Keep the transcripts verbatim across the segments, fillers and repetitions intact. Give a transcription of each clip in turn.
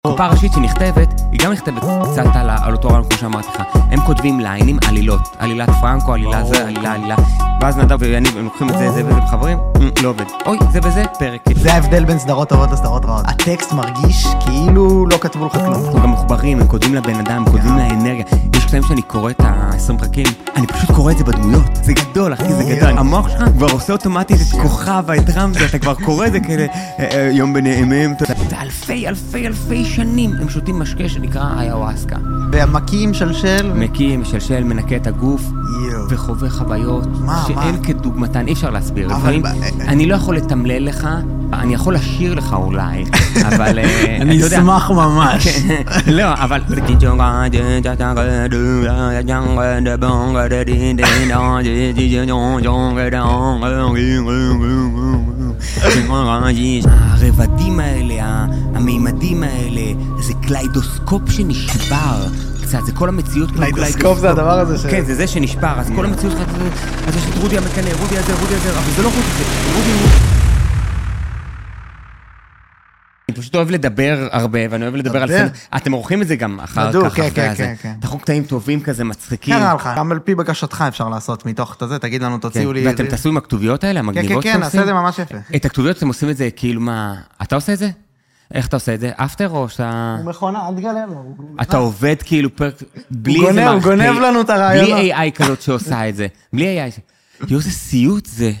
קופה ראשית שנכתבת, היא גם נכתבת קצת על אותו רעיון כמו שאמרתי לך. הם כותבים ליינים, עלילות, עלילת פרנקו, עלילה זה, עלילה, עלילה. ואז נדב ואני, הם לוקחים את זה, זה וזה בחברים, לא עובד. אוי, זה וזה, פרק. זה ההבדל בין סדרות טובות לסדרות רעות. הטקסט מרגיש כאילו לא כתבו לך כלום. אנחנו גם מחוברים, הם כותבים לבן אדם, הם כותבים לאנרגיה. יש קטעים שאני קורא את ה-עשרים פרקים, אני פשוט קורא את זה בדמויות. זה גדול, אחי, זה גדול. המוח שלך כבר עושה אוטומטית את כוכב, את רמזה, אתה כבר קורא את זה כאלה יום בנעימים. זה אלפי, אלפי, אלפי שנים הם שותים משקה שנקרא איוואסקה. והמקים שלשל? מקים, שלשל, מנקה את הגוף, וחווה חוויות שאין כדוגמתן, אי אפשר להסביר. אני לא יכול לתמלל לך, אני יכול לשיר לך אולי, אבל... אני אשמח ממש. לא, אבל... הרבדים האלה, המימדים האלה, זה קליידוסקופ שנשבר קצת, זה כל המציאות. קליידוסקופ זה הדבר הזה ש... כן, זה זה שנשבר, אז כל המציאות שלך, אז יש את רודי המקנה, רודי הזה, רודי הזה, אבל זה לא רודי, זה רודי הוא... אני פשוט אוהב לדבר הרבה, ואני אוהב לדבר על סצנה. אתם עורכים את זה גם אחר כך. כן, כן, כן. תחום קטעים טובים כזה, מצחיקים. כן, לך. גם על פי בקשתך אפשר לעשות מתוך את זה, תגיד לנו, תוציאו לי... ואתם תעשו עם הכתוביות האלה, המגניבות? כן, כן, נעשה את זה ממש יפה. את הכתוביות אתם עושים את זה כאילו מה... אתה עושה את זה? איך אתה עושה את זה? אפטר או שאתה... הוא מכונה, אל תגלה לו. אתה עובד כאילו פרק... הוא גונב לנו את הרעיון. בלי איי איי כזאת שעושה את זה. בלי איי איי. יו, זה סיוט זה.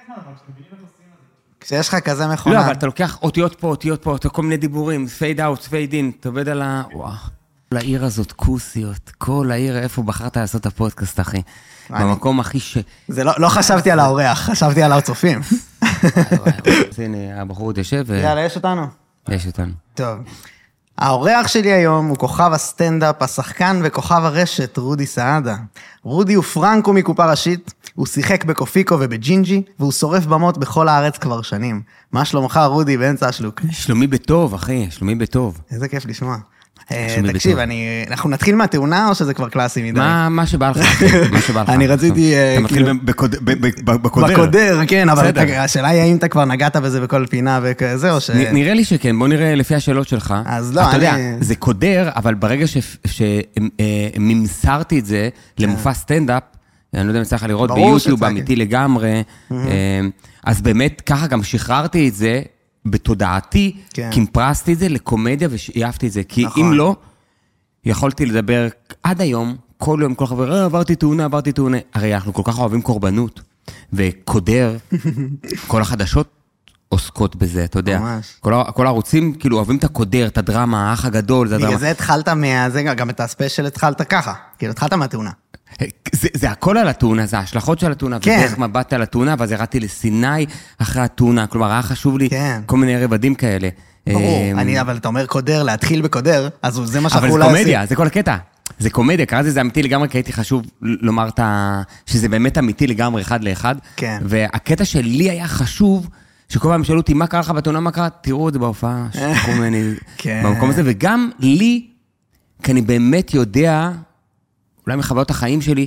כשיש לך כזה מכונה... לא, אבל אתה לוקח אותיות פה, אותיות פה, כל מיני דיבורים, פייד אאוט, פייד אין, אתה עובד על ה... וואו. כל העיר הזאת, כוסיות, כל העיר, איפה בחרת לעשות את הפודקאסט, אחי? במקום הכי ש... זה לא חשבתי על האורח, חשבתי על הצופים. הנה, הבחור עוד יושב ו... יאללה, יש אותנו. יש אותנו. טוב. האורח שלי היום הוא כוכב הסטנדאפ, השחקן וכוכב הרשת, רודי סעדה. רודי הוא פרנקו מקופה ראשית, הוא שיחק בקופיקו ובג'ינג'י, והוא שורף במות בכל הארץ כבר שנים. מה שלומך, רודי, באמצע השלוק? שלומי בטוב, אחי, שלומי בטוב. איזה כיף לשמוע. תקשיב, אנחנו נתחיל מהתאונה או שזה כבר קלאסי מדי? מה שבא לך, מה שבא לך. אני רציתי... אתה מתחיל בקודר. בקודר, כן, אבל השאלה היא האם אתה כבר נגעת בזה בכל פינה וכזה, או ש... נראה לי שכן, בוא נראה לפי השאלות שלך. אז לא, אני... אתה יודע, זה קודר, אבל ברגע שממסרתי את זה למופע סטנדאפ, אני לא יודע אם צריך לראות ביוטיוב, אמיתי לגמרי, אז באמת ככה גם שחררתי את זה, בתודעתי, קימפרסתי את זה לקומדיה ושאייפתי את זה, כי אם לא, יכולתי לדבר עד היום, כל יום, כל חבר, עברתי תאונה, עברתי תאונה, הרי אנחנו כל כך אוהבים קורבנות, וקודר, כל החדשות עוסקות בזה, אתה יודע, כל הערוצים כאילו אוהבים את הקודר, את הדרמה, האח הגדול, זה הדרמה. בגלל זה התחלת מה... גם את הספיישל התחלת ככה, כאילו התחלת מהתאונה. זה, זה הכל על התאונה, זה ההשלכות של התאונה, כן. ודרך מבט על התאונה, ואז הראתי לסיני אחרי התאונה, כלומר, היה חשוב לי כן. כל מיני רבדים כאלה. ברור, אני, אבל אתה אומר קודר, להתחיל בקודר, אז זה מה שאנחנו אבל זה קומדיה, זה כל הקטע. זה קומדיה, קראתי זה אמיתי לגמרי, כי הייתי חשוב לומר שזה באמת אמיתי לגמרי אחד לאחד. כן. והקטע שלי היה חשוב, שכל פעם שאלו אותי, מה קרה לך בתאונה, מה קרה? תראו את זה בהופעה, שתקום ממני במקום הזה, וגם לי, כי אני באמת יודע, אולי מחוויות החיים שלי,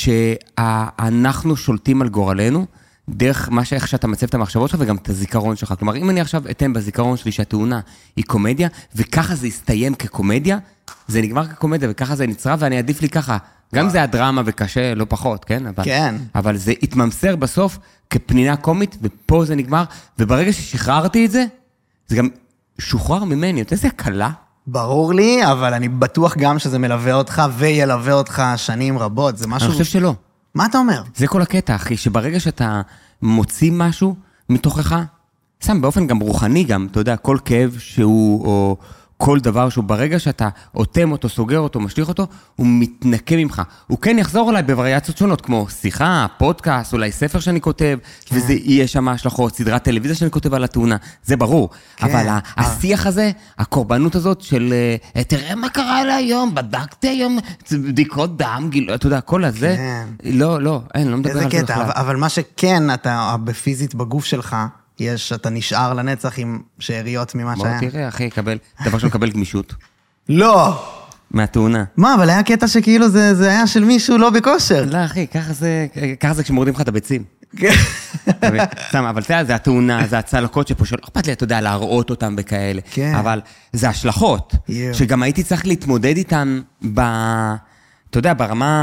שאנחנו שולטים על גורלנו, דרך מה שאיך שאתה מצב את המחשבות שלך, וגם את הזיכרון שלך. כלומר, אם אני עכשיו אתן בזיכרון שלי שהתאונה היא קומדיה, וככה זה יסתיים כקומדיה, זה נגמר כקומדיה, וככה זה נצרה, ואני עדיף לי ככה. גם זה הדרמה וקשה, לא פחות, כן? אבל, כן. אבל זה התממסר בסוף כפנינה קומית, ופה זה נגמר, וברגע ששחררתי את זה, זה גם שוחרר ממני. אתה יודע, זה הקלה. ברור לי, אבל אני בטוח גם שזה מלווה אותך, וילווה אותך שנים רבות. זה משהו... אני חושב שלא. מה אתה אומר? זה כל הקטע, אחי, שברגע שאתה מוציא משהו מתוכך, שם באופן גם רוחני גם, אתה יודע, כל כאב שהוא, או כל דבר שהוא, ברגע שאתה אוטם אותו, סוגר אותו, משליך אותו, הוא מתנקה ממך. הוא כן יחזור אליי בווריאציות שונות, כמו שיחה, פודקאסט, אולי ספר שאני כותב, כן. וזה יהיה שם השלכות, סדרת טלוויזיה שאני כותב על התאונה, זה ברור. כן. אבל השיח הזה, הקורבנות הזאת של, תראה מה קרה אליי היום, בדקתי היום, בדיקות דם, גיל, אתה יודע, כל הזה, כן. לא, לא, אין, לא מדבר על זה בכלל. אבל, אבל מה שכן, אתה בפיזית בגוף שלך, יש, אתה נשאר לנצח עם שאריות ממה שהיה. בוא תראה, אחי, קבל, דבר שהוא מקבל גמישות. לא! מהתאונה. מה, אבל היה קטע שכאילו זה, זה היה של מישהו לא בכושר. לא, אחי, ככה זה, ככה זה כשמורדים לך את הביצים. סתם, אבל אתה יודע, זה התאונה, זה הצלקות שפה שלא אכפת לי, אתה יודע, להראות אותם בכאלה. אבל זה השלכות, שגם הייתי צריך להתמודד איתן ב... אתה יודע, ברמה...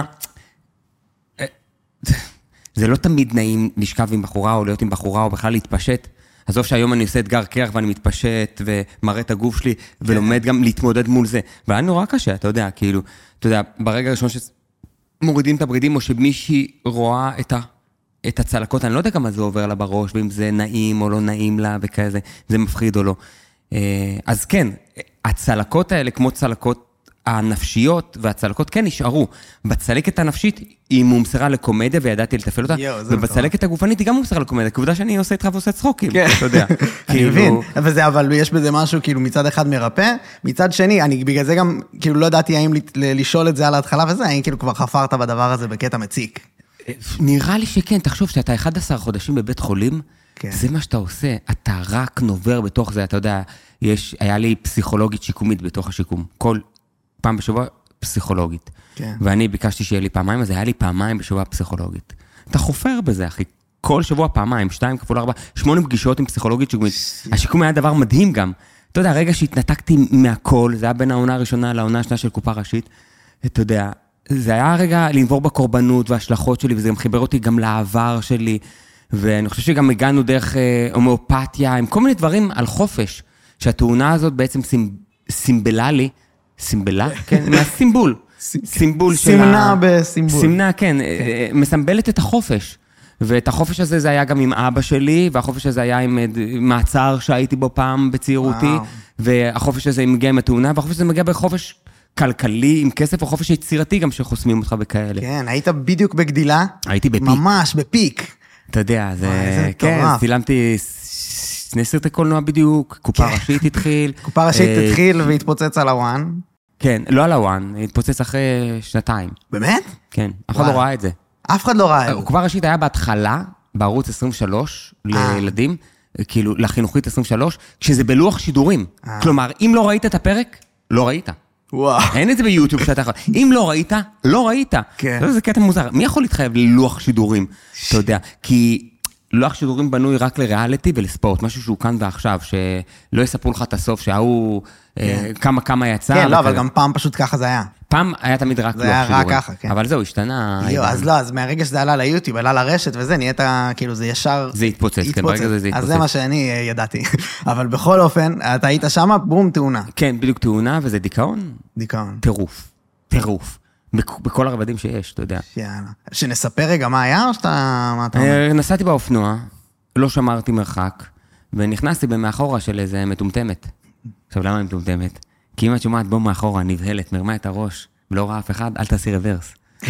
זה לא תמיד נעים לשכב עם בחורה, או להיות עם בחורה, או בכלל להתפשט. עזוב שהיום אני עושה אתגר קרח, ואני מתפשט, ומראה את הגוף שלי, ולומד גם להתמודד מול זה. והיה נורא קשה, אתה יודע, כאילו, אתה יודע, ברגע הראשון שמורידים את הברידים, או שמישהי רואה את ה... את הצלקות, אני לא יודע כמה זה עובר לה בראש, ואם זה נעים או לא נעים לה, וכזה, זה מפחיד או לא. אז כן, הצלקות האלה, כמו צלקות הנפשיות, והצלקות כן נשארו. בצלקת הנפשית, היא מומסרה לקומדיה, וידעתי לתפעל אותה, ובצלקת הגופנית היא גם מומסרה לקומדיה, כבודה שאני עושה איתך ועושה צחוקים, אתה יודע. אני מבין, אבל יש בזה משהו, כאילו, מצד אחד מרפא, מצד שני, אני בגלל זה גם, כאילו, לא ידעתי האם לשאול את זה על ההתחלה וזה, האם כאילו כבר חפרת בדבר הזה בקטע מציק. נראה לי שכן, תחשוב שאתה אחד עשר חודשים בבית חולים, זה מה שאתה עושה, אתה רק נובר בתוך זה, אתה יודע, יש, היה לי פסיכולוגית שיקומית בתוך השיקום, כל פעם בשבוע פסיכולוגית, ואני ביקשתי שיהיה לי פעמיים, אז היה לי פעמיים בשבוע פסיכולוגית. אתה חופר בזה, אחי, כל שבוע פעמיים, שתיים כפול ארבע, שמונה פגישות עם פסיכולוגית שיקומית, השיקום היה דבר מדהים גם, אתה יודע, הרגע שהתנתקתי מהכל, זה היה בין העונה הראשונה לעונה השנייה של קופה ראשית, אתה יודע, זה היה רגע לנבור בקורבנות וההשלכות שלי, וזה גם חיבר אותי גם לעבר שלי, ואני חושב שגם הגענו דרך הומאופתיה, עם כל מיני דברים על חופש, שהתאונה הזאת בעצם סימבלה לי, סימבלה? כן, מהסימבול. סימבול של... סימנה בסימבול. סימנה, כן, מסמבלת את החופש. ואת החופש הזה זה היה גם עם אבא שלי, והחופש הזה היה עם מעצר שהייתי בו פעם בצעירותי, והחופש הזה מגיע עם התאונה, והחופש הזה מגיע בחופש כלכלי, עם כסף, או חופש יצירתי גם שחוסמים אותך בכאלה. כן, היית בדיוק בגדילה. הייתי בפיק. ממש, בפיק. אתה יודע, זה... כן, צילמתי שני סרטי קולנוע בדיוק, קופה ראשית התחיל. קופה ראשית התחיל והתפוצץ על הוואן. כן, לא על הוואן, התפוצץ אחרי שנתיים. באמת? כן, אף אחד לא ראה את זה. אף אחד לא ראה את זה. קופה ראשית היה בהתחלה, בערוץ עשרים ושלוש, לילדים, כאילו, לחינוכית עשרים ושלוש, כשזה בלוח שידורים. כלומר, אם לא ראית את הפרק, לא ראית. וואו. אין את זה ביוטיוב שאתה יכול. אם לא ראית, לא ראית. כן. זה קטע מוזר. מי יכול להתחייב ללוח שידורים? אתה יודע, כי לוח שידורים בנוי רק לריאליטי ולספורט, משהו שהוא כאן ועכשיו, שלא יספרו לך את הסוף, שההוא כמה כמה יצא. כן, לא, אבל גם פעם פשוט ככה זה היה. פעם היה תמיד רק לוח שידורים. זה היה רק ככה, כן. אבל זהו, השתנה. יו, אז לא, אז מהרגע שזה עלה ליוטיוב, עלה לרשת וזה, נהיית, כאילו, זה ישר... זה התפוצץ, כן, ברגע זה זה התפוצץ. אז זה מה שאני ידעתי. אבל בכל אופן, אתה היית שמה, בום, תאונה. כן, בדיוק תאונה, וזה דיכאון. דיכאון. טירוף. טירוף. בכל הרבדים שיש, אתה יודע. יאללה. שנספר רגע מה היה, או שאתה... מה אתה אומר? נסעתי באופנוע, לא שמרתי מרחק, ונכנסתי במאחורה של איזה מטומטמת. עכשיו, למה היא מטומטמת? כי אם את שומעת בו מאחורה, נבהלת, מרמה את הראש, ולא ראה אף אחד, אל תעשי רוורס.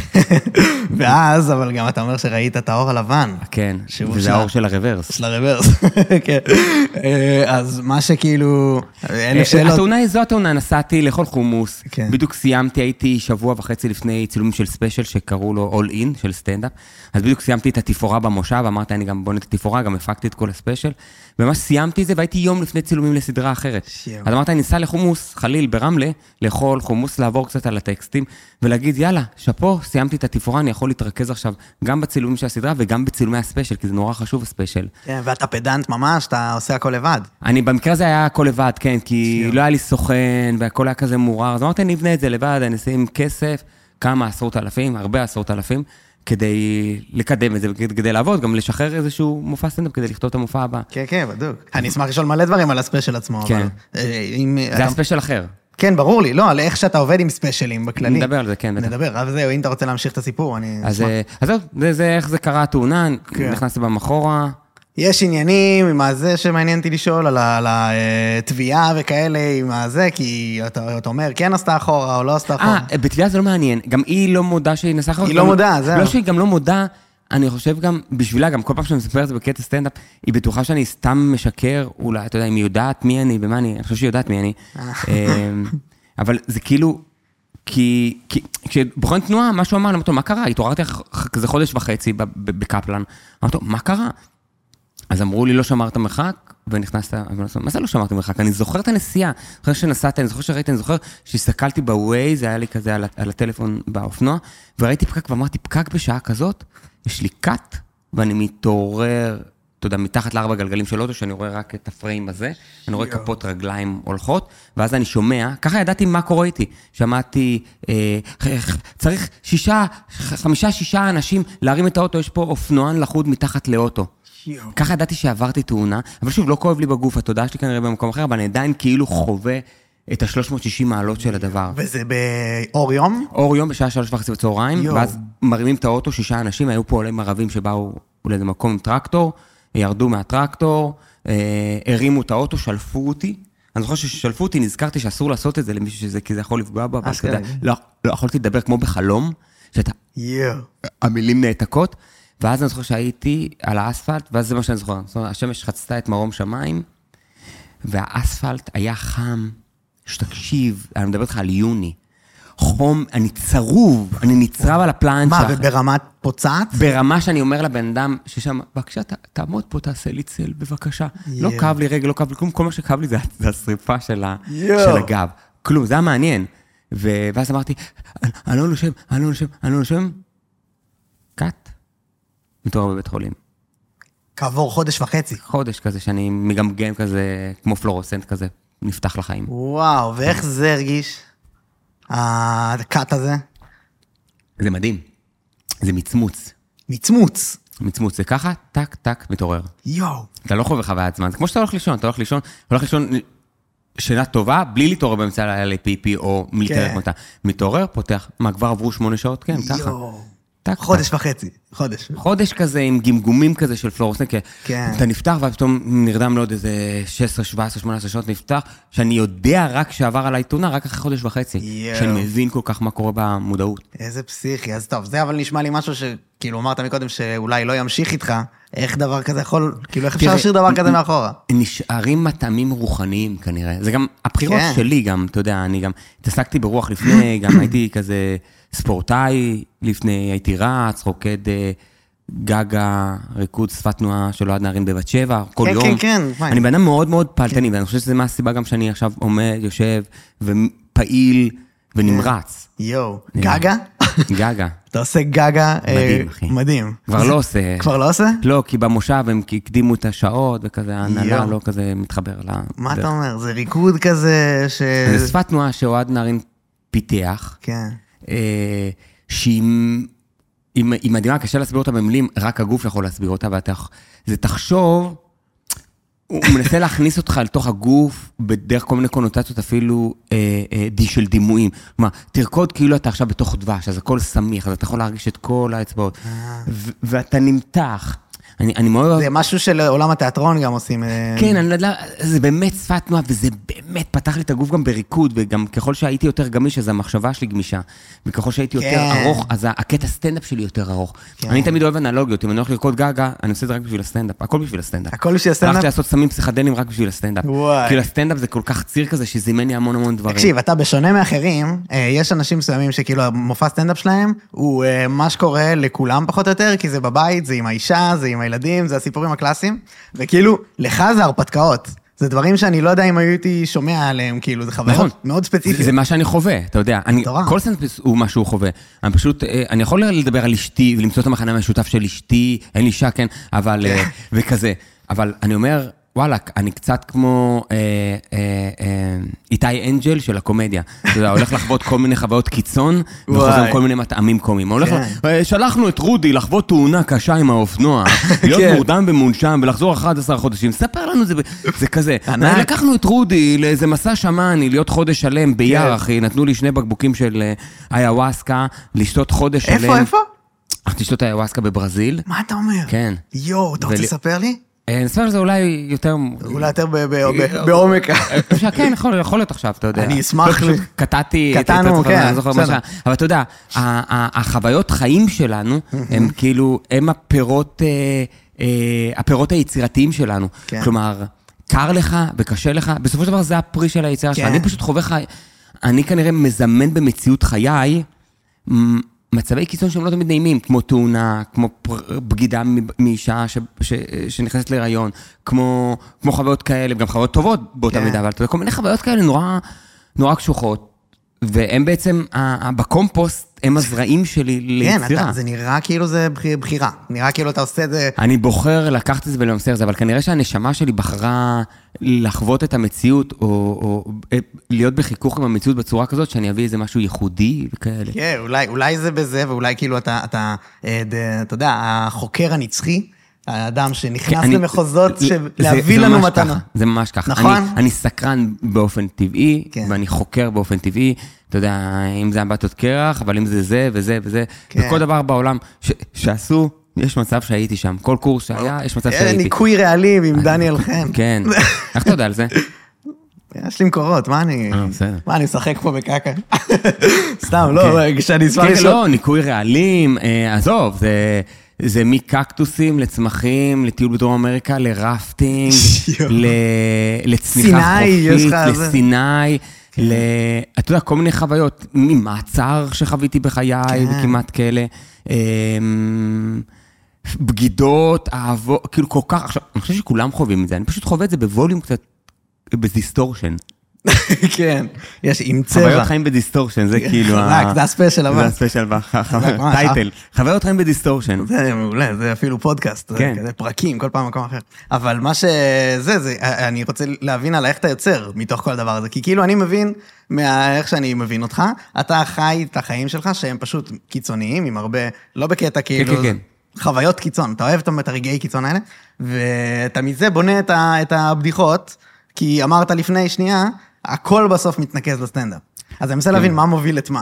ואז, אבל גם אתה אומר שראית את האור הלבן. כן, וזה האור של הרוורס. של הרוורס, כן. אז מה שכאילו... התאונה, זו התאונה, נסעתי לאכול חומוס, בדיוק סיימתי, הייתי שבוע וחצי לפני צילומים של ספיישל, שקראו לו All In, של סטנדאפ, אז בדיוק סיימתי את התפאורה במושב, אמרתי, אני גם בונה את התפאורה, גם הפקתי את כל הספיישל, וממש סיימתי את זה, והייתי יום לפני צילומים לסדרה אחרת. אז אמרתי, אני ניסה לחומוס, חליל, ברמלה, לאכול חומוס, לעבור קצת על הטקסטים, ולהגיד, יאללה, שפו, סיימתי את התפאורה, אני יכול להתרכז עכשיו גם בצילומים של הסדרה, וגם בצילומי הספיישל, כי זה נורא חשוב הספיישל. כן, ואתה פדנט ממש, אתה עושה הכל לבד. אני במקרה הזה היה הכל לבד, כן, כי לא היה לי סוכן, והכל היה כזה מורר, אז אמרתי, אני אבנה את זה לבד, אני אשים כסף, כמה עשרות אלפים, הרבה עשרות אלפים, כדי לקדם את זה, כדי לעבוד, גם לשחרר איזשהו מופע סטנדאפ, כדי לכתוב את המופע הבא. כן, כן, בדיוק. אני אשמח לשאול מלא דברים על הספיישל עצמו, כן. זה הספיישל אחר. כן, ברור לי, לא, על איך שאתה עובד עם ספיישלים בכללי. נדבר על זה, כן. נדבר, אבל זהו, אם אתה רוצה להמשיך את הסיפור, אני אשמח. אז זהו, זה איך זה קרה התאונה, נכנסתי במחורה. יש עניינים עם הזה שמעניין אותי לשאול, על התביעה וכאלה, עם הזה, כי אתה אומר, כן עשתה אחורה או לא עשתה אחורה. אה, בתביעה זה לא מעניין, גם היא לא מודה שהיא נסעה אחורה. היא לא מודה, זהו. לא שהיא גם לא מודה, אני חושב גם, בשבילה, גם כל פעם שאני מספר את זה בקטע סטנדאפ, היא בטוחה שאני סתם משקר, אולי, אתה יודע, אם היא יודעת מי אני ומה אני, אני חושב שהיא יודעת מי אני. אבל זה כאילו, כי, כי, כשבוחן תנועה, משהו אמר, אמרתי לו, מה קרה? התעוררתי כזה חודש וחצי בקפלן, אמרתי לו, מה קרה? אז אמרו לי, לא שמרת מרחק, ונכנסת, מה זה לא שמרת מרחק? אני זוכר את הנסיעה, אני זוכר שנסעתי, אני זוכר שראיתי, אני זוכר שהסתכלתי בווייז, זה היה לי כזה על, על הטלפון באופנוע, וראיתי פקק, ואמרתי, פקק בשעה כזאת, יש לי קאט, ואני מתעורר, אתה יודע, מתחת לארבע גלגלים של אוטו, שאני רואה רק את הפריים הזה, אני רואה כפות רגליים הולכות, ואז אני שומע, ככה ידעתי מה קורה איתי, שמעתי, אה, צריך שישה, חמישה, שישה אנשים להרים את האוטו, יש פה אופנוען לחוד מתחת לאוטו. ככה ידעתי שעברתי תאונה, אבל שוב, לא כואב לי בגוף, התודעה שלי כנראה במקום אחר, אבל אני עדיין כאילו חווה את ה-שלוש מאות ושישים מעלות של הדבר. וזה באור יום? אור יום בשעה שלוש וחצי בצהריים, ואז מרימים את האוטו, שישה אנשים, היו פה עולים ערבים שבאו לאיזה מקום עם טרקטור, ירדו מהטרקטור, הרימו את האוטו, שלפו אותי. אני זוכר ששלפו אותי, נזכרתי שאסור לעשות את זה למישהו שזה, כי זה יכול לפגוע בה, לא יכולתי לדבר כמו בחלום, שאתה, המילים נעתקות, ואז אני זוכר שהייתי על האספלט, ואז זה מה שאני זוכר. זאת אומרת, השמש חצתה את מרום שמיים, והאספלט היה חם, שתקשיב, אני מדבר איתך על יוני, חום, אני צרוב, אני נצרב על הפלנצ'ה. מה, וברמת פוצעת? ברמה שאני אומר לבן אדם, ששם, בבקשה, תעמוד פה, תעשה לי צל, בבקשה. לא כאב לי רגע, לא כאב לי כלום, כל מה שכאב לי זה השריפה של הגב. כלום, זה היה מעניין. ואז אמרתי, אני לא נושם, אני לא נושם, אני לא נושם. קאט. מתואר בבית חולים. כעבור חודש וחצי. חודש כזה, שאני מגמגם כזה, כמו פלורוסנט כזה, נפתח לחיים. וואו, ואיך זה הרגיש? הקאט הזה? זה מדהים. זה מצמוץ. מצמוץ? מצמוץ, זה ככה, טק, טק, מתעורר. יואו. אתה לא חווה חוויית זמן, זה כמו שאתה הולך לישון, אתה הולך לישון, הולך לישון שינה טובה, בלי להתעורר באמצע הלילה לפיפי, או מלתאר כמו אתה. מתעורר, פותח, מה, כבר עברו שמונה שעות? כן, ככה. חודש וחצי, חודש. חודש כזה עם גמגומים כזה של פלורוסנט, אתה נפתח ופתאום נרדם לעוד איזה שש עשרה, שבע עשרה, שמונה עשרה שעות נפתח, שאני יודע רק שעבר עליי תאונה, רק אחרי חודש וחצי, שאני מבין כל כך מה קורה במודעות. איזה פסיכי, אז טוב, זה אבל נשמע לי משהו שכאילו אמרת מקודם שאולי לא ימשיך איתך, איך דבר כזה יכול, כאילו איך אפשר להשאיר דבר כזה מאחורה? נשארים מטעמים רוחניים כנראה, זה גם הבחירות שלי גם, אתה יודע, אני גם התעסקתי ברוח לפני, גם הייתי כזה ספורטאי, לפני הייתי רץ, רוקד גגה, ריקוד שפת תנועה של אוהד נערים בבת שבע, כל יום. כן, כן, כן. אני בן אדם מאוד מאוד פעלתני, ואני חושב שזה מה הסיבה גם שאני עכשיו עומד, יושב, ופעיל ונמרץ. יואו, גגה? גגה. אתה עושה גגה. מדהים, אחי. מדהים. כבר לא עושה. כבר לא עושה? לא, כי במושב הם הקדימו את השעות, וכזה ההנהלה לא כזה מתחבר לה. מה אתה אומר? זה ריקוד כזה ש... זה שפת תנועה שאוהד נערים פיתח. כן. שהיא מדהימה, קשה להסביר אותה במילים, רק הגוף יכול להסביר אותה, זה תחשוב, הוא מנסה להכניס אותך לתוך הגוף, בדרך כל מיני קונוטציות אפילו של דימויים. כלומר, תרקוד כאילו אתה עכשיו בתוך דבש, אז הכל סמיך, אז אתה יכול להרגיש את כל האצבעות, ואתה נמתח. אני, אני מאוד... זה משהו של עולם התיאטרון גם עושים... כן, אני יודע, זה באמת שפת תנועה, וזה באמת פתח לי את הגוף גם בריקוד, וגם ככל שהייתי יותר גמיש, אז המחשבה שלי גמישה, וככל שהייתי יותר ארוך, אז הקטע סטנדאפ שלי יותר ארוך. אני תמיד אוהב אנלוגיות, אם אני הולך לרקוד גגה, אני עושה את זה רק בשביל הסטנדאפ, הכל בשביל הסטנדאפ. הכל בשביל הסטנדאפ? הלכתי לעשות סמים פסיכדליים רק בשביל הסטנדאפ. כי הסטנדאפ זה כל כך ציר כזה, שזימן לי המון המון דברים. תקשיב, אתה בשונה מאחרים, יש אנשים מסוימים שכאילו המופע סטנדאפ שלהם, הוא מה שקורה לכולם פחות או יותר, כי זה בבית, זה עם האישה, זה עם הילדים, זה הסיפורים הקלאסיים, וכאילו, לך זה הרפתקאות. זה דברים שאני לא יודע אם הייתי שומע עליהם, כאילו, זה חוויות מאוד ספציפיות. זה מה שאני חווה, אתה יודע. כל סטנדאפ הוא מה שהוא חווה. אני פשוט, אני יכול לדבר על אשתי, ולמצוא את המחנה המשותף של אשתי, אין לי אישה, כן, אבל, וכזה. אבל אני אומר, וואלה, אני קצת כמו איתי אנג'ל של הקומדיה. אתה יודע, הולך לחוות כל מיני חוויות קיצון, וחוזר כל מיני מטעמים קומיים. שלחנו את רודי לחוות תאונה קשה עם האופנוע, להיות מורדם ומונשם, ולחזור אחד עשר חודשים. ספר לנו, זה כזה. לקחנו את רודי לאיזה מסע שמאני, להיות חודש שלם ביער, אחי. נתנו לי שני בקבוקים של איוואסקה, לשתות חודש שלם. איפה, איפה? הלכתי לשתות איוואסקה בברזיל. מה אתה אומר? כן. יואו, אתה רוצה לספר לי? נספר על זה אולי יותר... אולי יותר בעומק. כן, יכול להיות עכשיו, אתה יודע. אני אשמח... קטעתי... קטענו, כן. אבל אתה יודע, החוויות חיים שלנו, הם כאילו, הם הפירות, הפירות היצירתיים שלנו. כלומר, קר לך וקשה לך, בסופו של דבר זה הפרי של היצירה שלך. אני פשוט חווה חי... אני כנראה מזמן במציאות חיי, מצבי קיצון שהם לא תמיד נעימים, כמו תאונה, כמו בגידה מאישה שנכנסת להיריון, כמו חוויות כאלה, גם חוויות טובות באותה מידה, אבל כל מיני חוויות כאלה נורא קשוחות, והם בעצם, בקומפוסט, הם הזרעים שלי ליצירה. כן, זה נראה כאילו זה בחירה. נראה כאילו אתה עושה את זה... אני בוחר לקחת את זה ולמסר את זה, אבל כנראה שהנשמה שלי בחרה לחוות את המציאות, או, או להיות בחיכוך עם המציאות בצורה כזאת, שאני אביא איזה משהו ייחודי וכאלה. כן, אולי, אולי זה בזה, ואולי כאילו אתה, אתה, אתה יודע, החוקר הנצחי, האדם שנכנס אני, למחוזות זה, להביא זה לנו מתנה. ככה, זה ממש ככה. נכון? אני, אני סקרן באופן טבעי, כן. ואני חוקר באופן טבעי, אתה יודע, אם זה אמבטות קרח, אבל אם זה זה וזה וזה, כן. וכל דבר בעולם ש, שעשו, יש מצב שהייתי שם. כל קורס שהיה, יש מצב שהייתי. ניקוי רעלים עם דניאל חן. כן. איך אתה יודע על זה? יש לי מקורות, מה אני... מה, אני משחק פה בקקה? סתם, לא, כשאני אשמח לשאול... לא, ניקוי רעלים, עזוב, זה מקקטוסים לצמחים, לטיול בדרום אמריקה, לרפטינג, לצניחה חופית, לסיני, אתה יודע, כל מיני חוויות, ממעצר שחוויתי בחיי, וכמעט כאלה, בגידות, אהבות, כאילו כל כך, עכשיו, אני חושב שכולם חווים את זה, אני פשוט חווה את זה בווליום קצת, בדיסטורשן. כן, יש עם צבע. חוויות חיים בדיסטורשן, זה כאילו... רק, זה הספיישל הבא. זה הספיישל הבא, טייטל. חוויות חיים בדיסטורשן. זה מעולה, זה אפילו פודקאסט, זה פרקים, כל פעם מקום אחר. אבל מה שזה, אני רוצה להבין על איך אתה יוצר מתוך כל הדבר הזה, כי כאילו אני מבין, מאיך שאני מבין אותך, אתה חי את החיים שלך, שהם פשוט קיצוניים, עם הרבה, לא בקטע כאילו... חוויות קיצון, אתה אוהב את הרגעי קיצון האלה, ואתה מזה בונה את הבדיחות, כי אמרת לפני שנייה, הכל בסוף מתנקז לסטנדאפ. אז אני מנסה להבין מה מוביל את מה.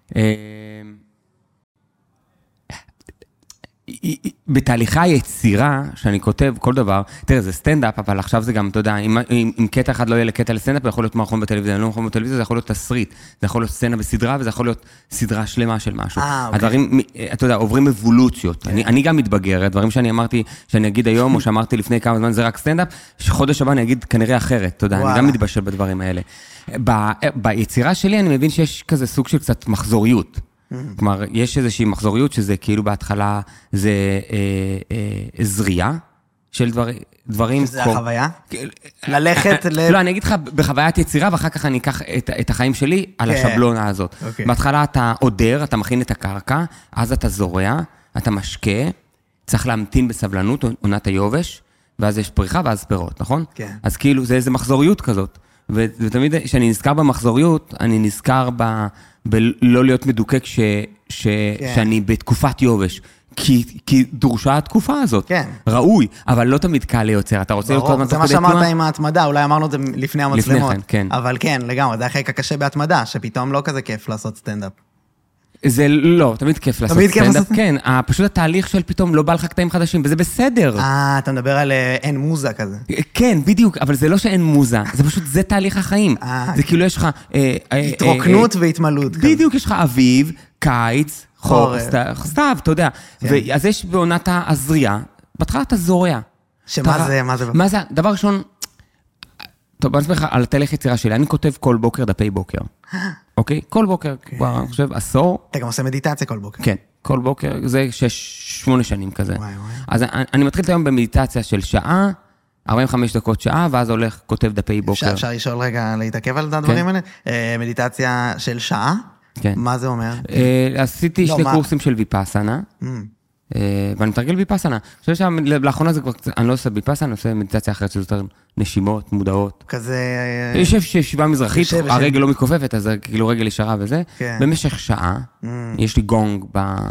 בתהליכי היצירה, שאני כותב כל דבר, תראה, זה סטנדאפ, אבל עכשיו זה גם, אתה יודע, אם קטע אחד לא יהיה לקטע לסטנדאפ, זה יכול להיות מערכון בטלוויזיה, לא מערכון בטלוויזיה, זה יכול להיות תסריט, זה יכול להיות סצנה בסדרה, וזה יכול להיות סדרה שלמה של משהו. הדברים, אתה יודע, עוברים אבולוציות. אני גם מתבגר, הדברים שאני אמרתי, שאני אגיד היום, או שאמרתי לפני כמה זמן, זה רק סטנדאפ, שחודש הבא אני אגיד כנראה אחרת, אתה יודע, אני גם מתבשל בדברים האלה. ביצירה שלי אני מבין שיש כזה סוג של קצת מחזוריות. כלומר, יש איזושהי מחזוריות שזה כאילו בהתחלה זה זריעה של דברים. שזה החוויה? ללכת ל... לא, אני אגיד לך בחוויית יצירה, ואחר כך אני אקח את החיים שלי על השבלונה הזאת. בהתחלה אתה עודר, אתה מכין את הקרקע, אז אתה זורע, אתה משקה, צריך להמתין בסבלנות, עונת היובש, ואז יש פריחה ואז פירות, נכון? כן. אז כאילו זה איזו מחזוריות כזאת. ותמיד כשאני נזכר במחזוריות, אני נזכר ב... בלא להיות מדוקק ש, ש, כן. שאני בתקופת יובש, כי, כי דרושה התקופה הזאת. כן. ראוי, אבל לא תמיד קל ליוצר. אתה רוצה ברור, זה מה שאמרת עם ההתמדה, אולי אמרנו את זה לפני המצלמות. לפני כן, כן. אבל כן, לגמרי, זה החלק הקשה בהתמדה, שפתאום לא כזה כיף לעשות סטנדאפ. זה לא, תמיד כיף לעשות סטנדאפ, כן, פשוט התהליך של פתאום לא בא לך קטעים חדשים, וזה בסדר. אה, אתה מדבר על אין מוזה כזה. כן, בדיוק, אבל זה לא שאין מוזה, זה פשוט, זה תהליך החיים. זה כאילו יש לך... התרוקנות והתמלות. בדיוק, יש לך אביב, קיץ, חור, סתיו, אתה יודע. אז יש בעונת הזריעה, בהתחלה אתה זורע. שמה זה, מה זה? מה זה, דבר ראשון, טוב, אני אסביר לך על התהליך יצירה שלי, אני כותב כל בוקר דפי בוקר. אוקיי? כל בוקר, כבר, אני חושב, עשור. אתה גם עושה מדיטציה כל בוקר. כן, כל בוקר, זה שש, שמונה שנים כזה. וואי, וואי. אז אני, אני מתחיל את היום במדיטציה של שעה, ארבעים וחמש דקות שעה, ואז הולך, כותב דפי בוקר. אפשר, אפשר לשאול רגע, להתעכב על הדברים האלה? מדיטציה של שעה? כן. מה זה אומר? עשיתי שני קורסים של ויפאסנה. ואני מתרגל ויפאסנה. אני חושב שלאחרונה זה כבר, אני לא עושה ויפאסנה, אני עושה מדיטציה אחרת, שזה יותר נשימות, מודעות. כזה... יושב שיבה מזרחית, הרגל לא מכופפת, אז כאילו רגל ישרה וזה. במשך שעה, יש לי גונג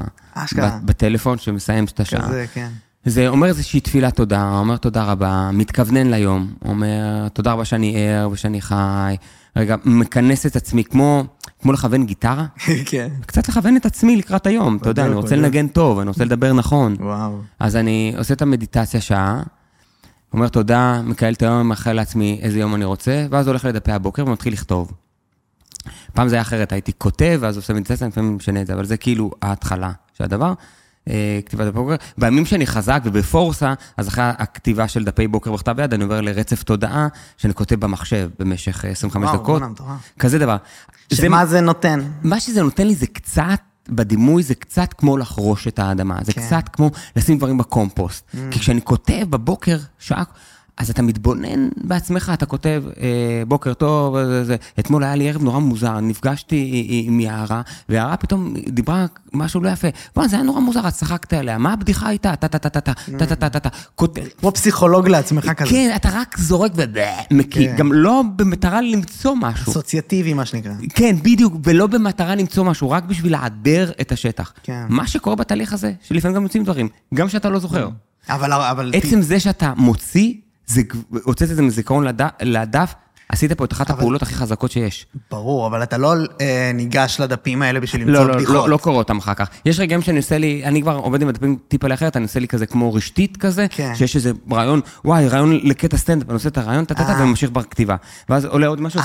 בטלפון שמסיים את השעה. כזה, כן. זה אומר איזושהי תפילת תודה, אומר תודה רבה, מתכוונן ליום, אומר תודה רבה שאני ער ושאני חי, רגע, מכנס את עצמי כמו... כמו לכוון גיטרה, כן. קצת לכוון את עצמי לקראת היום, אתה יודע, אני רוצה לנגן טוב, אני רוצה לדבר נכון. וואו. אז אני עושה את המדיטציה שעה, אומר תודה, מקהל את היום, מאחל לעצמי איזה יום אני רוצה, ואז הולך לדפי הבוקר ומתחיל לכתוב. פעם זה היה אחרת, הייתי כותב, ואז עושה מדיטציה, אני לפעמים משנה את זה, אבל זה כאילו ההתחלה של הדבר. כתיבת דפי בוקר. בימים שאני חזק ובפורסה, אז אחרי הכתיבה של דפי בוקר בכתב יד, אני עובר לרצף תודעה, שאני כותב במחשב במשך עשרים וחמש דקות. כזה דבר. שמה זה נותן? מה שזה נותן לי זה קצת, בדימוי זה קצת כמו לחרוש את האדמה, זה קצת כמו לשים דברים בקומפוסט. כי כשאני כותב בבוקר, שעה, אז אתה מתבונן בעצמך, אתה כותב, בוקר טוב, אתמול היה לי ערב נורא מוזר, נפגשתי עם יערה, ויערה פתאום דיברה משהו לא יפה. בוא, זה היה נורא מוזר, את צחקת עליה, מה הבדיחה הייתה? טה-טה-טה-טה-טה-טה-טה. כמו פסיכולוג לעצמך כזה. כן, אתה רק זורק ומקיא, גם לא במטרה למצוא משהו. אסוציאטיבי, מה שנקרא. כן, בדיוק, ולא במטרה למצוא משהו, רק בשביל לעדר את השטח. מה שקורה בתהליך הזה, שלפעמים גם יוצאים דברים, גם שאתה לא זוכר. אבל, אבל... עצם זה שאתה מוציא, הוצאת את זה מזיכרון לדף, עשית פה את אחת הפעולות הכי חזקות שיש. ברור, אבל אתה לא ניגש לדפים האלה בשביל למצוא בדיחות. לא, לא קורא אותם אחר כך. יש רגעים שאני עושה לי, אני כבר עובד עם הדפים טיפה לאחרת, אני עושה לי כזה כמו רשתית כזה, שיש איזה רעיון, וואי, רעיון לקטע סטנדאפ, אני עושה את הרעיון, טטטה, וממשיך בכתיבה. ואז עולה עוד משהו,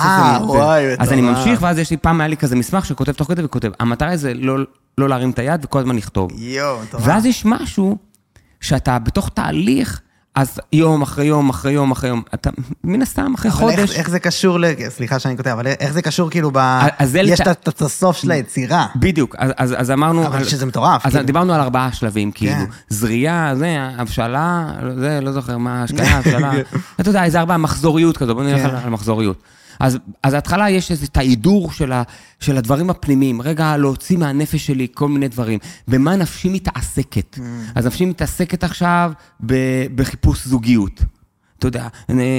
אז אני ממשיך, ואז יש לי, פעם היה לי כזה מסמך שכותב תוך כדי וכותב. המטרה זה לא להרים את היד וכל הזמן לכתוב. ואז יש משהו שאתה בתוך תהליך, אז יום אחרי יום אחרי יום אחרי יום, אתה מן הסתם אחרי חודש. איך, איך זה קשור, סליחה שאני כותב, אבל איך זה קשור כאילו ב... יש לת... את הסוף של היצירה. בדיוק, אז, אז, אז אמרנו... אבל על... שזה מטורף. אז כאילו. דיברנו על ארבעה שלבים, כאילו. כן. זריעה, זה, הבשלה, זה, לא זוכר מה, השקעה, הבשלה. אתה יודע, איזה ארבעה, מחזוריות כזו, בוא נלך כן. על מחזוריות. אז, אז ההתחלה יש איזה תהידור של, ה, של הדברים הפנימיים, רגע להוציא מהנפש שלי כל מיני דברים, במה נפשי מתעסקת. Mm. אז נפשי מתעסקת עכשיו ב, בחיפוש זוגיות. אתה יודע,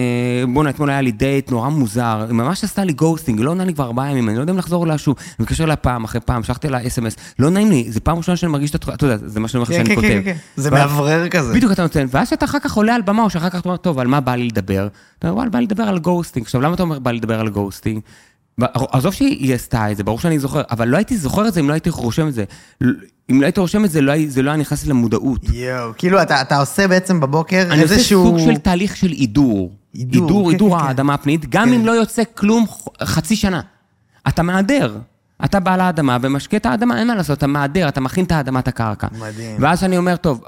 בואו, אתמול היה לי דייט נורא מוזר, היא ממש עשתה לי גוסטינג, לא נעים לי כבר ארבעה ימים, אני לא יודע אם לחזור לה שוב, אני מקשר לה פעם אחרי פעם, שלחתי לה אס אם אס, לא נעים לי, זה פעם ראשונה שאני מרגיש את התחולה, אתה יודע, זה מה שאני אומר שאני כותב. זה מעברר כזה. בדיוק אתה נותן, ואז שאתה אחר כך עולה על במה, או שאחר כך אתה אומר, טוב, על מה בא לי לדבר? אתה אומר, בא לי לדבר על גוסטינג. עכשיו, למה אתה אומר, בא לי לדבר על גוסטינג? עזוב שהיא עשתה את זה, ברור שאני זוכר, אבל לא הייתי זוכר את זה אם לא הייתי רושם את זה. אם לא הייתי רושם את זה, זה לא היה נכנס למודעות. יואו, כאילו אתה עושה בעצם בבוקר איזשהו... אני עושה סוג של תהליך של אידור. אידור, אידור האדמה הפנימית, גם אם לא יוצא כלום חצי שנה. אתה מעדר. אתה בא לאדמה ומשקה את האדמה, אין מה לעשות, אתה מעדר, אתה מכין את האדמה, את הקרקע. מדהים. ואז אני אומר, טוב,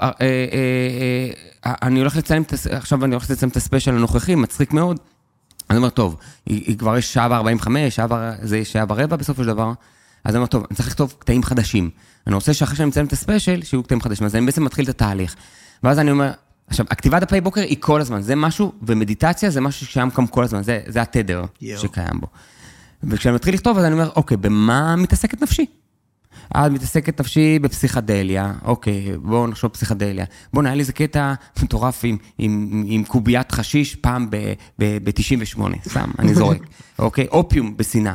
אני הולך לצלם, עכשיו אני הולך לצלם את הספיישל הנוכחי, מצחיק מאוד. אני אומר, טוב, היא, היא כבר יש שעה ו-ארבעים וחמש, שעה ו... זה שעה ורבע בסופו של דבר. אז אני אומר, טוב, אני צריך לכתוב קטעים חדשים. אני רוצה שאחרי שאני מצלם את הספיישל, שיהיו קטעים חדשים. אז אני בעצם מתחיל את התהליך. ואז אני אומר, עכשיו, הכתיבת הפליי בוקר היא כל הזמן. זה משהו, ומדיטציה זה משהו שקיים כאן כל הזמן. זה, זה התדר שקיים בו. וכשאני מתחיל לכתוב, אז אני אומר, אוקיי, במה מתעסקת נפשי? אז מתעסקת נפשי בפסיכדליה, אוקיי, בואו נחשוב פסיכדליה. בואו נהיה לי איזה קטע מטורף עם, עם, עם קוביית חשיש פעם ב-תשעים ושמונה, סתם, אני זורק. אוקיי, אופיום בסיני.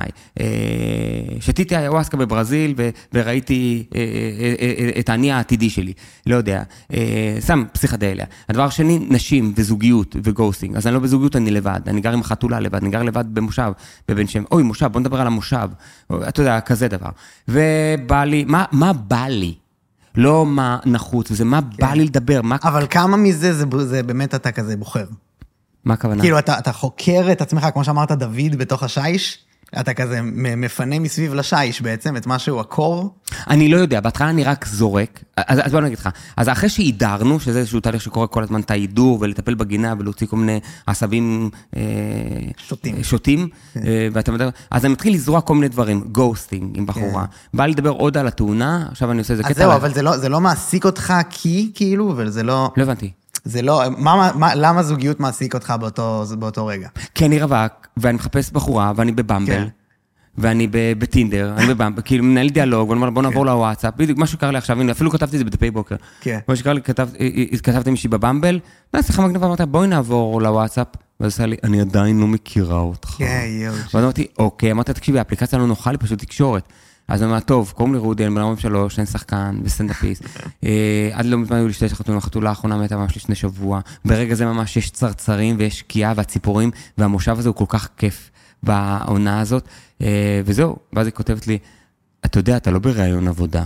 שתיתי איוואסקה בברזיל וראיתי את העני העתידי שלי, לא יודע. סתם, פסיכדליה. הדבר השני, נשים וזוגיות וגוסטינג. אז אני לא בזוגיות, אני לבד. אני גר עם חתולה לבד, אני גר לבד במושב, בבן שם. אוי, מושב, בוא נדבר על המושב. אתה יודע, כזה דבר. ובא לי, מה, מה בא לי? לא מה נחוץ, וזה מה בא לי לדבר. אבל כמה מזה זה, זה באמת אתה כזה בוחר? מה הכוונה? כאילו, אתה, אתה חוקר את עצמך, כמו שאמרת, דוד בתוך השיש, אתה כזה מפנה מסביב לשיש בעצם, את משהו הקור? אני לא יודע, בהתחלה אני רק זורק, אז, אז בוא נגיד לך, אז אחרי שהידרנו, שזה איזשהו תהליך שקורה כל הזמן, את ההידור, ולטפל בגינה, ולהוציא כל מיני עשבים אה, שוטים, שוטים אה, ואתה מדבר, אז אני מתחיל לזרוע כל מיני דברים, גוסטינג עם בחורה, בא לדבר עוד על התאונה, עכשיו אני עושה איזה קטע. אז זהו, אבל זה לא, זה לא מעסיק אותך כי, כאילו, אבל זה לא... לא הבנתי. זה לא, מה, מה, למה זוגיות מעסיק אותך באותו, באותו רגע? כי אני רווק, ואני מחפש בחורה, ואני בבמבל, כן. ואני בטינדר, אני בבמבל, כאילו מנהל דיאלוג, ואני אומר, בוא נעבור כן. לוואטסאפ, בדיוק מה שקרה לי עכשיו, הנה, אפילו כתבתי את זה בדפי בוקר. כן. מה שקרה לי, כתב, כתבתי מישהי בבמבל, ואז לך מגניב ואמרת, בואי נעבור לוואטסאפ, ואז עשה לי, אני עדיין לא מכירה אותך. כן, יואו. ואז אמרתי, אוקיי, אמרת, תקשיבי, האפליקציה לא נוחה לי, פשוט תקשורת. אז אני אומר, טוב, קוראים לי רודי, אני בן ארבעים ושלוש, אני שחקן וסטנדאפיסט. עד לא מזמן היו לי שתי חתולים, החתולה האחרונה מתה ממש לפני שבוע. ברגע זה ממש יש צרצרים ויש שקיעה והציפורים, והמושב הזה הוא כל כך כיף בעונה הזאת. וזהו, ואז היא כותבת לי, אתה יודע, אתה לא בראיון עבודה.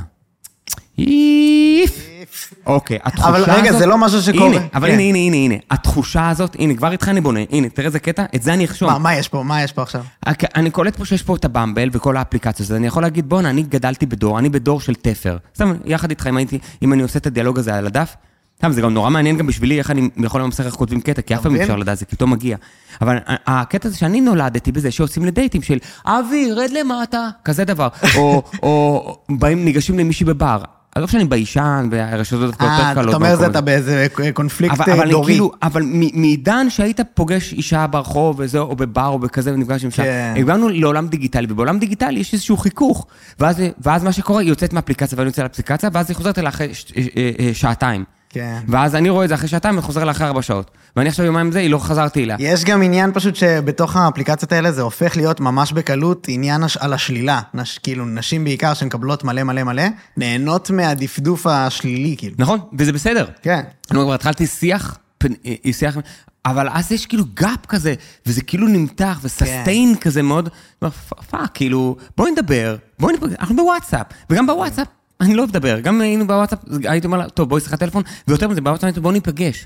איף! אוקיי, התחושה הזאת... אבל רגע, זה לא משהו שקורה. הנה, אבל הנה, הנה, הנה, הנה. התחושה הזאת, הנה, כבר איתך אני בונה. הנה, תראה איזה קטע, את זה אני אחשוב. מה, מה יש פה? מה יש פה עכשיו? אני קולט פה שיש פה את הבמבל וכל האפליקציות, אז אני יכול להגיד, בוא, אני גדלתי בדור, אני בדור של תפר. סתם, יחד איתך, אם אני עושה את הדיאלוג הזה על הדף, זה גם נורא מעניין גם בשבילי, איך אני יכול למסך איך כותבים קטע, כי אף פעם אפשר לדעת, זה פתאום מגיע. אבל הקטע הזה שאני נולדתי בזה, שעושים לדייטים של, אבי, רד למטה, כזה דבר. או באים, ניגשים למישהי בבר. עזוב שאני באישן, והרשתות יותר קלות. אה, אתה אומר זה אתה באיזה קונפליקט דורי. אבל מעידן שהיית פוגש אישה ברחוב וזהו, או בבר או בכזה, ונפגש עם אישה, הגענו לעולם דיגיטלי, ובעולם דיגיטלי יש איזשהו חיכוך, ואז מה שקורה, היא יוצאת מהאפליקציה, ואני יוצא לאפליקציה, ואז היא חוזרת אליה אחרי שעתיים. כן. ואז אני רואה את זה אחרי שעתיים, אני חוזר לאחרי ארבע שעות. ואני עכשיו יומיים עם זה, היא לא חזרתי אליה. יש גם עניין פשוט שבתוך האפליקציות האלה, זה הופך להיות ממש בקלות עניין על השלילה. נש, כאילו, נשים בעיקר שמקבלות מלא מלא מלא, נהנות מהדפדוף השלילי, כאילו. נכון, וזה בסדר. כן. אני כבר התחלתי שיח, שיח, אבל אז יש כאילו גאפ כזה, וזה כאילו נמתח, וססטיין כן. כזה מאוד, פאק, כאילו, בואי נדבר, בואי נדבר, אנחנו בוואטסאפ, וגם בוואטסאפ, אני לא אדבר, גם היינו בוואטסאפ, הייתי אומר לה, טוב, בואי שיחת טלפון, ויותר מזה, בוואטסאפ הייתי, בואו ניפגש.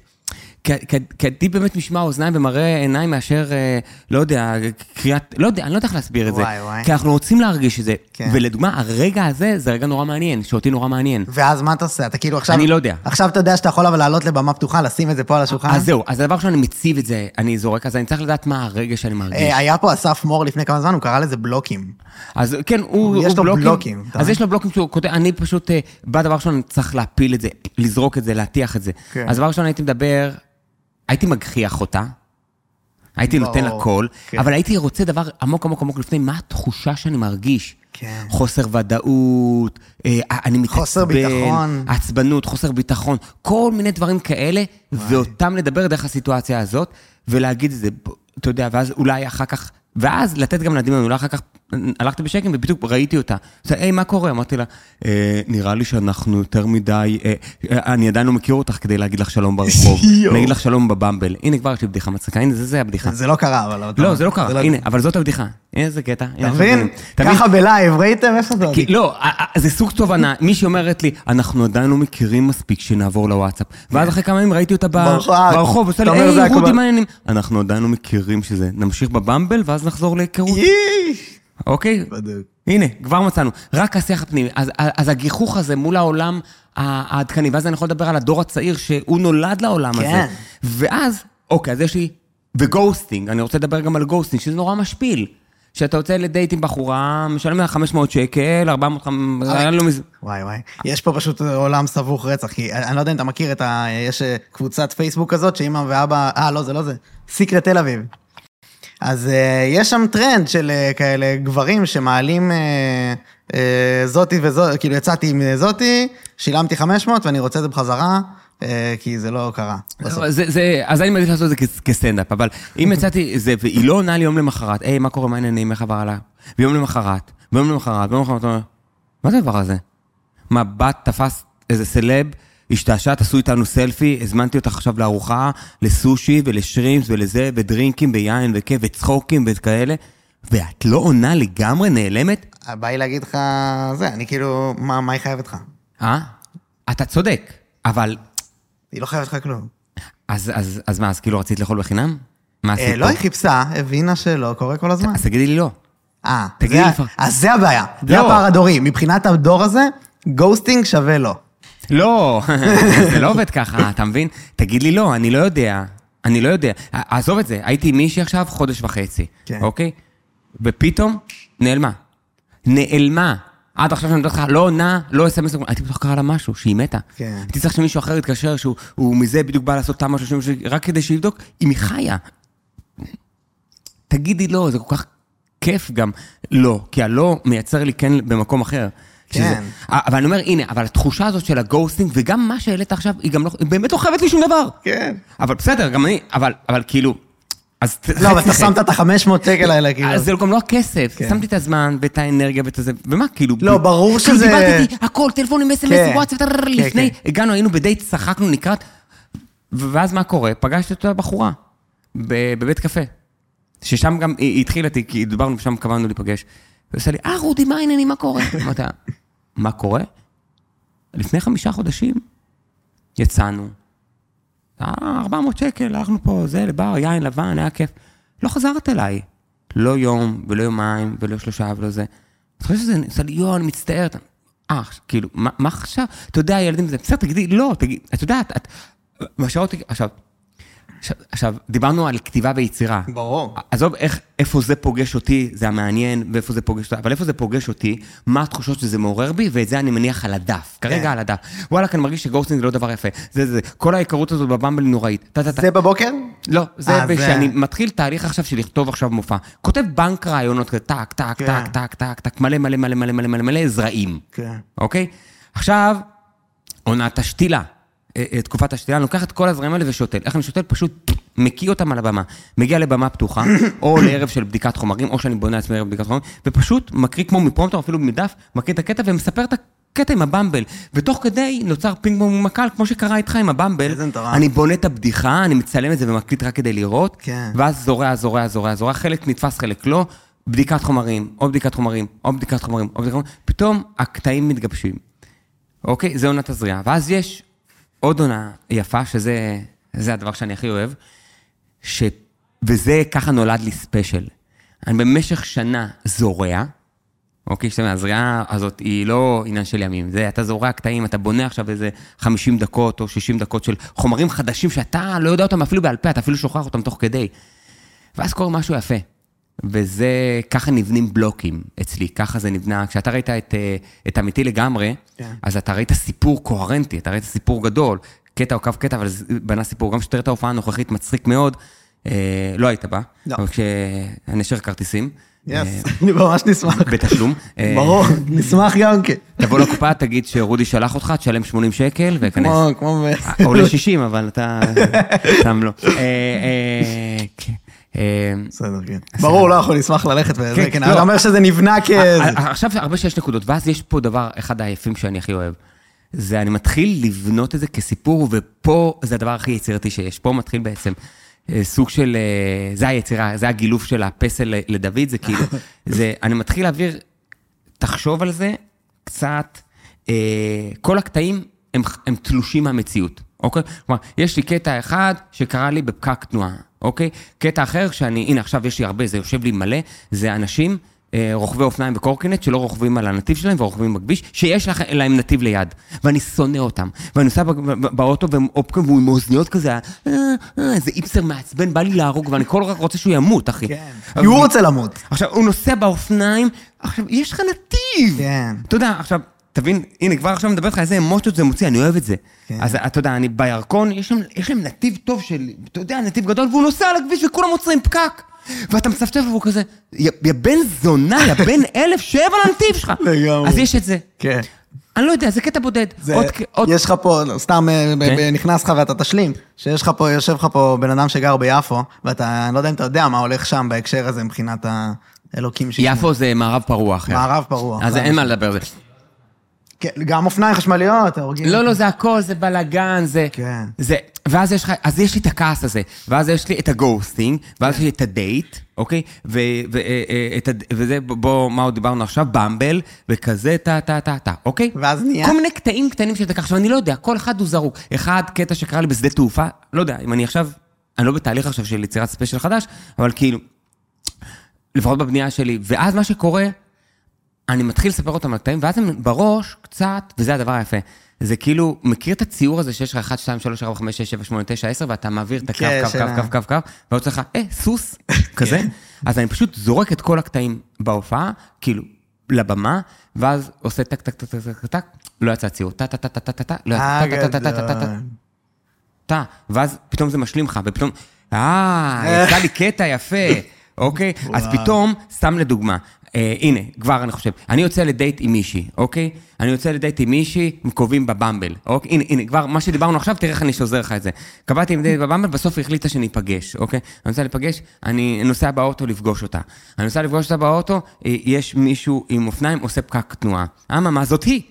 כי עדיף באמת משמע אוזניים ומראה עיניים מאשר, לא יודע, קריאת, לא יודע, אני לא יודע איך להסביר את זה. כי אנחנו רוצים להרגיש את זה. ולדוגמה, הרגע הזה, זה רגע נורא מעניין, שאותי נורא מעניין. ואז מה אתה עושה? אתה כאילו עכשיו... אני לא יודע. עכשיו אתה יודע שאתה יכול אבל לעלות לבמה פתוחה, לשים את זה פה על השולחן? אז זהו, אז הדבר שאני מציב את זה, אני זורק, אז אני צריך לדעת מה הרגע שאני מרגיש. היה פה אסף מור לפני כמה זמן, הוא קרא לזה בלוקים. אז כן, הוא בלוקים. אז יש לו בלוקים שהוא כותב, אני פשוט, בדבר שאני צריך להפיל את זה, לזרוק את זה, להטיח את זה. אז דבר שאני הייתי מדבר, הייתי מגחיח אותה, הייתי נותן לה קול, אבל הייתי רוצה דבר עמוק עמוק עמוק לפני, מה התחושה שאני מרגיש? חוסר ודאות, אני מתעצבן, עצבנות, חוסר ביטחון, כל מיני דברים כאלה, ואותם לדבר דרך הסיטואציה הזאת, ולהגיד את זה, אתה יודע, ואז אולי אחר כך, ואז לתת גם לדמיון, אולי אחר כך הלכתי בשקם ובדיוק ראיתי אותה. היי, מה קורה? אמרתי לה, נראה לי שאנחנו יותר מדי, אני עדיין לא מכיר אותך כדי להגיד לך שלום ברחוב, להגיד לך שלום בבמבל. הנה, כבר יש לי בדיחה מצחיקה, הנה, זה הבדיחה. זה לא קרה, אבל... לא, זה לא קרה, הנה, אבל זאת הבדיחה. הנה, זה קטע. תבין? ככה בלייב, ראיתם איפה זה? לא, זה סוג תובנה. מי שאומרת לי, אנחנו עדיין לא מכירים מספיק שנעבור לוואטסאפ. ואז אחרי כמה ימים ראיתי אותה ברחוב, עושה לי, היי, רודי, מה העניינים? אנחנו עדיין לא מכירים שזה. נמשיך בבמבל, ואז נחזור להיכרות. אוקיי? הנה, כבר מצאנו. רק השיח הפנימי. אז, אז הגיחוך הזה מול העולם העדכני, ואז אני יכול לדבר על הדור הצעיר שהוא נולד לעולם הזה. כן. ואז, אוקיי, אז יש לי, וגוסטינג, אני רוצה לדבר גם על גוסטינג, שזה נורא משפיל. שאתה יוצא לדייט עם בחורה, משלם לה חמש מאות שקל, ארבע מאות, וואי וואי. יש פה פשוט עולם סבוך רצח, כי אני לא יודע אם אתה מכיר את ה... יש קבוצת פייסבוק כזאת, שאמא ואבא, אה, לא, זה לא זה, סיקרט תל אביב. אז uh, יש שם טרנד של uh, כאלה גברים שמעלים uh, uh, זאתי וזאתי, כאילו יצאתי עם זאתי, שילמתי חמש מאות ואני רוצה את זה בחזרה, uh, כי זה לא קרה. זה, זה, אז אני מעדיף לעשות את זה כסטנדאפ, אבל אם יצאתי זה, והיא לא עונה לי יום למחרת, היי, מה קורה, מה העניינים, איך עבר עליי? ויום למחרת, ויום למחרת, ויום למחרת, מה זה הדבר הזה? מה, בת תפס איזה סלב, השתעשת, עשו איתנו סלפי, הזמנתי אותך עכשיו לארוחה, לסושי ולשרימס ולזה, ודרינקים ביין וכיף, וצחוקים וכאלה, ואת לא עונה לגמרי, נעלמת? בא לי להגיד לך, זה, אני כאילו, מה, מה היא חייבת לך? אה? אתה צודק, אבל... היא לא חייבת לך כלום. אז, אז, אז מה, אז כאילו רצית לאכול בחינם? מה עשית פה? לא, היא חיפשה, הבינה שלא, קורה כל הזמן. אז תגידי לי לא. אה, אז זה הבעיה, זה הפער הדורי, מבחינת הדור הזה, גוסטינג שווה לא. לא, זה לא עובד ככה, אתה מבין? תגיד לי לא, אני לא יודע, אני לא יודע. עזוב את זה, הייתי עם מישהי עכשיו חודש וחצי, אוקיי? ופתאום נעלמה. נעלמה. עד עכשיו שאני יודעת לך, לא עונה, לא אס אם אס, הייתי בטוח קרה לה משהו, שהיא מתה. הייתי צריך שמישהו אחר יתקשר, שהוא מזה בדיוק בא לעשות תמה משהו, רק כדי שיבדוק, אם היא חיה. תגידי לא, זה כל כך כיף גם. לא, כי הלא מייצר לי כן במקום אחר. כן. אבל אני אומר, הנה, אבל התחושה הזאת של הגוסטינג, וגם מה שהעלית עכשיו, היא גם לא, היא באמת לא חייבת לי שום דבר. כן. אבל בסדר, גם אני, אבל, אבל כאילו, אז... לא, אבל אתה שמת את ה-חמש מאות שקל האלה, כאילו. אז זה גם לא הכסף, שמתי את הזמן, ואת האנרגיה, ואת זה, ומה, כאילו... לא, ברור שזה... כאילו דיברתי איתי, הכל, טלפונים, אס אם אס, וואטסאפ, לפני, הגענו, היינו בדייט, צחקנו, נקראת, ואז מה קורה? פגשתי אותה בחורה, בבית קפה, ששם גם היא התחילה אותי, כי דיברנו, שם קבענו להיפגש. ועושה לי, אה, רודי, מה העניינים, מה קורה? אמרתי, מה קורה? לפני חמישה חודשים יצאנו. ארבע מאות שקל, הלכנו פה, זה, לבר, יין, לבן, היה כיף. לא חזרת אליי. לא יום, ולא יומיים, ולא שלושה, ולא זה. אתה חושב שזה, עושה לי, יו, אני מצטערת. אה, כאילו, מה, מה עכשיו? אתה יודע, ילדים, זה בסדר, תגידי, לא, תגיד, אתה יודע, את, מה שעות, עכשיו, עכשיו, דיברנו על כתיבה ויצירה. ברור. עזוב, איך, איפה זה פוגש אותי, זה המעניין, ואיפה זה פוגש אותי, אבל איפה זה פוגש אותי, מה התחושות שזה מעורר בי, ואת זה אני מניח על הדף, כרגע על הדף. וואלה, אני מרגיש שגוסטינג זה לא דבר יפה. זה, זה, כל ההיכרות הזאת בבמבל נוראית. זה בבוקר? לא, זה שאני מתחיל תהליך עכשיו של לכתוב עכשיו מופע. כותב בנק רעיונות, טק, טק, טק, טק, טק, טק, מלא, מלא, מלא, מלא, מלא, מלא, מלא, זרעים. אוקיי? עכשיו, עונת השתילה. תקופת השתילה, אני לוקח את כל הזרעים האלה ושותל. איך אני שותל? פשוט מקיא אותם על הבמה. מגיע לבמה פתוחה, או לערב של בדיקת חומרים, או שאני בונה עצמי ערב בדיקת חומרים, ופשוט מקריא כמו מפרומטר, אפילו מדף, מקריא את הקטע ומספר את הקטע עם הבמבל. ותוך כדי נוצר פינג פונג מקל, כמו שקרה איתך עם הבמבל. אני בונה את הבדיחה, אני מצלם את זה ומקליט רק כדי לראות, ואז זורע, זורע, זורע, זורע, חלק נתפס, חלק לא, בדיקת חומרים, או בדיקת חומרים, או בדיקת חומרים, או בדיקת חומרים. פתאום הקטעים מתגבשים. אוקיי? זה עונת הזריעה. ואז יש עוד עונה יפה, שזה זה הדבר שאני הכי אוהב, ש... וזה ככה נולד לי ספיישל. אני במשך שנה זורע, אוקיי, שתיים, הזריעה הזאת היא לא עניין של ימים, זה אתה זורע קטעים, אתה בונה עכשיו איזה חמישים דקות או שישים דקות של חומרים חדשים שאתה לא יודע אותם אפילו בעל פה, אתה אפילו שוכח אותם תוך כדי. ואז קורה משהו יפה. וזה, ככה נבנים בלוקים אצלי, ככה זה נבנה, כשאתה ראית את, את אמיתי לגמרי, yeah. אז אתה ראית סיפור קוהרנטי, אתה ראית סיפור גדול, קטע או קו קטע, אבל זה בנה סיפור, גם שתראה את ההופעה הנוכחית מצחיק מאוד, אה, לא היית בה, no. אבל כשנשר כרטיסים, יס, אני ממש נשמח. בתשלום. ברור, נשמח גם כן. תבוא לקופה, תגיד שרודי שלח אותך, תשלם שמונים שקל, וכנס. כמו, כמו... עולה שישים, אבל אתה... שם לא. כן. בסדר, כן. ברור, לא יכול לשמח ללכת וזה, כן, אני אומר שזה נבנה כ... עכשיו הרבה שיש נקודות, ואז יש פה דבר, אחד היפים שאני הכי אוהב, זה אני מתחיל לבנות את זה כסיפור, ופה זה הדבר הכי יצירתי שיש, פה מתחיל בעצם סוג של, זה היצירה, זה הגילוף של הפסל לדוד, זה כאילו, זה, אני מתחיל להעביר, תחשוב על זה, קצת, כל הקטעים הם, הם תלושים מהמציאות, אוקיי? כלומר, יש לי קטע אחד שקרה לי בפקק תנועה, אוקיי? קטע אחר שאני, הנה עכשיו יש לי הרבה, זה יושב לי מלא, זה אנשים, רוכבי אופניים וקורקינט, שלא רוכבים על הנתיב שלהם ורוכבים בכביש, שיש להם נתיב ליד, ואני שונא אותם, ואני נוסע באוטו והם אופקים, והוא עם אוזניות כזה, איזה איפסר מעצבן, בא לי להרוג, ואני כל רק רוצה שהוא ימות, אחי. כן, כי הוא רוצה למות. עכשיו, הוא נוסע באופניים, עכשיו, יש לך נתיב. כן. אתה יודע, עכשיו, תבין, הנה, כבר עכשיו מדבר לך איזה אמוציות זה מוציא, אני אוהב את זה. אז אתה יודע, אני בירקון, יש להם נתיב טוב של, אתה יודע, נתיב גדול, והוא נוסע על הכביש וכולם עוצרים פקק. ואתה מצפצף והוא כזה, יא בן זונה, יא בן אלף, שב על הנתיב שלך. לגמרי. אז יש את זה. כן. אני לא יודע, זה קטע בודד. יש לך פה, סתם נכנס לך ואתה תשלים, שיש לך פה, יושב לך פה בן אדם שגר ביפו, ואתה, אני לא יודע אם אתה יודע מה הולך שם בהקשר הזה מבחינת האלוקים שכמו. יפו זה מערב פרוע אחר. מערב פרוע. אז אין מה לדבר על זה. גם אופניים חשמליות, הורגים. לא, לא, זה הכל, זה בלגן, זה... כן. זה, ואז יש לך, אז יש לי את הכעס הזה, ואז יש לי את הגוסטינג, ואז יש לי את הדייט, אוקיי? וזה, בוא, מה עוד דיברנו עכשיו? במבל, וכזה, טה, טה, טה, טה, אוקיי? ואז נהיה... כל מיני קטעים קטנים שאתה ככה, עכשיו אני לא יודע, כל אחד הוא זרוק. אחד קטע שקרה לי בשדה תעופה, לא יודע, אם אני עכשיו, אני לא בתהליך עכשיו של יצירת ספיישל חדש, אבל כאילו, לפחות בבנייה שלי, ואז מה שקורה, אני מתחיל לספר אותם על קטעים, ואז הם בראש קצת, וזה הדבר היפה, זה כאילו, מכיר את הציור הזה שיש לך אחת, שתיים, שלוש, ארבע, חמש, שש, שבע, שמונה, תשע, עשר, ואתה מעביר את הקו, קו, קו, קו, קו, קו, ואתה צריך, אה, סוס, כזה. אז אני פשוט זורק את כל הקטעים בהופעה, כאילו, לבמה, ואז עושה טק, טק, טק, טק, טק, טק, לא יצא ציור, טה, טה, טה, טה, טה, טה, לא יצא, טה, טה, טה, טה, טה, טה, טה, ואז פתאום זה משלים לך, ופתאום, אה, יצא לי קטע יפה, אוקיי? אז פתאום, סתם לדוגמה, הנה, כבר אני חושב, אני יוצא לדייט עם מישהי, אוקיי? אני יוצא לדייט עם מישהי, הם קובעים בבמבל, אוקיי? הנה, הנה, כבר מה שדיברנו עכשיו, תראה איך אני שוזר לך את זה. קבעתי עם דייט בבמבל, בסוף החליטה שניפגש, אוקיי? אני נוסע לפגש, אני נוסע באוטו לפגוש אותה. אני נוסע לפגוש אותה באוטו, יש מישהו עם אופניים, עושה פקק תנועה. אמה, מה זאת היא?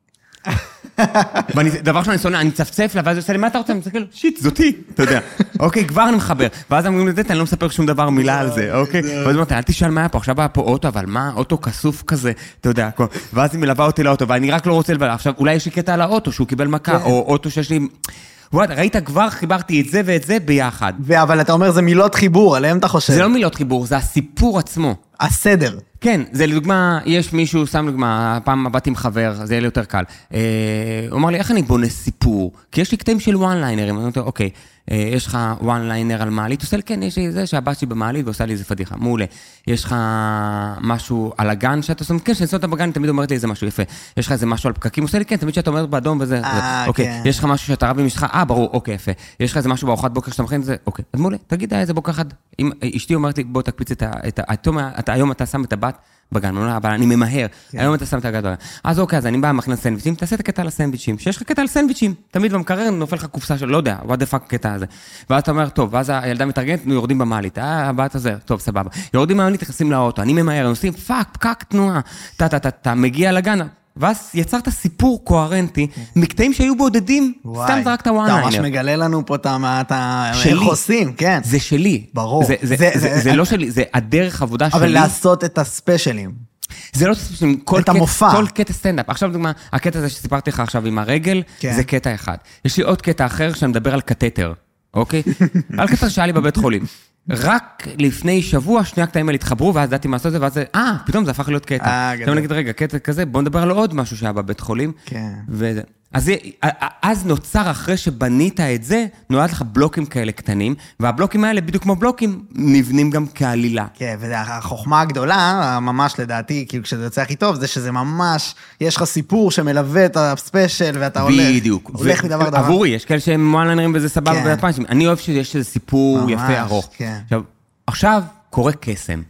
דבר שאני שונא, אני צפצף לה, ואז הוא עושה לי, מה אתה רוצה? אני מסתכל, שיט, זאתי, אתה יודע. אוקיי, כבר אני מחבר. ואז אני אומרים לדעת, אני לא מספר שום דבר מילה על זה, אוקיי? ואז אמרתי, אל תשאל מה היה פה, עכשיו היה פה אוטו, אבל מה? אוטו כסוף כזה, אתה יודע. ואז היא מלווה אותי לאוטו, ואני רק לא רוצה לבלה. עכשיו, אולי יש לי קטע על האוטו, שהוא קיבל מכה, או אוטו שיש לי... וואט, ראית כבר, חיברתי את זה ואת זה ביחד. אבל אתה אומר, זה מילות חיבור, עליהם אתה חושב. זה לא מילות חיבור, זה הסיפור עצמו. הסדר. כן, זה לדוגמה, יש מישהו, שם לדוגמה, פעם באתי עם חבר, זה יהיה לי יותר קל. הוא אמר לי, איך אני בונה סיפור? כי יש לי קטעים של וואן ליינרים, אני אומר, אוקיי, יש לך וואן ליינר על מעלית, עושה לי, כן, יש לי זה שהבת שלי במעלית ועושה לי איזה פדיחה, מעולה. יש לך משהו על הגן שאתה עושה, כן, שאני עושה אותה בגן, תמיד אומרת לי איזה משהו יפה. יש לך איזה משהו על פקקים, עושה לי, כן, תמיד שאתה אומרת באדום וזה, אוקיי. יש לך משהו שאתה רב עם אשתך, אה, ברור, אוקיי, יפה. יש לך איזה משהו בארוחת בוקר שאתה מכין, זה, אוקיי. אז מעולה, תגיד איזה בוקר אחד. אם אשתי אומרת לי, בוא תקפיץ את ה... היום אתה שם את הבת בגן, אבל אני ממהר. היום אתה שם את הגן בגן. אז אוקיי, אז אני בא מכין סנדוויצ'ים, תעשה את הקטע על הסנדוויצ'ים. שיש לך קטע על סנדוויצ'ים. תמיד במקרר נופל לך קופסה של, לא יודע, what the fuck הקטע הזה. ואז אתה אומר, טוב, ואז הילדה מתארגנת, יורדים במעלית. אה, הבת הזה, טוב, סבבה. יורדים במעלית, נכנסים לאוטו. אני ממהר, נוסעים, פאק, פקק, תנועה. תה, תה, תה, תה, מגיע לגן. ואז יצרת סיפור קוהרנטי, מקטעים שהיו בודדים, סתם זרקת וואן ליינר. אתה ממש מגלה לנו פה איך עושים, כן. זה שלי. ברור. זה לא שלי, זה הדרך עבודה שלי. אבל לעשות את הספיישלים. זה לא ספיישלים, כל קטע סטנדאפ. עכשיו דוגמה, הקטע הזה שסיפרתי לך עכשיו עם הרגל, זה קטע אחד. יש לי עוד קטע אחר שאני מדבר על קטטר, אוקיי? על קטע שהיה לי בבית חולים. רק לפני שבוע, שני הקטעים האלה התחברו, ואז דעתי מה לעשות את זה, ואז זה, אה, פתאום זה הפך להיות קטע. עכשיו נגיד, רגע, קטע כזה, בוא נדבר על עוד משהו שהיה בבית חולים. כן. אז, אז נוצר אחרי שבנית את זה, נולד לך בלוקים כאלה קטנים, והבלוקים האלה, בדיוק כמו בלוקים, נבנים גם כעלילה. כן, והחוכמה הגדולה, ממש לדעתי, כאילו כשזה יוצא הכי טוב, זה שזה ממש, יש לך סיפור שמלווה את הספיישל, ואתה הולך. בדיוק. הולך מדבר דבר. עבורי, יש כאלה שהם וואנליינרים וזה סבבה בפאנצ'ים. אני אוהב שיש איזה סיפור יפה ארוך. עכשיו, עכשיו קורה קסם,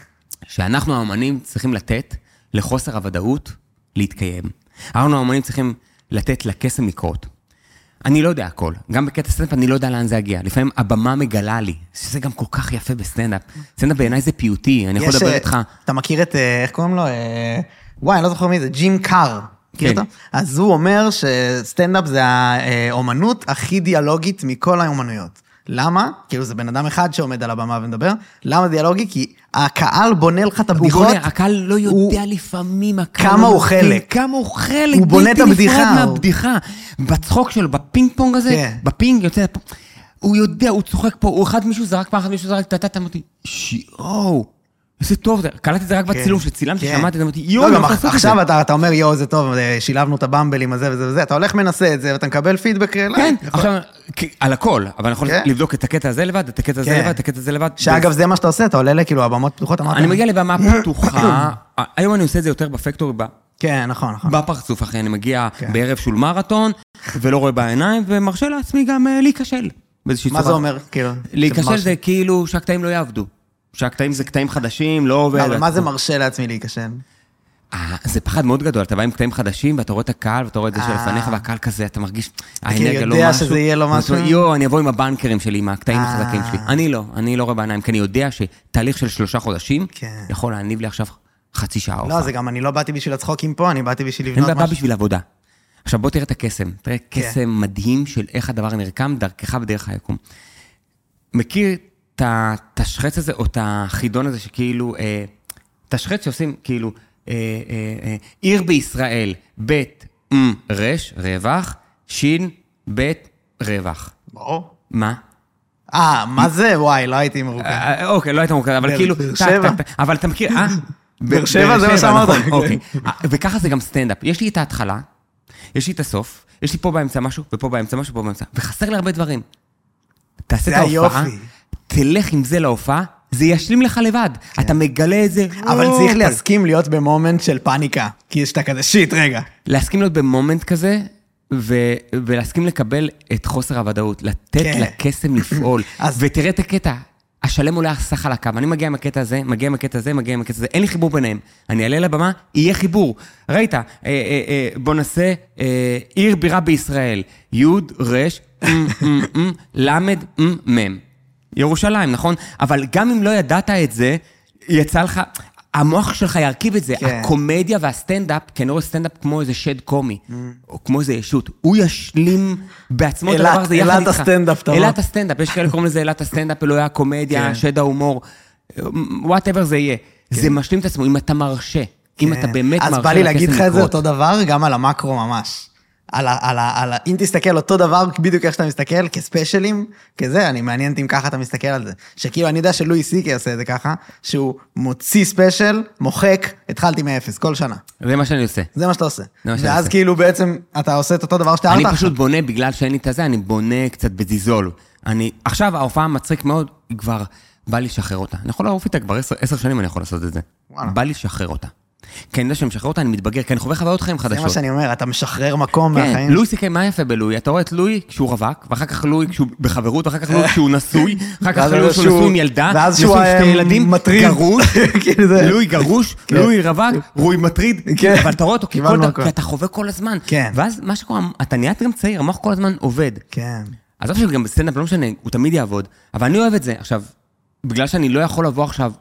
שאנחנו האמנים צריכים לתת לחוסר הוודאות להתקיים. אנחנו האמנים צריכים לתת לקסם לקרות. אני לא יודע הכל. גם בקטע סטנדאפ אני לא יודע לאן זה יגיע. לפעמים הבמה מגלה לי, שזה גם כל כך יפה בסטנדאפ. סטנדאפ בעיניי זה פיוטי, אני יכול לדבר איתך. אתה מכיר את, איך קוראים לו? וואי, אני לא זוכר מי זה, ג'ים קאר. מכיר אותו? אז הוא אומר שסטנדאפ זה האומנות הכי דיאלוגית מכל האומנויות. למה? כאילו זה בן אדם אחד שעומד על הבמה ומדבר. למה דיאלוגי? כי הקהל בונה לך את הבדיחות. הוא בונה, הקהל לא יודע לפעמים, כמה הוא חלק. כמה הוא חלק. הוא בונה את הבדיחה. מהבדיחה. בצחוק שלו, בפינג פונג הזה, בפינג יוצא, הוא יודע, הוא צוחק פה, הוא אחד מישהו זרק, פעם אחד מישהו זרק, תתת, אמרתי, שיואו, איזה טוב, קלטתי את זה רק בצילום, שצילמתי, שמעתי את זה, אמרתי, יואו, עכשיו אתה אומר, יואו, זה טוב, שילבנו את הבמבלים הזה וזה וזה, אתה הולך מנסה את זה, ואתה מקבל פידבק. כן, עכשיו, על הכל, אבל אני יכול לבדוק את הקטע הזה לבד, את הקטע הזה לבד, את הקטע הזה לבד. שאגב, זה מה שאתה עושה, אתה עולה לכאילו, הבמות פתוחות, אני מגיע לבמה פתוחה, היום אני עושה את זה יותר בפקטורי, כן, נכון, נכון. בפרצוף, אחי, אני מגיע בערב שול מרתון, ולא רואה בעיניים, ומרשה לעצמי גם להיכשל. מה זה אומר, כאילו? להיכשל זה כאילו שהקטעים לא יעבדו. שהקטעים זה קטעים חדשים, לא עובד. אבל מה זה מרשה לעצמי להיכשל? זה פחד מאוד גדול, אתה בא עם קטעים חדשים, ואתה רואה את הקהל, ואתה רואה את זה שלפניך, והקהל כזה, אתה מרגיש, האנרגיה לא משהו. יודע שזה יהיה לו משהו. יו, אני אבוא עם הבנקרים שלי, עם הקטעים החזקים שלי. אני לא, אני לא רואה בעיניים, כי אני יודע שתהליך של שלושה חודשים, יכול להניב לי עכשיו חצי שעה. לא, זה גם, אני לא באתי בשביל הצחוקים פה, אני באתי בשביל לבנות משהו. אני בא בשביל עבודה. עכשיו בוא תראה את הקסם, תראה קסם מדהים של איך הדבר נרקם, דרכך ודרך היקום. מכיר את התשחץ הזה, או את החידון הזה שכאילו, תשחץ שעושים כאילו, עיר בישראל, בית רש, רווח, שין, בית רווח. ברור. מה? אה, מה זה? וואי, לא הייתי מרוכז. אוקיי, לא היית מרוכז, אבל כאילו, אבל אתה מכיר, אה? באר שבע, זה מה שאמרת. אוקיי, וככה זה גם סטנדאפ. יש לי את ההתחלה, יש לי את הסוף, יש לי פה באמצע משהו, ופה באמצע משהו, ופה באמצע. וחסר לי הרבה דברים. תעשה את ההופעה, תלך עם זה להופעה, זה ישלים לך לבד. אתה מגלה את זה. אבל צריך להסכים להיות במומנט של פאניקה, כי יש את כזה שיט, רגע. להסכים להיות במומנט כזה, ולהסכים לקבל את חוסר הוודאות, לתת לקסם לפעול. ותראה את הקטע. השלם עולה סך על הקו, אני מגיע עם הקטע הזה, מגיע עם הקטע הזה, מגיע עם הקטע הזה, אין לי חיבור ביניהם. אני אעלה לבמה, יהיה חיבור. ראית, אה, אה, אה, בוא נעשה אה, עיר בירה בישראל, יוד, רש, למד, מם. ירושלים, נכון? אבל גם אם לא ידעת את זה, יצא לך, המוח שלך ירכיב את זה, הקומדיה והסטנדאפ, כי אני רואה סטנדאפ כמו איזה שד קומי, או כמו איזה ישות, הוא ישלים בעצמו את הדבר הזה יחד איתך. אלת הסטנדאפ, אתה אומר. אלת הסטנדאפ, יש כאלה קוראים לזה אלת הסטנדאפ, אלוהי הקומדיה, שד ההומור, whatever זה יהיה. זה משלים את עצמו, אם אתה מרשה, אם אתה באמת מרשה. אז בא לי להגיד לך את זה אותו דבר, גם על המקרו ממש. על ה, על ה, על ה, אם תסתכל אותו דבר, בדיוק איך שאתה מסתכל, כספיישלים, כזה, אני מעניין אם ככה אתה מסתכל על זה. שכאילו, אני יודע שלואי סיקי עושה את זה ככה, שהוא מוציא ספיישל, מוחק, התחלתי מאפס, כל שנה. זה מה שאני עושה. זה מה שאתה עושה. ואז כאילו בעצם, אתה עושה את אותו דבר שאתה אני פשוט בונה, בגלל שאין לי את זה, אני בונה קצת בזיזול. אני, עכשיו ההופעה מצחיק מאוד, היא כבר בא לי לשחרר אותה. אני יכול לערוף איתה כבר עשר, עשר שנים אני יכול לעשות את זה. וואלה. בא לי לשחרר אותה. כי אני יודע שאני משחרר אותה, אני מתבגר, כי אני חווה חוויות חיים חדשות. זה מה שאני אומר, אתה משחרר מקום כן, מהחיים. לואי סי-קיי, מה יפה בלואי? אתה רואה את לואי כשהוא רווק, ואחר כך לואי כשהוא בחברות, ואחר כך לואי כשהוא נשוי, אחר כך לואי כשהוא נשוי עם ילדה, ואז שהוא מטריד. גרוש, לואי גרוש, לואי רווק, רוי מטריד, אבל אתה רואה אותו, כי אתה חווה כל הזמן. ואז מה שקורה, אתה נהיה גם צעיר, המוח כל הזמן עובד. כן. אז עכשיו גם בסטנדאפ, לא משנה, הוא תמיד יעבוד, אבל אני אוהב את זה. עכשיו, בגלל שאני לא יכול לבוא עכשיו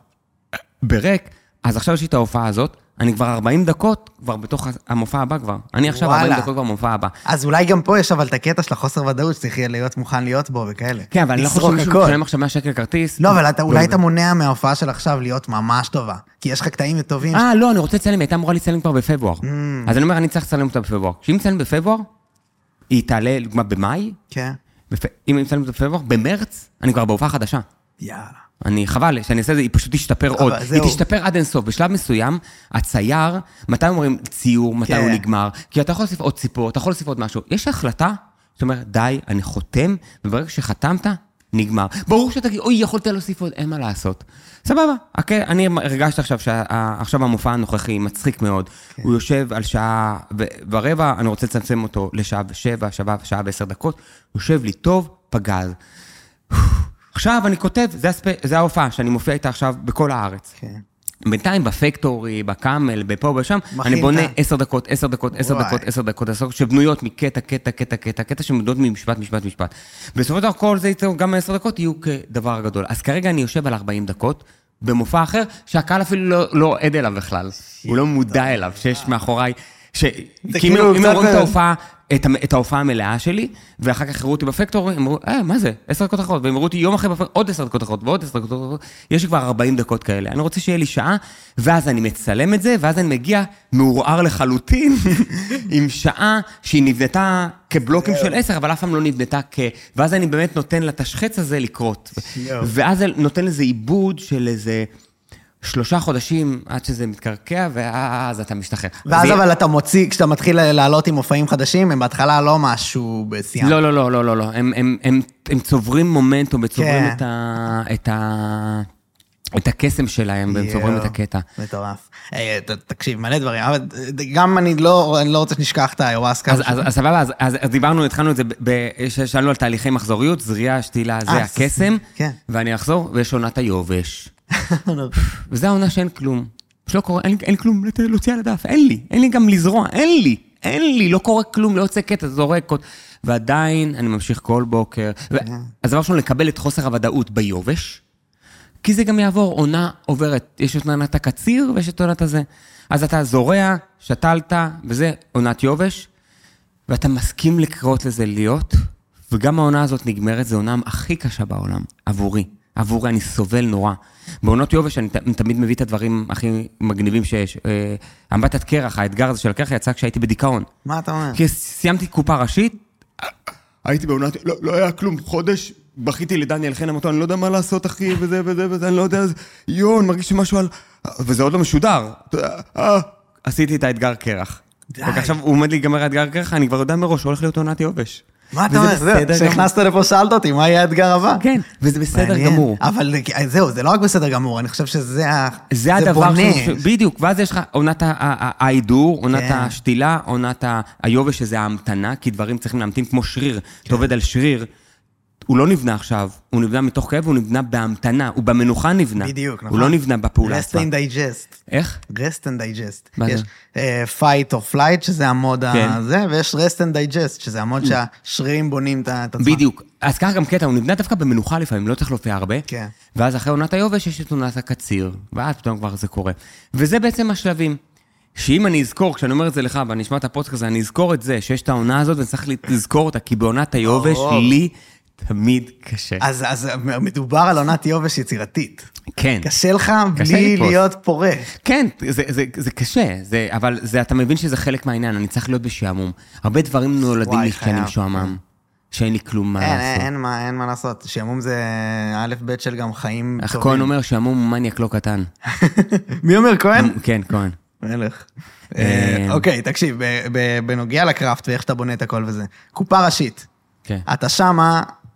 בריק, אז עכשיו יש לי את ההופעה הזאת, אני כבר ארבעים דקות, כבר בתוך המופע הבא כבר. אני עכשיו ארבעים דקות כבר במופע הבא. אז אולי גם פה יש אבל את הקטע של החוסר ודאות, שצריך להיות מוכן להיות בו וכאלה. כן, אבל אני לא חושב שמישהו משלם עכשיו מאה שקל כרטיס. לא, אבל אולי אתה מונע מההופעה של עכשיו להיות ממש טובה. כי יש לך קטעים טובים. אה, לא, אני רוצה לצלם, היא הייתה אמורה לצלם כבר בפברואר. אז אני אומר, אני צריך לצלם אותה בפברואר. כשאם נצלם בפברואר, היא תעלה, לדוגמה, במאי. כן. אם אני מצלם אותה בפברואר, במרץ, אני כבר בהופעה חדשה. יאללה. אני חבל, שאני אעשה את זה, היא פשוט תשתפר עוד. היא תשתפר עד אינסוף. בשלב מסוים, הצייר, מתי אומרים ציור, מתי הוא נגמר, כי אתה יכול להוסיף עוד סיפור, אתה יכול להוסיף עוד משהו. יש החלטה, זאת אומרת, די, אני חותם, וברגע שחתמת, נגמר. ברור שתגיד, אוי, יכולת להוסיף עוד, אין מה לעשות. סבבה. אני הרגשתי עכשיו, שעכשיו המופע הנוכחי מצחיק מאוד. הוא יושב על שעה ורבע, אני רוצה לצמצם אותו לשעה ושבע, שעה ועשר דקות. הוא יושב לי טוב, פגז. עכשיו אני כותב, זה, הספ... זה ההופעה שאני מופיע איתה עכשיו בכל הארץ. כן. בינתיים בפקטורי, בקאמל, בפה ובשם, אני בונה עשר דקות, עשר דקות, עשר דקות, עשר דקות, עשר דקות, שבנויות מקטע, קטע, קטע, קטע, קטע שמודות ממשפט, משפט, משפט. בסופו של דבר כל זה ייצא גם עשר דקות יהיו כדבר גדול. אז כרגע אני יושב על ארבעים דקות, במופע אחר, שהקהל אפילו לא, לא עד אליו בכלל. הוא לא מודע אליו, שיש מאחוריי, ש... כי אם הם רואים את ההופעה, את, את ההופעה המלאה שלי, ואחר כך הראו אותי בפקטור, הם אמרו, אה, מה זה? עשר דקות אחרות, והם הראו אותי יום אחרי בפקטור, עוד עשר דקות אחרות, ועוד עשר דקות אחרות, יש כבר ארבעים דקות כאלה. אני רוצה שיהיה לי שעה, ואז אני מצלם את זה, ואז אני מגיע מעורער לחלוטין, עם שעה שהיא נבנתה כבלוקים של עשר, אבל אף פעם לא נבנתה כ... ואז אני באמת נותן לתשחץ הזה לקרות. ואז נותן לזה עיבוד של איזה... שלושה חודשים עד שזה מתקרקע, ואז אתה משתחרר. ואז אבל אתה מוציא, כשאתה מתחיל לעלות עם מופעים חדשים, הם בהתחלה לא משהו בשיאם. לא, לא, לא, לא, לא, לא. הם, הם, הם, הם צוברים מומנטום, וצוברים את ה... את ה... את הקסם שלהם, והם צוברים את הקטע. מטורף. תקשיב, מלא דברים, אבל גם אני לא רוצה שנשכח את האיוואסקה. אז סבבה, אז דיברנו, התחלנו את זה, שאלנו על תהליכי מחזוריות, זריעה, שתילה, זה הקסם, ואני אחזור, ויש עונת היובש. וזה העונה שאין כלום. שלא קורה, אין, אין כלום להוציא על הדף, אין לי, אין לי גם לזרוע, אין לי, אין לי, לא קורה כלום, לא יוצא קטע, זורק, ועדיין אני ממשיך כל בוקר. אז דבר שלנו לקבל את חוסר הוודאות ביובש, כי זה גם יעבור, עונה עוברת, יש את עונת הקציר ויש את עונת הזה. אז אתה זורע, שתלת, וזה עונת יובש, ואתה מסכים לקרות לזה להיות, וגם העונה הזאת נגמרת, זה עונה הכי קשה בעולם, עבורי. עבורי אני סובל נורא. בעונות יובש אני תמיד מביא את הדברים הכי מגניבים שיש. אמבטת קרח, האתגר הזה של הקרח יצא כשהייתי בדיכאון. מה אתה אומר? כי סיימתי קופה ראשית, הייתי בעונת, לא, לא היה כלום, חודש, בכיתי לדניאל חן, אמרתו, אני לא יודע מה לעשות אחי, וזה וזה וזה, אני לא יודע, יו, אני מרגיש שמשהו על... וזה עוד לא משודר. עשיתי את האתגר קרח. ועכשיו הוא עומד להיגמר האתגר קרח, אני כבר יודע מראש, הולך להיות עונת יובש. מה אתה אומר? שהכנסת לפה שאלת אותי, מה יהיה האתגר הבא? כן, וזה בסדר גמור. אבל זהו, זה לא רק בסדר גמור, אני חושב שזה זה הדבר, בדיוק, ואז יש לך עונת ההידור, עונת השתילה, עונת היובש, שזה ההמתנה, כי דברים צריכים להמתין כמו שריר, אתה עובד על שריר, הוא לא נבנה עכשיו, הוא נבנה מתוך כאב, הוא נבנה בהמתנה, הוא במנוחה נבנה. בדיוק, נכון. הוא לא נבנה בפעולה עצמה. rest and digest. איך? rest and digest. מה יש uh, fight or flight, שזה המוד כן. הזה, ויש rest and digest, שזה המוד שהשרירים בונים את עצמם. בדיוק. אז ככה גם קטע, הוא נבנה דווקא במנוחה לפעמים, לא צריך להופיע הרבה. כן. ואז אחרי עונת היובש יש את עונת הקציר, ואז פתאום כבר זה קורה. וזה בעצם השלבים. שאם אני אזכור, כשאני אומר את זה לך, ואני אשמע את הפודקאסט הזה, אני אזכור את זה, שיש את העונה הזאת, ואני צריך לזכור אותה, כי בעונת היובש לי תמיד קשה. אז, אז מדובר על עונת יובש יצירתית. כן. קשה לך בלי להיות פורה. כן, זה, זה, זה קשה, זה, אבל זה, אתה מבין שזה חלק מהעניין, אני צריך להיות בשעמום. הרבה דברים נולדים לי כשאני משועמם, שאין לי כלום מה אין, לעשות. אין, אין, מה, אין מה לעשות. שעמום זה א' ב' של גם חיים איך טובים. כהן אומר שעמום הוא מניאק לא קטן. מי אומר כהן? כן, כהן. מלך. אוקיי, תקשיב, בנוגע לקראפט ואיך שאתה בונה את הכל וזה. קופה ראשית. אתה שמה,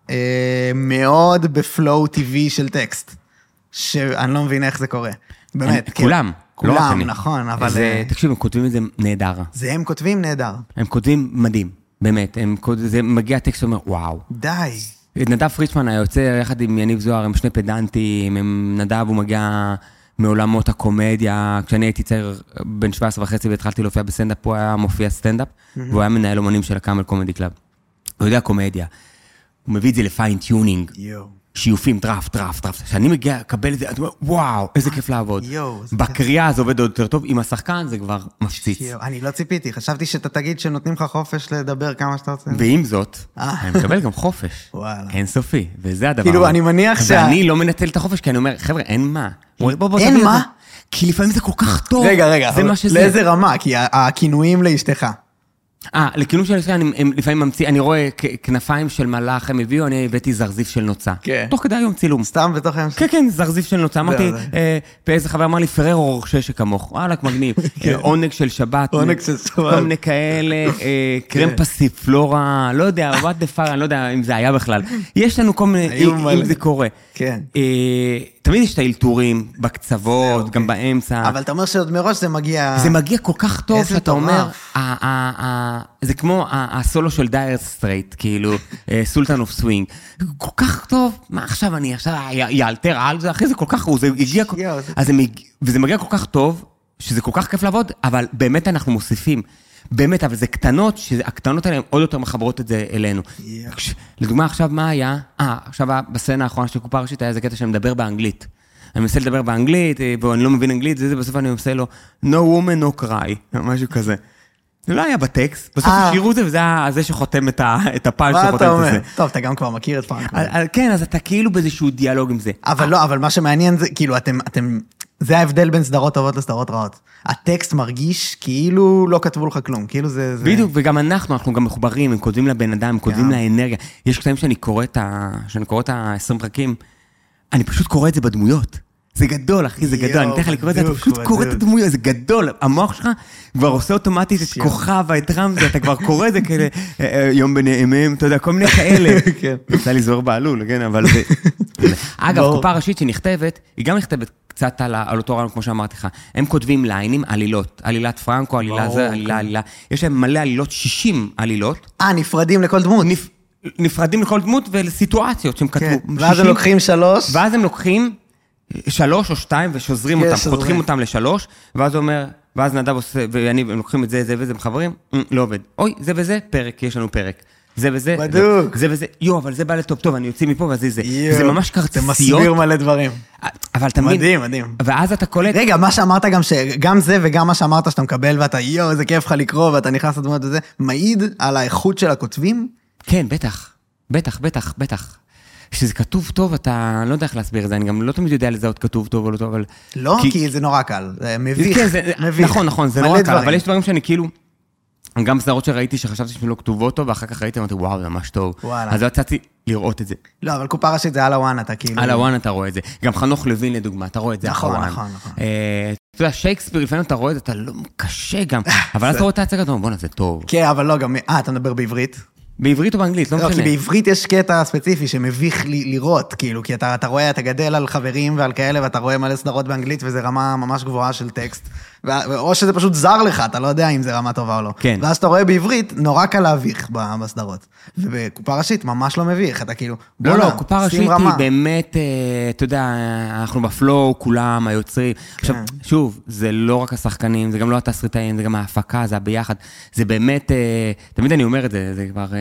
מאוד בפלואו טבעי של טקסט, שאני לא מבין איך זה קורה. באמת. כולם. כולם, נכון, אבל... תקשיב, הם כותבים את זה נהדר. זה הם כותבים נהדר. הם כותבים מדהים, באמת. זה מגיע טקסט ואומר, וואו. די. נדב פריצ'מן היוצר, יחד עם יניב זוהר, הם שני פדנטים, הם נדב, הוא מגיע מעולמות הקומדיה. כשאני הייתי צעיר בן שבע עשרה וחצי והתחלתי להופיע בסטנדאפ, הוא היה מופיע סטנדאפ, והוא היה מנהל אומנים של הקאמל קומדי קלאב. הוא יודע קומדיה. הוא מביא את זה לפיינטיונינג. יואו. שיופים, דרפט, דרפט, דרפט. כשאני מגיע, קבל את זה, אני אומר, וואו, איזה כיף לעבוד. בקריאה זה עובד עוד יותר טוב, עם השחקן זה כבר מפציץ. אני לא ציפיתי, חשבתי שאתה תגיד שנותנים לך חופש לדבר כמה שאתה רוצה. ועם זאת, אני מקבל גם חופש. אינסופי, וזה הדבר. כאילו, אני מניח ש... ואני לא מנצל את החופש, כי אני אומר, חבר'ה, אין מה. אין מה? כי לפעמים זה כל כך טוב. רגע, רגע, לאיזה רמה? כי הכינויים לאשתך. אה, לכינוי של אשתך, הם לפעמים ממציא, אני רואה כנפיים של מלאך, הם הביאו, אני הבאתי זרזיף של נוצה. כן. תוך כדי היום צילום. סתם בתוך היום? כן, כן, זרזיף של נוצה. אמרתי, איזה חבר אמר לי, פררו רורשה שכמוך. וואלק, מגניב. עונג של שבת. עונג של שבת. כל מיני כאלה, קרם פסיפלורה, לא יודע, what the fuck, אני לא יודע אם זה היה בכלל. יש לנו כל מיני, אם זה קורה. כן. תמיד יש את האלתורים, בקצוות, גם באמצע. אבל אתה אומר שעוד מראש זה מגיע... זה מגיע כל כך טוב, שאתה אומר, זה כמו הסולו של דייר סטרייט, כאילו, סולטן אוף סווינג. כל כך טוב, מה עכשיו אני עכשיו יאלתר על זה, אחרי זה כל כך, זה הגיע, וזה מגיע כל כך טוב, שזה כל כך כיף לעבוד, אבל באמת אנחנו מוסיפים. באמת, אבל זה קטנות, שהקטנות האלה עוד יותר מחברות את זה אלינו. לדוגמה, עכשיו מה היה? אה, עכשיו בסצנה האחרונה של קופה ראשית, היה איזה קטע שאני מדבר באנגלית. אני מנסה לדבר באנגלית, ואני לא מבין אנגלית, זה בסוף אני מנסה לו, no woman, no cry, משהו כזה. זה לא היה בטקסט, בסוף השאירו את זה, וזה זה שחותם את הפעם שחותם את זה. טוב, אתה גם כבר מכיר את פרנק. כן, אז אתה כאילו באיזשהו דיאלוג עם זה. אבל לא, אבל מה שמעניין זה, כאילו, אתם... זה ההבדל בין סדרות טובות לסדרות רעות. הטקסט מרגיש כאילו לא כתבו לך כלום, כאילו זה... בדיוק, וגם אנחנו, אנחנו גם מחוברים, הם כותבים לבן אדם, הם כותבים לאנרגיה. יש קטעים שאני קורא את ה... שאני קורא את ה-עשרים פרקים, אני פשוט קורא את זה בדמויות. זה גדול, אחי, זה גדול. אני אתן לך לקרוא את זה, אתה פשוט קורא את הדמויות, זה גדול. המוח שלך כבר עושה אוטומטית את כוכב, את רמזה, אתה כבר קורא את זה כאלה, יום בנעימים, אתה יודע, כל מיני כאלה. יצא לי זוהר בעלול, כן, אבל זה... אגב, קופה ראשית שנכתבת, היא גם נכתבת קצת על אותו רעיון, כמו שאמרתי לך. הם כותבים ליינים, עלילות. עלילת פרנקו, עלילה זה, עלילה, עלילה. יש להם מלא עלילות, שישים עלילות. אה, נפרדים לכל דמות. נפרדים לכל דמות ולסיטואציות שהם כתבו. ואז הם לוקחים שלוש. ואז הם לוקחים שלוש או שתיים ושוזרים אותם, חותכים אותם לשלוש, ואז הוא אומר, ואז נדב עושה, ואני, הם לוקחים את זה, זה וזה, מחברים, לא עובד. אוי, זה וזה, פרק, יש לנו פרק. זה וזה, בדוק. זה וזה, יו, אבל זה בא לטוב, טוב, אני יוצא מפה, ואז זה, זה ממש קרציות. זה מסביר מלא דברים. אבל תמיד, מדהים, מדהים. ואז אתה קולט... רגע, מה שאמרת גם, שגם זה וגם מה שאמרת שאתה מקבל, ואתה, יו, איזה כיף לך לקרוא, ואתה נכנס לדמות וזה, מעיד על האיכות של הכותבים? כן, בטח, בטח, בטח, בטח. כשזה כתוב טוב, אתה לא יודע איך להסביר את זה, אני גם לא תמיד יודע לזהות כתוב טוב או לא טוב, אבל... לא, כי זה נורא קל, זה מביך. נכון, נכון, זה נורא קל, אבל יש דברים שאני כאילו... גם סדרות שראיתי שחשבתי שהן לא כתובות טוב, ואחר כך ראיתי, אמרתי, וואו, זה ממש טוב. אז לא יצאתי לראות את זה. לא, אבל קופה ראשית זה על הוואן, אתה כאילו... על הוואן אתה רואה את זה. גם חנוך לוין לדוגמה, אתה רואה את זה. נכון, נכון, נכון. אתה יודע, שייקספיר, לפעמים אתה רואה את זה, אתה לא קשה גם. אבל אז אתה רואה את ההצגה, אתה אומר, בוא'נה, זה טוב. כן, אבל לא, גם... אה, אתה מדבר בעברית? בעברית או באנגלית, לא משנה. כי בעברית יש קטע ספציפי שמביך לראות, כאילו, כי אתה רואה, אתה גדל על חברים ועל כאלה, ואתה רואה מלא סדרות באנגלית, וזה רמה ממש גבוהה של טקסט. או שזה פשוט זר לך, אתה לא יודע אם זה רמה טובה או לא. כן. ואז אתה רואה בעברית, נורא קל להביך בסדרות. ובקופה ראשית ממש לא מביך, אתה כאילו, לא, לא, קופה ראשית היא באמת, אתה יודע, אנחנו בפלואו, כולם, היוצרים. עכשיו, שוב, זה לא רק השחקנים, זה גם לא התסריטאים, זה גם ההפקה, זה הביחד. זה באמת, תמיד אני אומר את זה, זה כבר,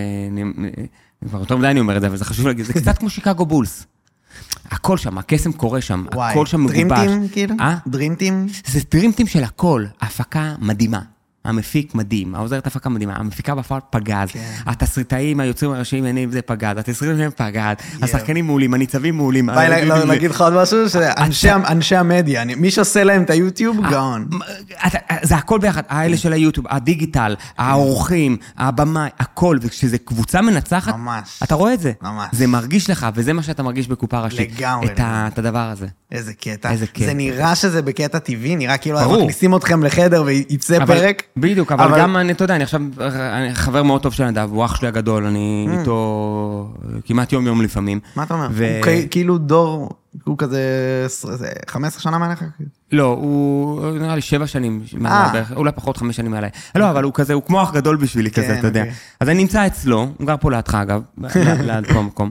כבר יותר מדי אני אומר את זה, אבל זה חשוב להגיד, זה קצת כמו שיקגו בולס. הכל שם, הקסם קורה שם, הכל שם מגובש. דרימטים כאילו? דרימטים? זה דרימטים של הכל, ההפקה מדהימה. המפיק מדהים, העוזרת הפקה מדהימה, המפיקה בפועל פגז, התסריטאים, היוצרים הראשיים, אני זה פגז, התסריטאים שלהם פגז, השחקנים מעולים, הניצבים מעולים. ביי, להגיד לך עוד משהו, שאנשי המדיה, מי שעושה להם את היוטיוב, גאון. זה הכל ביחד, האלה של היוטיוב, הדיגיטל, האורחים, הבמאי, הכל, וכשזה קבוצה מנצחת, אתה רואה את זה. זה מרגיש לך, וזה מה שאתה מרגיש בקופה ראשית. את הדבר הזה. איזה קטע. זה נראה שזה בקטע טבעי, נראה כאילו מכניסים אתכם לחדר ויצא פרק. בדיוק, אבל גם, אני, אתה יודע, אני עכשיו חבר מאוד טוב של נדב, הוא אח שלי הגדול, אני איתו כמעט יום-יום לפעמים. מה אתה אומר? הוא כאילו דור, הוא כזה חמש עשרה שנה מעליך? לא, הוא נראה לי שבע שנים, אולי פחות חמש שנים מעליי. לא, אבל הוא כזה, הוא כמו אח גדול בשבילי כזה, אתה יודע. אז אני נמצא אצלו, הוא גר פה לידך אגב, ליד פה המקום,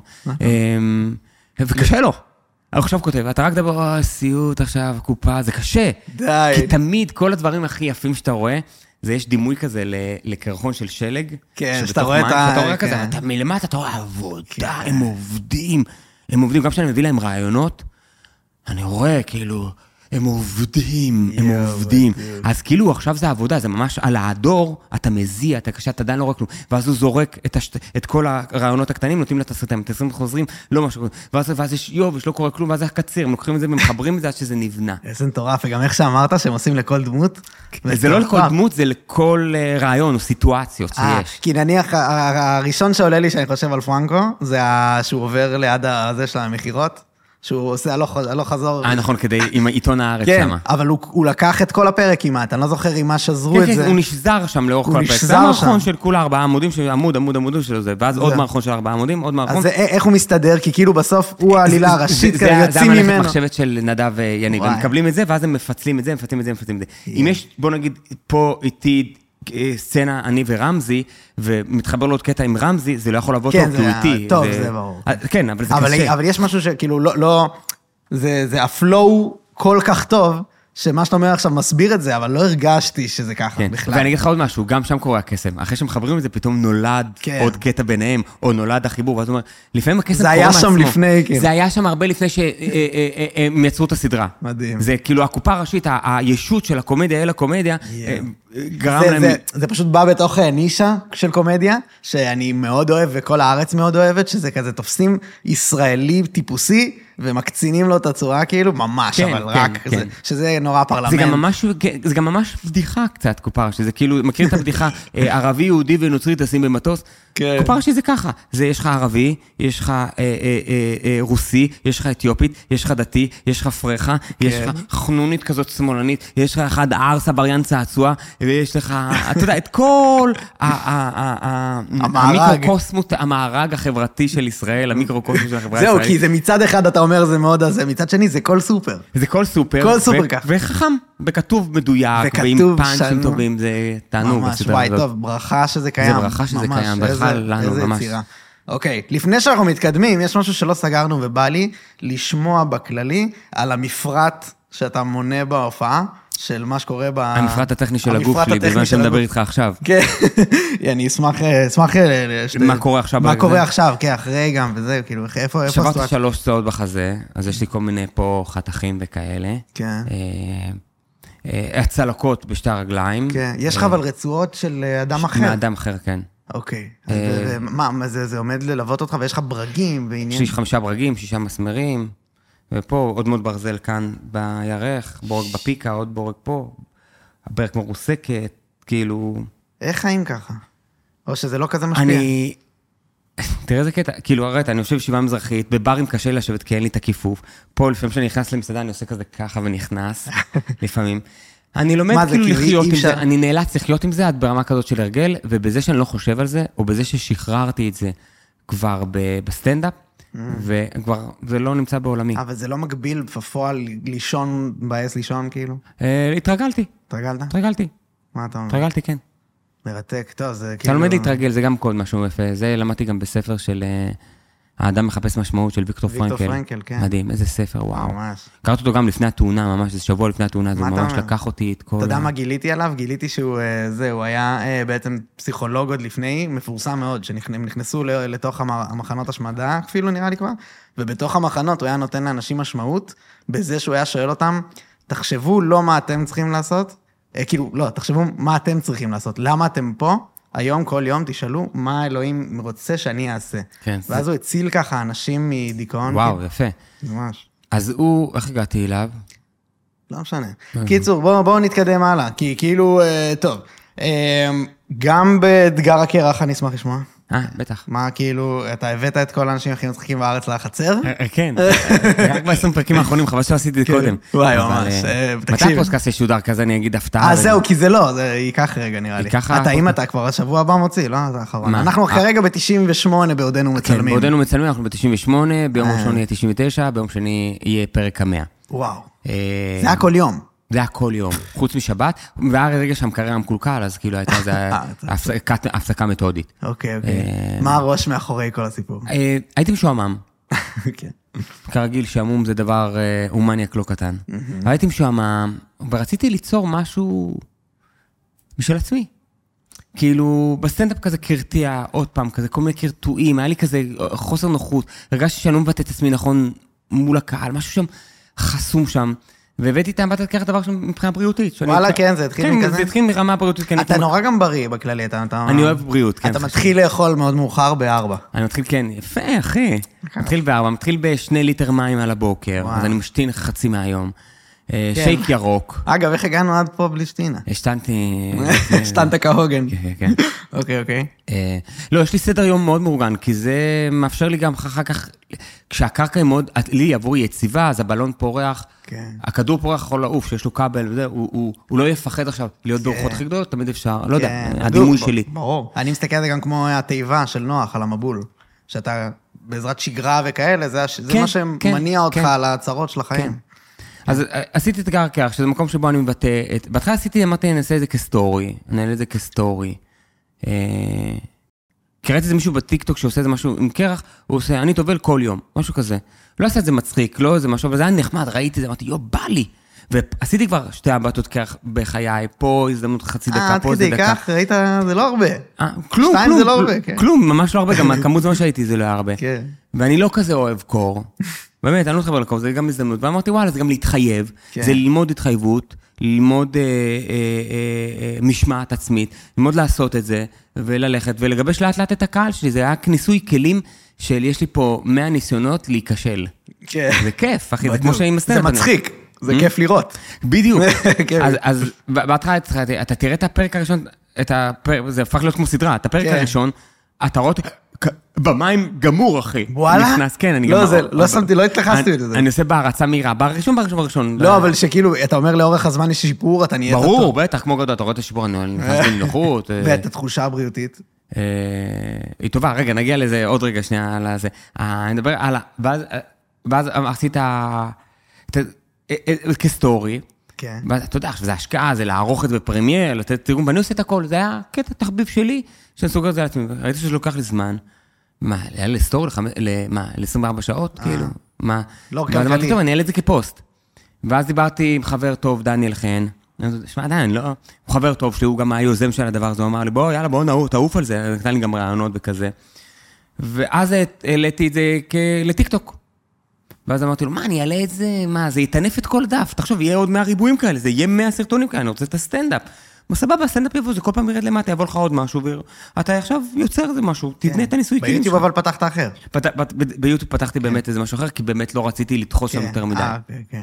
וקשה לו. אני עכשיו כותב, אתה רק דבר, סיוט עכשיו, קופה, זה קשה. די. כי תמיד כל הדברים הכי יפים שאתה רואה, זה יש דימוי כזה לקרחון של שלג. כן, שאתה רואה את ה... שאתה רואה כזה, אתה מלמטה, אתה רואה עבודה, הם עובדים. הם עובדים, גם כשאני מביא להם רעיונות, אני רואה כאילו, הם עובדים, הם עובדים. אז כאילו עכשיו זה עבודה, זה ממש על הדור, אתה מזיע, אתה קשה, אתה עדיין לא רואה כלום. ואז הוא זורק את כל הרעיונות הקטנים, נותנים לתסריטים, תסריטים חוזרים, לא משהו. ואז יש יוב, יש לא קורה כלום, ואז זה קציר, הם לוקחים את זה ומחברים את זה עד שזה נבנה. איזה מטורף, וגם איך שאמרת שהם עושים לכל דמות. זה לא לכל דמות, זה לכל רעיון או סיטואציות שיש. כי נניח, הראשון שעולה לי שאני חושב על פרנקו, זה שהוא עובר ליד הזה של המחירות. שהוא עושה הלוך חזור. אה, נכון, כדי, עם עיתון הארץ כן, שמה. אבל הוא, הוא לקח את כל הפרק כמעט, אני לא זוכר אם מה שזרו כן, את כן, זה. הוא נשזר שם לאורך כל הפרק. זה המערכון של כולה ארבעה עמודים, של עמוד, עמוד, עמוד שלו זה, ואז זה. עוד מערכון של ארבעה עמודים, עוד מערכון. אז זה, איך הוא מסתדר? כי כאילו בסוף הוא העלילה הראשית, זה, יוצאים זה ממנו. זה המחשבת של נדב ויניב, הם מקבלים את זה, ואז הם מפצלים את זה, מפצלים את זה, מפצלים את זה. אם יש, בוא נגיד, פה איתי, סצנה, אני ורמזי, ומתחבר לו עוד קטע עם רמזי, זה לא יכול לבוא טוב, כי הוא איתי. טוב, זה ברור. כן, אבל זה קשה. אבל יש משהו שכאילו לא, זה, זה הפלואו כל כך טוב, שמה שאתה אומר עכשיו מסביר את זה, אבל לא הרגשתי שזה ככה כן. בכלל. ואני אגיד לך עוד משהו, גם שם קורה הקסם. אחרי שמחברים את זה, פתאום נולד כן. עוד קטע ביניהם, או נולד החיבור, ואז הוא אומר, לפעמים הקסם קורה מעצמו. זה היה שם לפני, כן. זה היה שם הרבה לפני שהם יצרו את הסדרה. מדהים. זה כאילו הקופה הראשית, הישות של הקומדיה אל הקומדיה, גרם זה, להם... זה, זה פשוט בא בתוך נישה של קומדיה, שאני מאוד אוהב, וכל הארץ מאוד אוהבת, שזה כזה תופסים ישראלי טיפוסי, ומקצינים לו את הצורה כאילו, ממש, כן, אבל כן, רק, כן. זה, שזה נורא פרלמנט. זה גם ממש, זה גם ממש בדיחה קצת, קופה, שזה כאילו, מכיר את הבדיחה, ערבי, יהודי ונוצרי טסים במטוס? כן. קופה שזה ככה, זה יש לך ערבי, יש לך אה, אה, אה, אה, רוסי, יש לך אתיופית, יש לך דתי, יש לך פרחה, כן. יש לך חנונית כזאת שמאלנית, יש לך אחד ארס עבריין צעצוע, ויש לך, אתה יודע, את כל המיקרוקוסמוס, המארג החברתי של ישראל, המיקרוקוסמוס של החברה הישראלית. זהו, כי זה מצד אחד אתה אומר זה מאוד הזה, מצד שני זה כל סופר. זה כל סופר. כל סופר כך. וחכם, בכתוב מדויק, ועם פאנצ'ים טובים, זה תענוג. ממש, וואי, טוב, ברכה שזה קיים. זה ברכה שזה קיים, בכלל לנו, ממש. אוקיי, לפני שאנחנו מתקדמים, יש משהו שלא סגרנו ובא לי לשמוע בכללי על המפרט שאתה מונה בהופעה. של מה שקורה ב... המפרט הטכני של הגוף שלי, בזמן שמדבר איתך עכשיו. כן, אני אשמח... מה קורה עכשיו? מה קורה עכשיו, כן, אחרי גם, וזה, כאילו, איפה... שברתי שלוש צעות בחזה, אז יש לי כל מיני פה חתכים וכאלה. כן. הצלקות בשתי הרגליים. כן, יש לך אבל רצועות של אדם אחר. מאדם אחר, כן. אוקיי. מה, זה עומד ללוות אותך, ויש לך ברגים ועניין... יש לי חמישה ברגים, שישה מסמרים. ופה עוד מאוד ברזל כאן בירך, בורג בפיקה, עוד בורג פה, הברך מרוסקת, כאילו... איך חיים ככה? או שזה לא כזה משפיע? אני... תראה איזה קטע, כאילו, הראית, אני יושב ישיבה מזרחית, בברים קשה לשבת כי אין לי את הכיפוף, פה לפעמים שאני נכנס למסעדה, אני עושה כזה ככה ונכנס, לפעמים. אני לומד כאילו לחיות עם זה, אני נאלץ לחיות עם זה עד ברמה כזאת של הרגל, ובזה שאני לא חושב על זה, או בזה ששחררתי את זה כבר בסטנדאפ, וכבר, זה לא נמצא בעולמי. אבל זה לא מגביל בפועל לישון, בעס לישון כאילו? התרגלתי. התרגלת? התרגלתי. מה אתה אומר? התרגלתי, כן. מרתק, טוב, זה כאילו... אתה לומד להתרגל, זה גם קוד משהו יפה. זה למדתי גם בספר של האדם מחפש משמעות של ויקטור פרנקל. ויקטור פרנקל, כן. מדהים, איזה ספר, וואו. ממש. קראתי אותו גם לפני התאונה, ממש, זה שבוע לפני התאונה, זה ממש לקח אותי את כל... אתה יודע מה גיליתי עליו? גיליתי שהוא, זה, הוא היה בעצם פסיכולוג עוד לפני, מפורסם מאוד, שהם נכנסו לתוך המחנות השמדה, אפילו נראה לי כבר, ובתוך המחנות הוא היה נותן לאנשים משמעות, בזה שהוא היה שואל אותם, תחשבו לא מה אתם צריכים לעשות, כאילו, לא, תחשבו מה אתם צריכים לעשות, למה אתם פה? היום, כל יום, תשאלו מה אלוהים רוצה שאני אעשה. כן. ואז זה... הוא הציל ככה אנשים מדיכאון. וואו, כי... יפה. ממש. אז הוא, איך הגעתי אליו? לא משנה. קיצור, בואו בוא נתקדם הלאה, כי כאילו, אה, טוב, אה, גם באתגר הקרח אני אשמח לשמוע. אה, בטח. מה, כאילו, אתה הבאת את כל האנשים הכי מצחיקים בארץ לחצר? כן, רק בעשרים פרקים האחרונים, חבל שעשיתי את זה קודם. וואי, ממש, מתי הפודקאסט ישודר כזה, אני אגיד הפתעה? אה, זהו, כי זה לא, זה ייקח רגע, נראה לי. אתה, אם אתה כבר השבוע הבא מוציא, לא? אתה האחרון. אנחנו כרגע ב-תשעים ושמונה בעודנו מצלמים. כן, בעודנו מצלמים, אנחנו ב-תשעים ושמונה, ביום ראשון יהיה תשעים ותשע, ביום שני יהיה פרק המאה. וואו. זה היה כל יום. זה היה כל יום, חוץ משבת, והיה רגע שהמקרר המקולקל, אז כאילו הייתה איזו הפסקה מתודית. אוקיי, אוקיי. מה הראש מאחורי כל הסיפור? הייתי משועמם. כרגיל, שעמום זה דבר הומניאק לא קטן. הייתי משועמם, ורציתי ליצור משהו משל עצמי. כאילו, בסטנדאפ כזה קרטיע, עוד פעם, כזה כל מיני קרטועים, היה לי כזה חוסר נוחות, הרגשתי שאני לא מבטא את עצמי נכון מול הקהל, משהו שם חסום שם. והבאתי את האמבטת ככה דבר מבחינה בריאותית. וואלה, כן, זה התחיל מכזה? כן, זה התחיל מרמה בריאותית. אתה נורא גם בריא בכללי, אתה... אני אוהב בריאות, כן. אתה מתחיל לאכול מאוד מאוחר בארבע. אני מתחיל, כן, יפה, אחי. מתחיל בארבע, מתחיל בשני ליטר מים על הבוקר, אז אני משתין חצי מהיום. שייק ירוק. אגב, איך הגענו עד פה בלי שתינה? השתנתי... השתנת כהוגן. כן, כן. אוקיי, אוקיי. לא, יש לי סדר יום מאוד מאורגן, כי זה מאפשר לי גם אחר כך, כשהקרקע היא מאוד, לי עבורי יציבה, אז הבלון פורח, הכדור פורח יכול לעוף, שיש לו כבל וזה, הוא לא יפחד עכשיו להיות באורחות הכי גדולות, תמיד אפשר, לא יודע, הדימוי שלי. ברור. אני מסתכל על זה גם כמו התיבה של נוח על המבול, שאתה בעזרת שגרה וכאלה, זה מה שמניע אותך על הצרות של החיים. אז עשיתי את קרקע, שזה מקום שבו אני מבטא, בהתחלה עשיתי, אמרתי, אני אעשה את זה כסטורי, אני אעלה את זה כסטורי. כי ראיתי איזה מישהו בטיקטוק שעושה איזה משהו עם קרח, הוא עושה, אני טובל כל יום, משהו כזה. לא עשה את זה מצחיק, לא איזה משהו, אבל זה היה נחמד, ראיתי את זה, אמרתי, יו, בא לי. ועשיתי כבר שתי הבטות קרח בחיי, פה הזדמנות חצי דקה, פה זה דקה. עד כדי כך, ראית, זה לא הרבה. כלום, שתיים זה לא הרבה, כן. כלום, ממש לא הרבה, גם הכמות זמן שהייתי זה לא הרבה. ואני לא כזה אוהב קור. באמת, אני לא מתחבר לקור, זה גם הזדמנות. ואמרתי, וואלה, זה גם להתחייב, זה ללמוד התחייבות, ללמוד משמעת עצמית, ללמוד לעשות את זה, וללכת, ולגבש לאט לאט את הקהל שלי. זה היה כניסוי כלים של יש לי פה מאה ניסיונות להיכשל. זה כיף, אחי, זה כמו שאני מסתנת. זה מצחיק, זה כיף לראות. בדיוק. אז בהתחלה, אתה תראה את הפרק הראשון, זה הפך להיות כמו סדרה, את הפרק הראשון, אתה רואה במים גמור, אחי. וואלה? נכנס, כן, אני לא, לא שמתי, לא התייחסתי לזה. אני עושה בהרצה מהירה, בראשון, בראשון, בראשון. לא, אבל שכאילו, אתה אומר לאורך הזמן יש שיפור, אתה נהיית טוב. ברור, בטח, כמו גדול, אתה רואה את השיפור, אני נכנס לנוחות. ואת התחושה הבריאותית? היא טובה, רגע, נגיע לזה עוד רגע שנייה על זה. אני מדבר הלאה, ואז עשית כסטורי, ואתה יודע, זה השקעה, זה לערוך את זה בפרמייר, לתת תרגום, ואני עושה את הכל, זה היה קטע תחביב שלי, שאני סוגר את זה על עצמי, ראיתי שזה לוקח לי זמן, מה, היה לסטורי, מה, ל-עשרים וארבע שעות, כאילו, מה, לא, ואז אמרתי, טוב, אני אעלה את זה כפוסט, ואז דיברתי עם חבר טוב, דניאל חן, שמע, עדיין, לא, הוא חבר טוב שלי, הוא גם היוזם של הדבר הזה, הוא אמר לי, בוא, יאללה, בוא תעוף על זה, נתן לי גם רעיונות וכזה, ואז העליתי את זה לטיקטוק, ואז אמרתי לו, מה, אני אעלה את זה, מה, זה יתענף את כל דף, תחשוב, יהיה עוד מאה ריבועים כאלה, זה יהיה מאה סרטונים כאלה, אני רוצה את הסטנדאפ. מה סבבה, הסטנדאפ יבוא, זה כל פעם ירד למטה, יבוא לך עוד משהו, ואתה עכשיו יוצר איזה משהו, תבנה את הניסוי כלים שלך. ביוטיוב אבל פתחת אחר. ביוטיוב פתחתי באמת איזה משהו אחר, כי באמת לא רציתי לדחוס שם יותר מדי.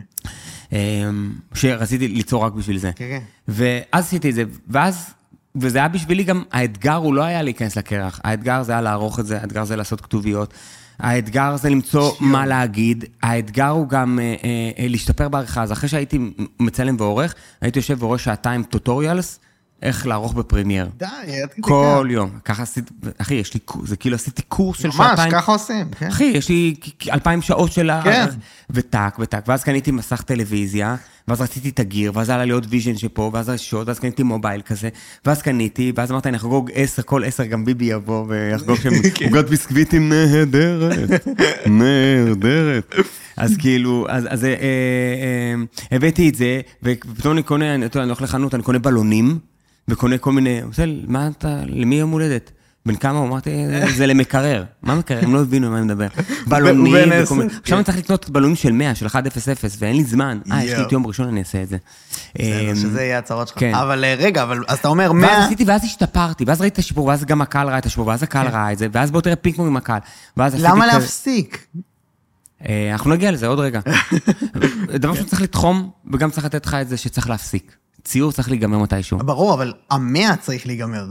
שרציתי ליצור רק בשביל זה. ואז עשיתי את זה, ואז, וזה היה בשבילי גם, האתגר הוא לא היה להיכנס לקרח, האתגר זה היה לערוך את זה, האתגר זה לעשות כתוביות, האתגר זה למצוא מה להגיד, האתגר הוא גם אה, אה, להשתפר בעריכה, אז אחרי שהייתי מצלם ועורך, הייתי יושב ועורך שעתיים טוטוריאלס, איך לערוך בפרמייר. די, כל יום. ככה עשיתי, אחי, יש לי, זה כאילו עשיתי קורס של שעתיים. ממש, ככה עושים. אחי, יש לי אלפיים שעות של ה... וטק, וטק, ואז קניתי מסך טלוויזיה, ואז רציתי את הגיר, ואז עלה לי עוד ויז'ן שפה, ואז רשות, ואז קניתי מובייל כזה, ואז קניתי, ואז אמרתי, אני אחגוג עשר, כל עשר גם ביבי יבוא, ויחגוג שם עוגת ביסקוויטים נהדרת, נהדרת. אז כאילו, אז הבאתי את זה, ופתאום אני קונה, אני הולך לחנות, אני קונה בלונים, וקונה כל מיני, מה אתה, למי יום הולדת? בין כמה, אמרתי, זה למקרר. מה מקרר? הם לא הבינו מה אני מדבר. בלונים, עכשיו אני צריך לקנות בלונים של מאה, של אחת אפס אפס, ואין לי זמן. אה, יש לי את יום ראשון, אני אעשה את זה. שזה יהיה הצהרות שלך. אבל רגע, אז אתה אומר מאה... ואז עשיתי, ואז השתפרתי, ואז ראיתי את השיפור, ואז גם הקהל ראה את השיפור, ואז הקהל ראה את זה, ואז בוא תראה פינג-פונג עם הקהל. למה להפסיק? אנחנו נגיע לזה עוד רגע. דבר שצריך לתחום, וגם צריך לתת לך את זה שצריך להפסיק. ציור צריך להיגמר מתישהו. ברור, אבל המאה צריך להיגמר.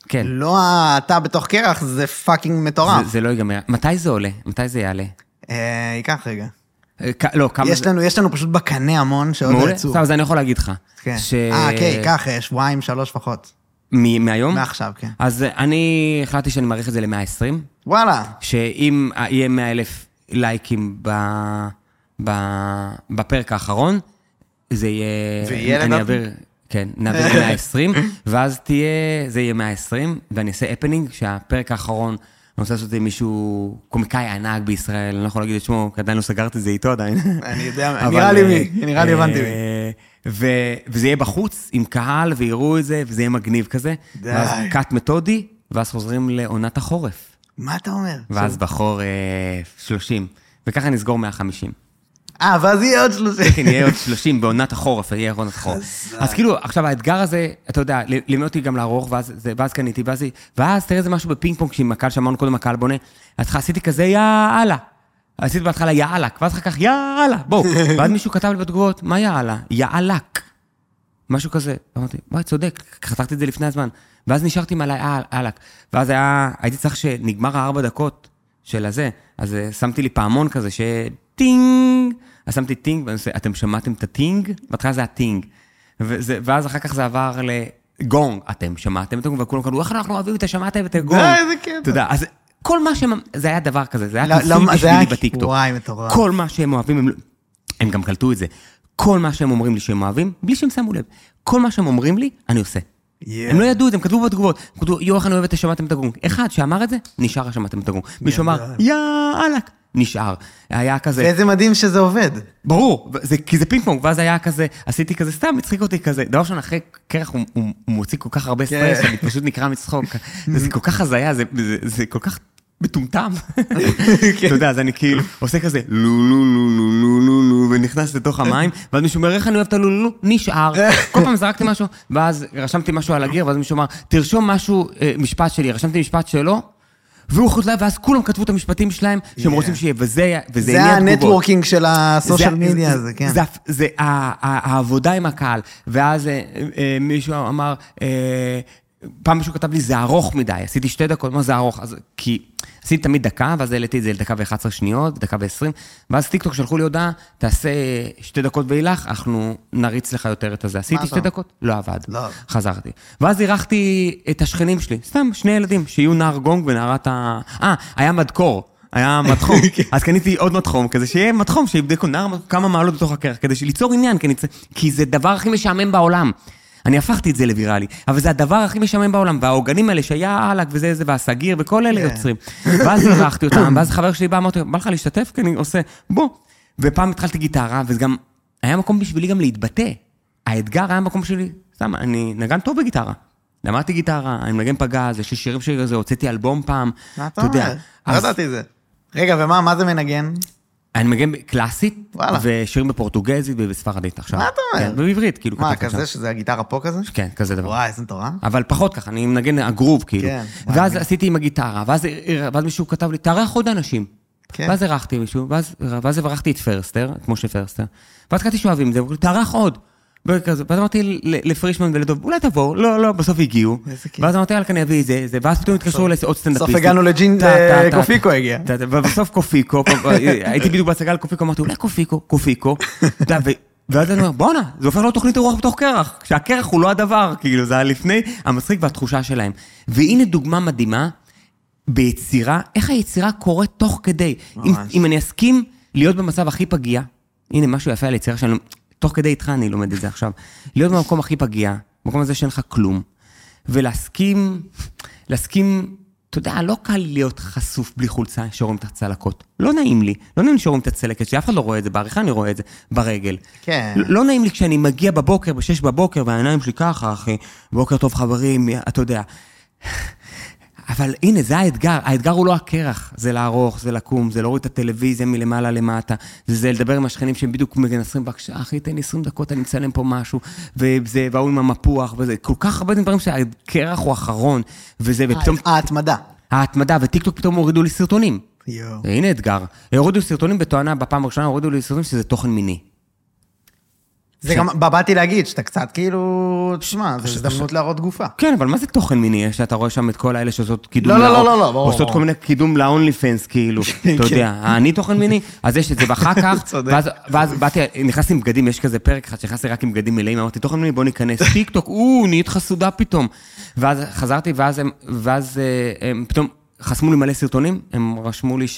כן. לא אתה בתוך קרח, זה פאקינג מטורף. זה, זה לא ייגמר. מתי זה עולה? מתי זה יעלה? אה, ייקח רגע. כ- לא, כמה יש זה... לנו, יש לנו פשוט בקנה המון שעוד מעולה? יצאו. סתם, אז אני יכול להגיד לך. כן. ש... אה, כן, ייקח שבועיים, שלוש פחות. מ- מהיום? מעכשיו, כן. אז אני החלטתי שאני מעריך את זה ל-מאה ועשרים, וואלה. שאם יהיה מאה אלף לייקים ב... ב... בפרק האחרון, זה יהיה... ויהיה אני לדעתי? אעביר... כן, נעביר ל-מאה ועשרים, ואז תהיה... זה יהיה מאה ועשרים, ואני אעשה הפנינג, שהפרק האחרון... אני רוצה לעשות את זה מישהו, קומיקאי ענק בישראל, אני לא יכול להגיד את שמו, כי עדיין לא סגרתי את זה איתו עדיין. אני יודע, אבל, נראה לי אה, מי, נראה לי הבנתי מי. אה, ו- וזה יהיה בחוץ, עם קהל, ויראו את זה, וזה יהיה מגניב כזה. די. ואז קאט מתודי, ואז חוזרים לעונת החורף. מה אתה אומר? ואז בחורף שלושים. וככה נסגור מאה וחמישים. אה, ואז יהיה עוד שלושים. כן, יהיה עוד שלושים בעונת החורף, יהיה עונת החורף. אז כאילו, עכשיו האתגר הזה, אתה יודע, לימד אותי גם לערוך, ואז, זה- ואז קניתי, ואז, ואז תראה איזה משהו בפינג פונג, שעם הקהל, שאמרנו קודם הקהל בונה, אז עשיתי כזה יאללה. עשיתי בהתחלה יאללה, ואז אחר כך יאללה, בואו. ואז מישהו כתב לי בתגובות, מה יאללה? יאלק. משהו כזה. אמרתי, וואי, צודק, חתכתי את זה לפני הזמן. ואז נשארתי עם יאלק. ואז היה, הייתי צריך שנגמר הארבע דקות של הזה, אז שמתי לי פעמון כזה, שטינג, אז שמתי טינג, ואני עושה, אתם שמעתם את הטינג? בהתחלה זה הטינג. וזה, ואז אחר כך זה עבר לגונג, אתם שמעתם את הגונג, וכולם קראו, איך אנחנו אוהבים את השמעתם את הגונג? די, איזה קטע. אתה יודע, אז כל מה שהם, זה היה דבר כזה, זה היה לא, ניסוי לא, זה בשבילי היה- בטיקטוק. וואי, מטורף. כל מה שהם אוהבים, הם, הם גם קלטו את זה. כל מה שהם אומרים לי שהם אוהבים, בלי שהם שמו לב. כל מה שהם אומרים לי, אני עושה. Yeah. הם לא ידעו את זה, הם כתבו בתגובות. הם כתבו, יו, איך אני אוהב את השמעתם את הגונג. אחד שאמר את זה, נשאר השמעתם את הגונג. מישהו אמר, יאלק, נשאר. היה כזה, ואיזה מדהים שזה עובד. ברור, זה, כי זה פינג פונג, ואז היה כזה, עשיתי כזה סתם, מצחיק אותי כזה. דבר ראשון, אחרי קרח הוא, הוא, הוא מוציא כל כך הרבה סטרס, אני פשוט נקרא מצחוק. זה כל כך הזיה, זה, זה, זה כל כך מטומטם. אתה יודע, אז אני כאילו עושה כזה, לו לו לו לו לו לו לו, ונכנס לתוך המים, ואז מישהו אומר, איך אני אוהב את הלו לו לו, נשאר. כל פעם זרקתי משהו, ואז רשמתי משהו על הגיר, ואז מישהו אמר, תרשום משהו, משפט שלי, רשמתי משפט שלו, והוא חוץ לב, ואז כולם כתבו את המשפטים שלהם, שהם רוצים שיהיה, וזה זה הנטוורקינג של הסושיאל מדיה הזה, כן. זה, זה העבודה עם הקהל, ואז מישהו אמר, פעם מישהו כתב לי, זה ארוך מדי, עשיתי שתי דקות, מה זה ארוך? אז, כי עשיתי תמיד דקה, ואז העליתי את זה לדקה ו-אחת עשרה שניות, דקה ו-עשרים, ואז טיקטוק שלחו לי הודעה, תעשה שתי דקות ואילך, אנחנו נריץ לך יותר את הזה. עשיתי שתי דקות, לא עבד. לא. חזרתי. ואז אירחתי את השכנים שלי, סתם שני ילדים, שיהיו נער גונג ונערת ה... אה, היה מדקור. היה מתחום, אז קניתי עוד מתחום, כזה שיהיה מתחום, שיבדקו נער כמה מעלות בתוך הקרח, כדי ליצור עניין, כי זה דבר הכי משעמם בעולם. אני הפכתי את זה לוויראלי, אבל זה הדבר הכי משעמם בעולם, והעוגנים האלה שהיה אלק וזה זה, והסגיר וכל אלה יוצרים. ואז אירחתי אותם, ואז חבר שלי בא, אמרתי, בא לך להשתתף? כי אני עושה, בוא. ופעם התחלתי גיטרה, וזה גם, היה מקום בשבילי גם להתבטא. האתגר היה מקום שלי, סתם, אני נגן טוב בגיטרה. למדתי גיטרה, אני מנגן פגז, יש לי שירים שלי כזה, הוצאתי אלבום פעם. מה אתה אומר? לא ידעתי את זה. רגע, ומה, מה זה מנגן? אני מגן קלאסית, וואלה. ושירים בפורטוגזית ובספרדית עכשיו. מה אתה אומר? כן, ובעברית, כאילו. מה, כתבתי כזה שם. שזה הגיטרה פה כזה? כן, כזה דבר. וואי, איזה מטורף. אבל פחות ככה, אני מנגן הגרוב, כאילו. כן, ואז וואי. עשיתי עם הגיטרה, ואז, ואז מישהו כתב לי, תארח עוד אנשים. כן. ואז ערכתי מישהו, ואז, ואז ערכתי את פרסטר, את משה פרסטר, ואז קראתי שאוהבים את זה, אמרו לי, תארח עוד. וכזה, ואז אמרתי ל- לפרישמן ולדוב, אולי תבואו, לא, לא, בסוף הגיעו. איזה כיף. ואז אמרתי, אלך אני אביא את זה, זה, ואז פתאום התקשרו לעוד סטנדאפיסטים. בסוף הגענו לג'ין, טה, טה, טה, קופיקו הגיע. טה, טה, ובסוף קופיקו, הייתי בדיוק בהצגה על קופיקו, אמרתי, אולי קופיקו, קופיקו. אתה יודע, ו- ואז אני אומר, בואנה, זה הופך להיות תוכנית אירוח בתוך קרח, כשהקרח הוא לא הדבר, כאילו, זה היה לפני המצחיק והתחושה שלהם. והנה דוגמה מדהימה, ביצירה, איך היצירה קורית תוך כדי. אם, אם אני אסכים להיות במצב הכי פגיע, הנה משהו יפה על היצירה שלנו, תוך כדי איתך אני לומד את זה עכשיו, להיות במקום הכי פגיע, במקום הזה שאין לך כלום, ולהסכים, להסכים, אתה יודע, לא קל להיות חשוף בלי חולצה שרואים את הצלקות. לא נעים לי, לא נעים לי שרואים את הצלקת, שאף אחד לא רואה את זה, בעריכה אני רואה את זה, ברגל. כן. לא נעים לי כשאני מגיע בבוקר, בשש בבוקר, והעיניים שלי ככה, אחי, בוקר טוב חברים, אתה יודע. אבל הנה, זה האתגר. האתגר הוא לא הקרח, זה לערוך, זה לקום, זה להוריד את הטלוויזיה מלמעלה למטה, זה, זה לדבר עם השכנים שהם בדיוק מגנסרים, בבקשה, אחי, תן לי עשרים דקות, אני מצלם פה משהו, וזה, והוא עם המפוח, וזה, כל כך הרבה דברים שהקרח הוא האחרון, וזה, ופתאום, ההתמדה. ההתמדה, וטיקטוק פתאום הורידו לי סרטונים. יואו. הנה אתגר. הורידו סרטונים בתואנה, בפעם הראשונה הורידו לי סרטונים שזה תוכן מיני. זה גם, באתי להגיד, שאתה קצת כאילו, תשמע, זו הזדמנות להראות גופה. כן, אבל מה זה תוכן מיני? שאתה רואה שם את כל האלה שעושות קידום... לא, לא, לא, לא, ברור. עושות כל מיני קידום ל-only fans, כאילו, אתה יודע, אני תוכן מיני, אז יש את זה, ואחר כך, ואז באתי, נכנסתי עם בגדים, יש כזה פרק אחד, שנכנסתי רק עם בגדים מלאים, אמרתי, תוכן מיני, בוא ניכנס, טיק טוק, או, נהיית חסודה פתאום. ואז חזרתי, ואז פתאום חסמו לי מלא סרטונים, הם רשמו לי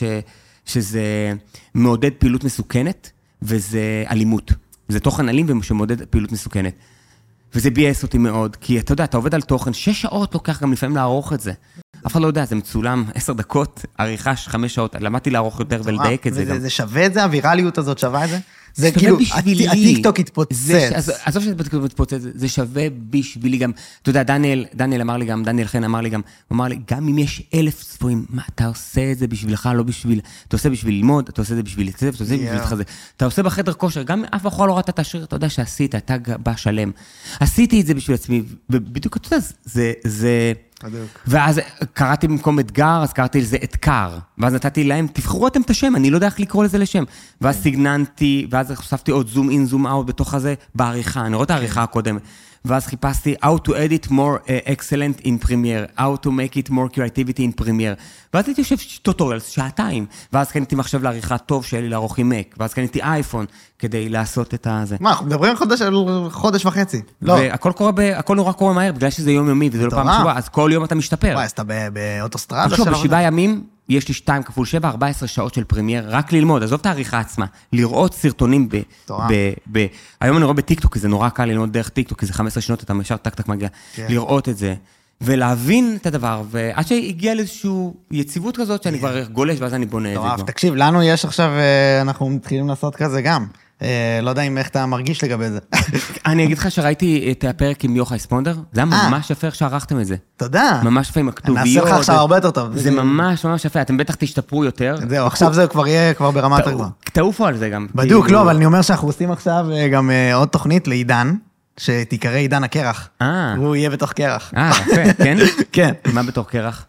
שזה מעודד פעילות מסוכנת, וזה אלימות. זה תוכן אלים שמודד פעילות מסוכנת. וזה בייס אותי מאוד, כי אתה יודע, אתה עובד על תוכן, שש שעות לוקח גם לפעמים לערוך את זה. אף אחד לא יודע, זה מצולם עשר דקות, עריכה חמש שעות, למדתי לערוך יותר ולדייק את זה גם. וזה שווה את זה, הווירליות הזאת שווה את זה? זה כאילו, הטיקטוק התפוצץ. עזוב שהטיקטוק התפוצץ, זה שווה בשבילי גם, אתה יודע, דניאל, דניאל אמר לי גם, דניאל חן אמר לי גם, הוא אמר לי, גם אם יש אלף צפויים, מה, אתה עושה את זה בשבילך, לא בשביל, אתה עושה בשביל ללמוד, אתה עושה את זה בשביל לצב, אתה עושה בשביל להתחזק, אתה עושה בחדר כושר, גם אף אחד לא ראית את השיר, אתה יודע שעשית, אתה בא שלם. עשיתי את זה בשביל עצמי, ובדיוק, אתה יודע, זה, זה, ואז קראתי במקום אתגר, אז קראתי לזה אתקר, ואז נתתי להם, תבחרו אתם את השם, אני לא יודע איך לקרוא לזה לשם. ואז סגננתי, ואז חושפתי עוד זום אין, זום אאוט בתוך הזה, בעריכה, אני רואה את העריכה הקודמת. ואז חיפשתי how to edit more uh, excellent in Premiere, how to make it more creativity in Premiere. ואז הייתי יושב טוטוריאלס, שעתיים. ואז קניתי מחשב לעריכה טוב שיהיה לי לערוך עם מק. ואז קניתי אייפון כדי לעשות את הזה. מה, אנחנו מדברים חודש, חודש וחצי. לא. והכל קורה, ב, הכל נורא קורה מהר, בגלל שזה יומיומי, וזה לא פעם שבוע, אז כל יום אתה משתפר. וואי, אז אתה באוטוסטרדה של עכשיו, בשבעה ימים, יש לי שתיים כפול שבע, ארבע עשרה שעות של פרמייר, רק ללמוד, עזוב את העריכה עצמה, לראות סרטונים ב... ב, ב היום אני רואה בטיקטוק, כי זה נורא קל ללמוד דרך טיקטוק, כי זה חמש עשרה שנות, אתה משאר טק-טק מגיע, כן. לראות את זה, ולהבין את הדבר, ועד שהגיע לאיזושהי יציבות כזאת, שאני כבר גולש, ואז אני בונה את זה כבר. תקשיב, לנו יש עכשיו, אנחנו מתחילים לעשות כזה גם. לא יודע אם איך אתה מרגיש לגבי זה. אני אגיד לך שראיתי את הפרק עם יוחאי ספונדר, זה היה ממש יפה איך שערכתם את זה. תודה. ממש יפה עם הכתוביות. נעשה לך עכשיו הרבה יותר טוב. זה ממש ממש יפה, אתם בטח תשתפרו יותר. זהו, עכשיו זה כבר יהיה כבר ברמה יותר גבוהה. תעופו על זה גם. בדיוק, לא, אבל אני אומר שאנחנו עושים עכשיו גם עוד תוכנית לעידן, שתיקרא עידן הקרח. הוא יהיה בתוך קרח. אה, יפה, כן? כן. מה בתוך קרח?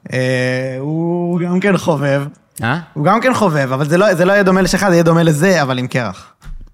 הוא גם כן חובב. אה? הוא גם כן חובב, אבל זה לא יהיה דומה לשך, זה יהיה דומה לזה, אבל עם קרח.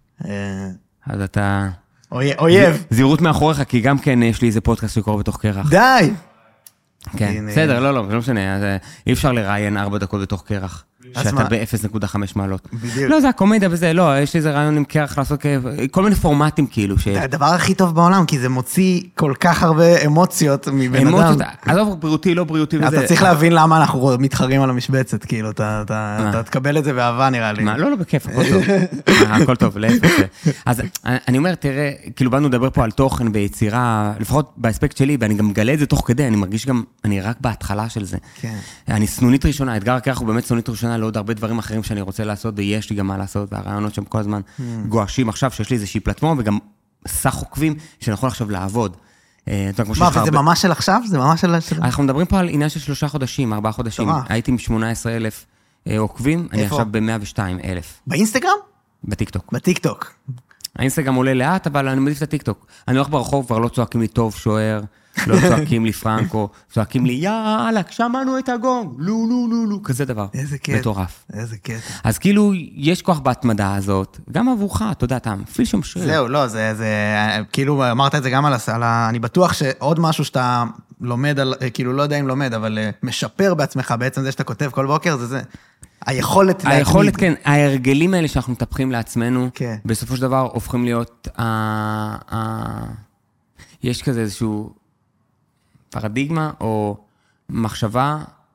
אז אתה... אויב. זהירות מאחוריך, כי גם כן יש לי איזה פודקאסט שקורה בתוך קרח. די! כן, בסדר, לא, לא, לא משנה, אי אפשר לראיין ארבע דקות בתוך קרח, שאתה ב-אפס נקודה חמש מעלות. בדיוק. לא, זה הקומדיה וזה, לא, יש איזה רעיון עם קרח לעשות כל מיני פורמטים כאילו. זה הדבר הכי טוב בעולם, כי זה מוציא כל כך הרבה אמוציות מבן אדם. אמוציות, עזוב, בריאותי, לא בריאותי וזה. אתה צריך להבין למה אנחנו מתחרים על המשבצת, כאילו, אתה תקבל את זה באהבה נראה לי. מה, לא, לא, בכיף, הכל טוב. הכל טוב, להפך. אז אני אומר, תראה, כאילו באנו לדבר פה על תוכן ויצירה, לפחות באספקט שלי, ואני גם מגלה את זה תוך כדי, אני מרגיש גם, אני רק בהתחלה של זה. אני סנונית ראשונה, אתגר הקרח הוא באמת סנונית ראשונה לעוד הרבה דברים אחרים שאני רוצה לעשות, ויש לי גם מה לעשות, והרעיונות שם כל הזמן גואשים עכשיו, שיש לי איזושהי פלטפורמה, וגם סך עוקבים שאני יכול עכשיו לעבוד. מה, וזה ממש של עכשיו? זה ממש של... אנחנו מדברים פה על עניין של שלושה חודשים, ארבעה חודשים. הייתי עם שמונה עשרה אלף עוקבים, אני עכשיו ב-מאה ושתיים אלף. באינסטגרם? בטיקטוק. בטיקטוק. האינסטגרם עולה לאט, אבל אני מעדיף את הטיקטוק. אני הולך ברחוב, כבר לא צועקים לי טוב, שוער, לא צועקים לי פרנקו, צועקים לי, יאללה, שמענו את הגונג, לו, לו, לו, לו, כזה דבר. איזה קטע. מטורף. איזה קטע. אז כאילו, יש כוח בהתמדה הזאת, גם עבורך, אתה יודע, אתה מפיל שם שריר. זהו, לא, זה, זה, כאילו, אמרת את זה גם על הסלה, אני בטוח שעוד משהו שאתה לומד, על, כאילו, לא יודע אם לומד, אבל משפר בעצמך, בעצם זה שאתה כותב כל בוקר, זה זה. היכולת להתמיד. היכולת, כן, ההרגלים האלה שאנחנו מטפחים לעצמנו, כן. בסופו של דבר הופכים להיות, אה, אה, יש כזה איזשהו פרדיגמה או מחשבה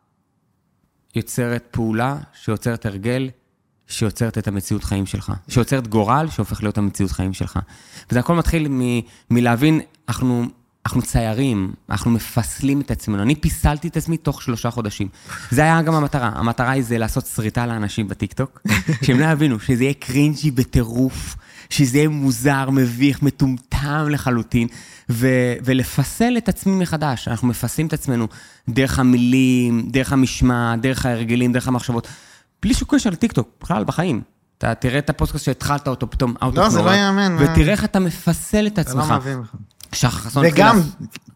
יוצרת פעולה, שיוצרת הרגל, שיוצרת את המציאות חיים שלך, שיוצרת גורל, שהופך להיות המציאות חיים שלך. וזה הכל מתחיל מ- מלהבין, אנחנו... אנחנו ציירים, אנחנו מפסלים את עצמנו. אני פיסלתי את עצמי תוך שלושה חודשים. זה היה גם המטרה. המטרה היא זה לעשות שריטה לאנשים בטיקטוק, שהם לא יבינו, שזה יהיה קרינג'י בטירוף, שזה יהיה מוזר, מביך, מטומטם לחלוטין, ו- ולפסל את עצמי מחדש. אנחנו מפסלים את עצמנו דרך המילים, דרך המשמע, דרך ההרגלים, דרך המחשבות. בלי שום קשר לטיקטוק, בכלל בחיים. אתה תראה את הפודקאסט שהתחלת אותו פתאום, לא, זה לא יאמן. ותראה איך אתה מפסל את עצמך. זה לא מבין לך. שחר חסון וגם,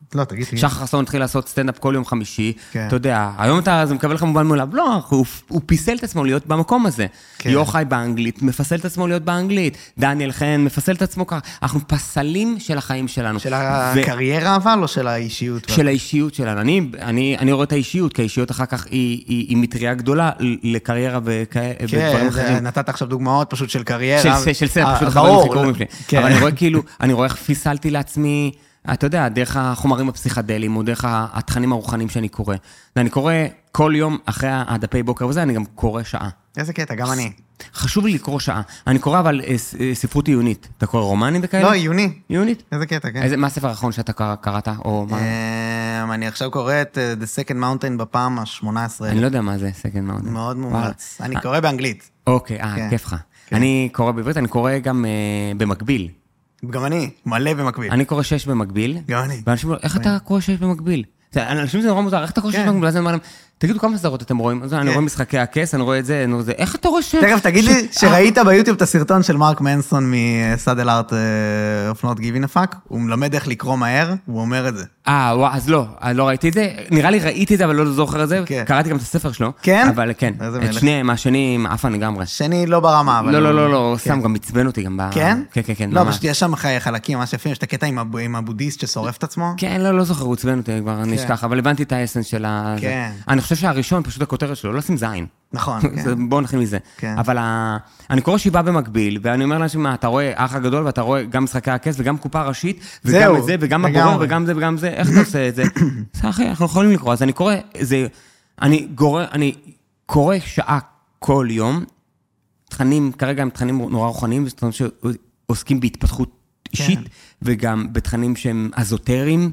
לא, תגיד לי. שחר חסון התחיל לעשות סטנדאפ כל יום חמישי, אתה יודע, היום אתה, זה מקבל לך מובן מאליו, לא, הוא פיסל את עצמו להיות במקום הזה. יוחאי באנגלית, מפסל את עצמו להיות באנגלית. דניאל חן, מפסל את עצמו ככה. אנחנו פסלים של החיים שלנו. של הקריירה אבל, או של האישיות? של האישיות שלנו. אני רואה את האישיות, כי האישיות אחר כך היא מטריה גדולה לקריירה ודברים אחרים. כן, נתת עכשיו דוגמאות פשוט של קריירה. של סרט, פשוט חברים שקוראים לפני. אבל אני רואה כאילו, אני רואה איך פיסלתי לעצמי, אתה יודע, דרך החומרים הפסיכדליים, או דרך התכנים הרוחניים שאני קורא. ואני קורא כל יום אחרי הדפי בוקר וזה, אני גם קורא שעה. איזה קטע, גם אני. חשוב לי לקרוא שעה. אני קורא אבל ספרות עיונית. אתה קורא רומנים וכאלה? לא, עיוני. עיונית? איזה קטע, כן. מה הספר האחרון שאתה קראת, או מה? אני עכשיו קורא את The Second Mountain בפעם ה-שמונה עשרה. אני לא יודע מה זה Second Mountain. מאוד מומלץ. אני קורא באנגלית. אוקיי, אה, כיף לך. אני קורא בעברית, אני קורא גם במקביל. גם אני, מלא במקביל. אני קורא שש במקביל. גם אני. ואנשים אומרים, איך אתה קורא שש במקביל? אנשים זה נורא מוזר, איך אתה קורא שש במקביל? אז אני אומר להם, תגידו כמה סדרות אתם רואים? אני רואה משחקי הכס, אני רואה את זה, איך אתה רואה שש? תכף, תגיד לי שראית ביוטיוב את הסרטון של מרק מנסון מסאדל ארט of not giving a fuck, הוא מלמד איך לקרוא מהר, הוא אומר את זה. אה, אז לא, לא ראיתי את זה, נראה לי ראיתי את זה, אבל לא זוכר את זה, קראתי גם את הספר שלו. כן? אבל כן, את שניהם, השני עם אפה לגמרי. שני לא ברמה, אבל... לא, לא, לא, לא, סתם גם מצבן אותי גם ב... כן? כן, כן, כן. לא, פשוט יש שם חלקים, ממש יפים, יש את הקטע עם הבודהיסט ששורף את עצמו. כן, לא, לא זוכר, הוא צבן אותי כבר, נשכח, אבל הבנתי את האסנס של ה... אני חושב שהראשון, פשוט הכותרת שלו, לא לשים זין. נכון, כן. בואו נכין מזה. אבל אני קורא שבעה במקביל, ואני אומר לאנשים, מה, אתה רואה אח הגדול, ואתה רואה גם משחקי הכס, וגם קופה ראשית, וגם את זה, וגם הבורר, וגם זה, וגם זה, איך אתה עושה את זה? זה אחי, אנחנו יכולים לקרוא. אז אני קורא, זה, אני קורא שעה כל יום, תכנים, כרגע הם תכנים נורא רוחניים, ותכנים שעוסקים בהתפתחות אישית, וגם בתכנים שהם אזוטריים,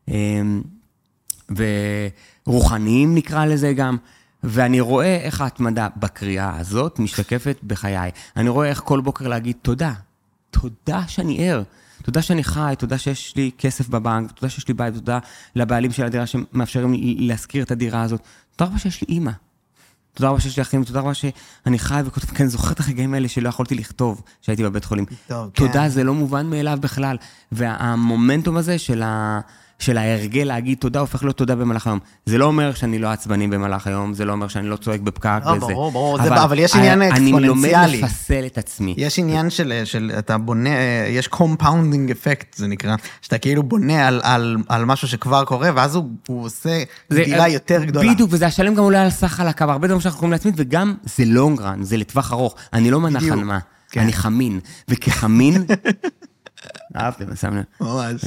ורוחניים נקרא לזה גם, ואני רואה איך ההתמדה בקריאה הזאת משתקפת בחיי. אני רואה איך כל בוקר להגיד תודה. תודה שאני ער. תודה שאני חי, תודה שיש לי כסף בבנק, תודה שיש לי בית, תודה לבעלים של הדירה שמאפשרים לי להזכיר את הדירה הזאת. תודה רבה שיש לי אימא. תודה רבה שיש לי אחים, תודה רבה שאני חי וכותב, כי אני זוכר את הרגעים האלה שלא יכולתי לכתוב שהייתי בבית חולים. טוב, תודה, כן. זה לא מובן מאליו בכלל. והמומנטום הזה של ה... של ההרגל להגיד תודה, הופך להיות תודה במהלך היום. זה לא אומר שאני לא עצבני במהלך היום, זה לא אומר שאני לא צועק בפקק וזה. ברור, ברור, אבל יש עניין אקספוננציאלי. אני לומד לפסל את עצמי. יש עניין של, אתה בונה, יש compounding effect, זה נקרא, שאתה כאילו בונה על משהו שכבר קורה, ואז הוא עושה גדילה יותר גדולה. בדיוק, וזה השלם גם עולה על סך על הקו, הרבה דברים שאנחנו קוראים לעצמית, וגם זה long run, זה לטווח ארוך. אני לא מנח הנמה, אני חמין, וכחמין, אהבתי, מסמנה. ממש.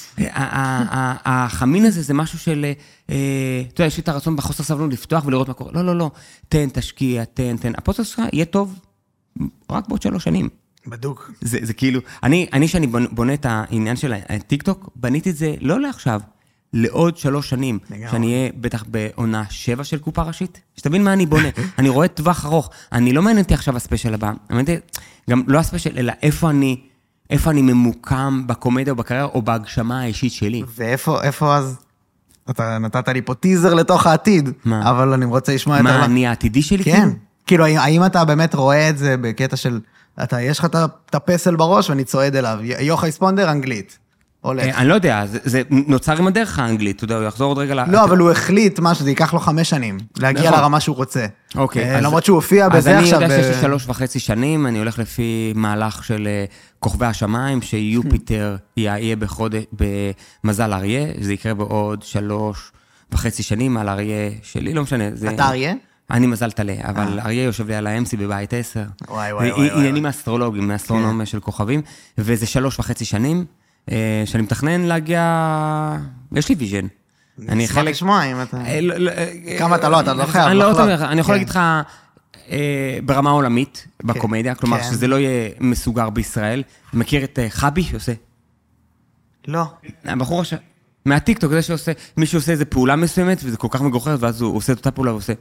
החמין הזה זה משהו של, אתה יודע, יש לי את הרצון בחוסר סבלנות לפתוח ולראות מה קורה. לא, לא, לא, תן, תשקיע, תן, תן. הפודקאסט שלך יהיה טוב רק בעוד שלוש שנים. בדוק. זה כאילו, אני, שאני בונה את העניין של הטיקטוק, בניתי את זה לא לעכשיו, לעוד שלוש שנים, שאני אהיה בטח בעונה שבע של קופה ראשית. שתבין מה אני בונה. אני רואה טווח ארוך. אני לא מעניין אותי עכשיו הספיישל הבא. גם לא הספיישל, אלא איפה אני... איפה אני ממוקם בקומדיה או בקריירה, או בהגשמה האישית שלי. ואיפה, איפה אז? אתה נתת לי פה טיזר לתוך העתיד. מה? אבל אני רוצה לשמוע יותר... מה, אני העתידי שלי? כן. כאילו, האם אתה באמת רואה את זה בקטע של... אתה, יש לך את הפסל בראש ואני צועד אליו. יוחאי ספונדר, אנגלית. הולך. אני לא יודע, זה נוצר עם הדרך האנגלית, אתה יודע, הוא יחזור עוד רגע... לא, אבל הוא החליט מה שזה ייקח לו חמש שנים, להגיע לרמה שהוא רוצה. אוקיי. למרות שהוא הופיע בזה עכשיו... אז אני יודע שיש לי שלוש וחצי שנים, אני הולך לפי מהלך של כוכבי השמיים, שיופיטר יהיה במזל אריה, זה יקרה בעוד שלוש וחצי שנים על אריה שלי, לא משנה. אתה אריה? אני מזל תלה, אבל אריה יושב לי על ה-אם סי בבית עשר. וואי, וואי, וואי. עניינים אסטרולוגיים, מאסטרונומיה של כוכבים, וזה שלוש וחצי שנים. שאני מתכנן להגיע, יש לי ויז'ן. אני אשמח לשמוע אם אתה... כמה אתה לא, אתה לא חייב. אני יכול להגיד לך ברמה עולמית, בקומדיה, כלומר שזה לא יהיה מסוגר בישראל. מכיר את חבי שעושה? לא. הבחור השם, מהטיקטוק, זה שעושה, מי שעושה איזו פעולה מסוימת, וזה כל כך מגוחרת, ואז הוא עושה את אותה פעולה, הוא עושה.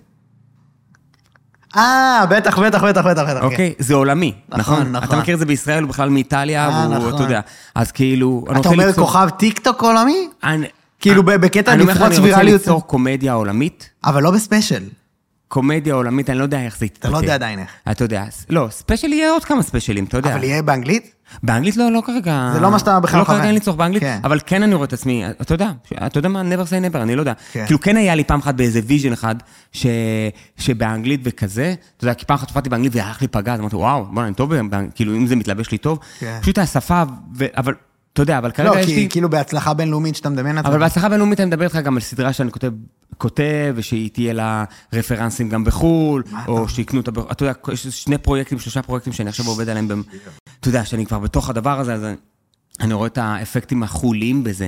אה, בטח, בטח, בטח, בטח, בטח. אוקיי, זה עולמי, נכון? אתה מכיר את זה בישראל, הוא בכלל מאיטליה, אתה יודע. אז כאילו... אתה אומר כוכב טיקטוק עולמי? כאילו בקטע נפרוץ ויראליות. אני רוצה ליצור קומדיה עולמית. אבל לא בספיישל. קומדיה עולמית, אני לא יודע איך זה יתפתח. אתה לא יודע עדיין איך. אתה יודע, לא, ספיישל יהיה עוד כמה ספיישלים, אתה יודע. אבל יהיה באנגלית? באנגלית לא, לא כרגע... זה לא מה שאתה בכלל לא חווה. כרגע אין לי צורך באנגלית, כן. אבל כן אני רואה את עצמי, אתה יודע, אתה יודע מה, never say never, אני לא יודע. כן. כאילו כן היה לי פעם אחת באיזה ויז'ן אחד, ש... שבאנגלית וכזה, אתה יודע, כי פעם אחת הופעתי באנגלית והלך לי פגז, אמרתי, וואו, בוא, אני טוב, כאילו אם זה מתלבש לי טוב, כן. פשוט השפה, ו... אבל אתה יודע, אבל כרגע לא, יש כי לי... כאילו בהצלחה בינלאומית שאתה מדמיין את זה. אבל בהצלחה בינלאומית אני מדבר איתך גם על סדרה שאני כותב, כותב, ושהיא תהיה לה רפרנסים גם בחול, או שיקנו אותה, אתה יודע, יש שני פרויקטים, שלושה פרויקטים שאני עכשיו עובד עליהם, אתה יודע, שאני כבר בתוך הדבר הזה, אז אני רואה את האפקטים החוליים בזה,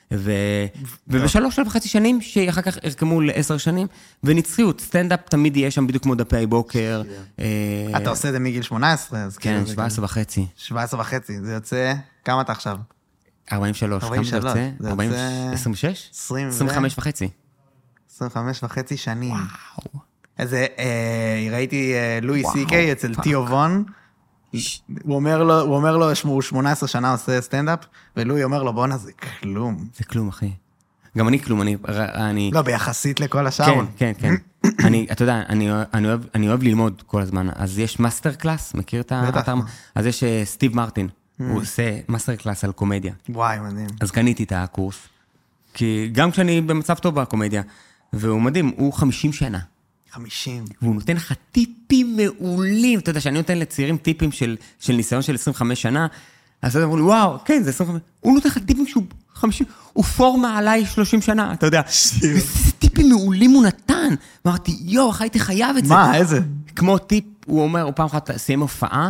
ובשלוש וחצי שנים, שאחר כך הרקמו לעשר שנים, ונצחיות, סטנדאפ תמיד יהיה שם בדיוק כמו דפי בוקר. אתה עושה את זה מגיל שמונה עשרה, אז כן, שבע עשרה וחצי. שבע עשרה וחצי, זה יוצא, כמה אתה עכשיו? ארבעים ושלוש, כמה זה יוצא? עשרים ושש? עשרים וחמש וחצי. עשרים וחמש וחצי שנים. וואו. אז אה, ראיתי אה, לואי סי קיי אצל טיו וון, הוא אומר לו, הוא אומר לו, הוא שמונה עשרה שנה עושה סטנדאפ, ולואי אומר לו, בונה, זה כלום. זה כלום, אחי. גם אני כלום, אני... אני... לא, ביחסית לכל השאר. כן, כן, כן. אני, אתה יודע, אני, אני, אוהב, אני אוהב ללמוד כל הזמן, אז יש מאסטר קלאס, מכיר את האתר? אז יש סטיב מרטין, הוא עושה מאסטר קלאס על קומדיה. וואי, מדהים. אז קניתי את הקורס, כי גם כשאני במצב טוב בקומדיה, והוא מדהים, הוא חמישים שנה. חמישים. והוא נותן לך טיפים מעולים, אתה יודע, שאני נותן לצעירים טיפים של, של ניסיון של עשרים וחמש שנה, אז אתה אומר לי, וואו, כן, זה עשרים וחמש, הוא נותן לך טיפים שהוא חמישים, הוא פורמה עליי שלושים שנה, אתה יודע. איזה טיפים מעולים הוא נתן. אמרתי, יו, הייתי חייב את זה. מה, איזה? כמו טיפ, הוא אומר, הוא פעם אחת סיים הופעה,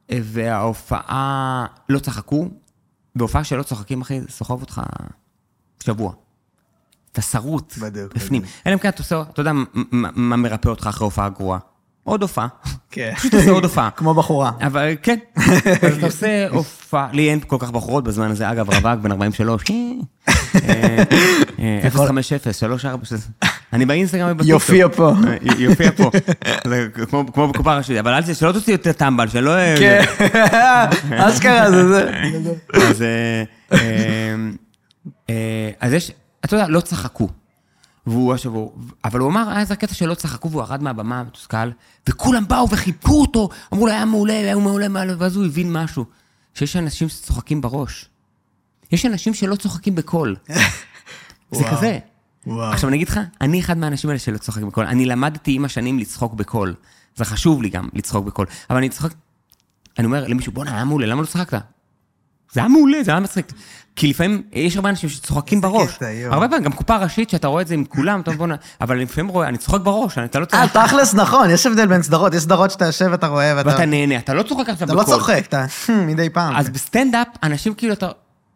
וההופעה לא צחקו, בהופעה שלא צוחקים, אחי, זה סוחב אותך שבוע. אתה שרוט בפנים. אלא אם כן, אתה עושה, אתה יודע מה מרפא אותך אחרי הופעה גרועה? עוד הופעה. כן. פשוט עושה עוד הופעה. כמו בחורה. אבל כן. אז אתה עושה הופעה, לי אין כל כך בחורות בזמן הזה, אגב, רווק בן ארבעים ושלוש, אפס חמש אפס, שלוש ארבע, אני באינסטגרם ובטיקטוק. יופיע פה. יופיע פה. כמו בקופה ראשית, אבל אל תשאל, שלא תוציא יותר טמבל, שלא... כן. אשכרה זה זה. אז יש, אתה יודע, לא צחקו. והוא השבוע, אבל הוא אמר, היה איזה קטע שלא צחקו, והוא ירד מהבמה, מתוסכל, וכולם באו וחיבקו אותו, אמרו לו, היה מעולה, היה מעולה, ואז הוא הבין משהו, שיש אנשים שצוחקים בראש. יש אנשים שלא צוחקים בקול. זה כזה. עכשיו אני אגיד לך, אני אחד מהאנשים האלה שלא צוחקים בקול. אני למדתי עם השנים לצחוק בקול. זה חשוב לי גם לצחוק בקול. אבל אני צוחק, אני אומר למישהו, בוא, היה מעולה, למה לא צחקת? זה היה מעולה, זה היה מצחיק. כי לפעמים יש הרבה אנשים שצוחקים בראש. הרבה פעמים, גם קופה ראשית שאתה רואה את זה עם כולם, אבל לפעמים רואה, אני צוחק בראש, אתה לא צוחק. אה, תכלס נכון, יש הבדל בין סדרות, יש סדרות שאתה יושב ואתה רואה ואתה... ואתה נהנה, אתה לא צוחק עכשיו בקול. בקול. אתה לא צוחק, אתה מדי פעם. אז בסטנדאפ, אנשים כאילו אתה...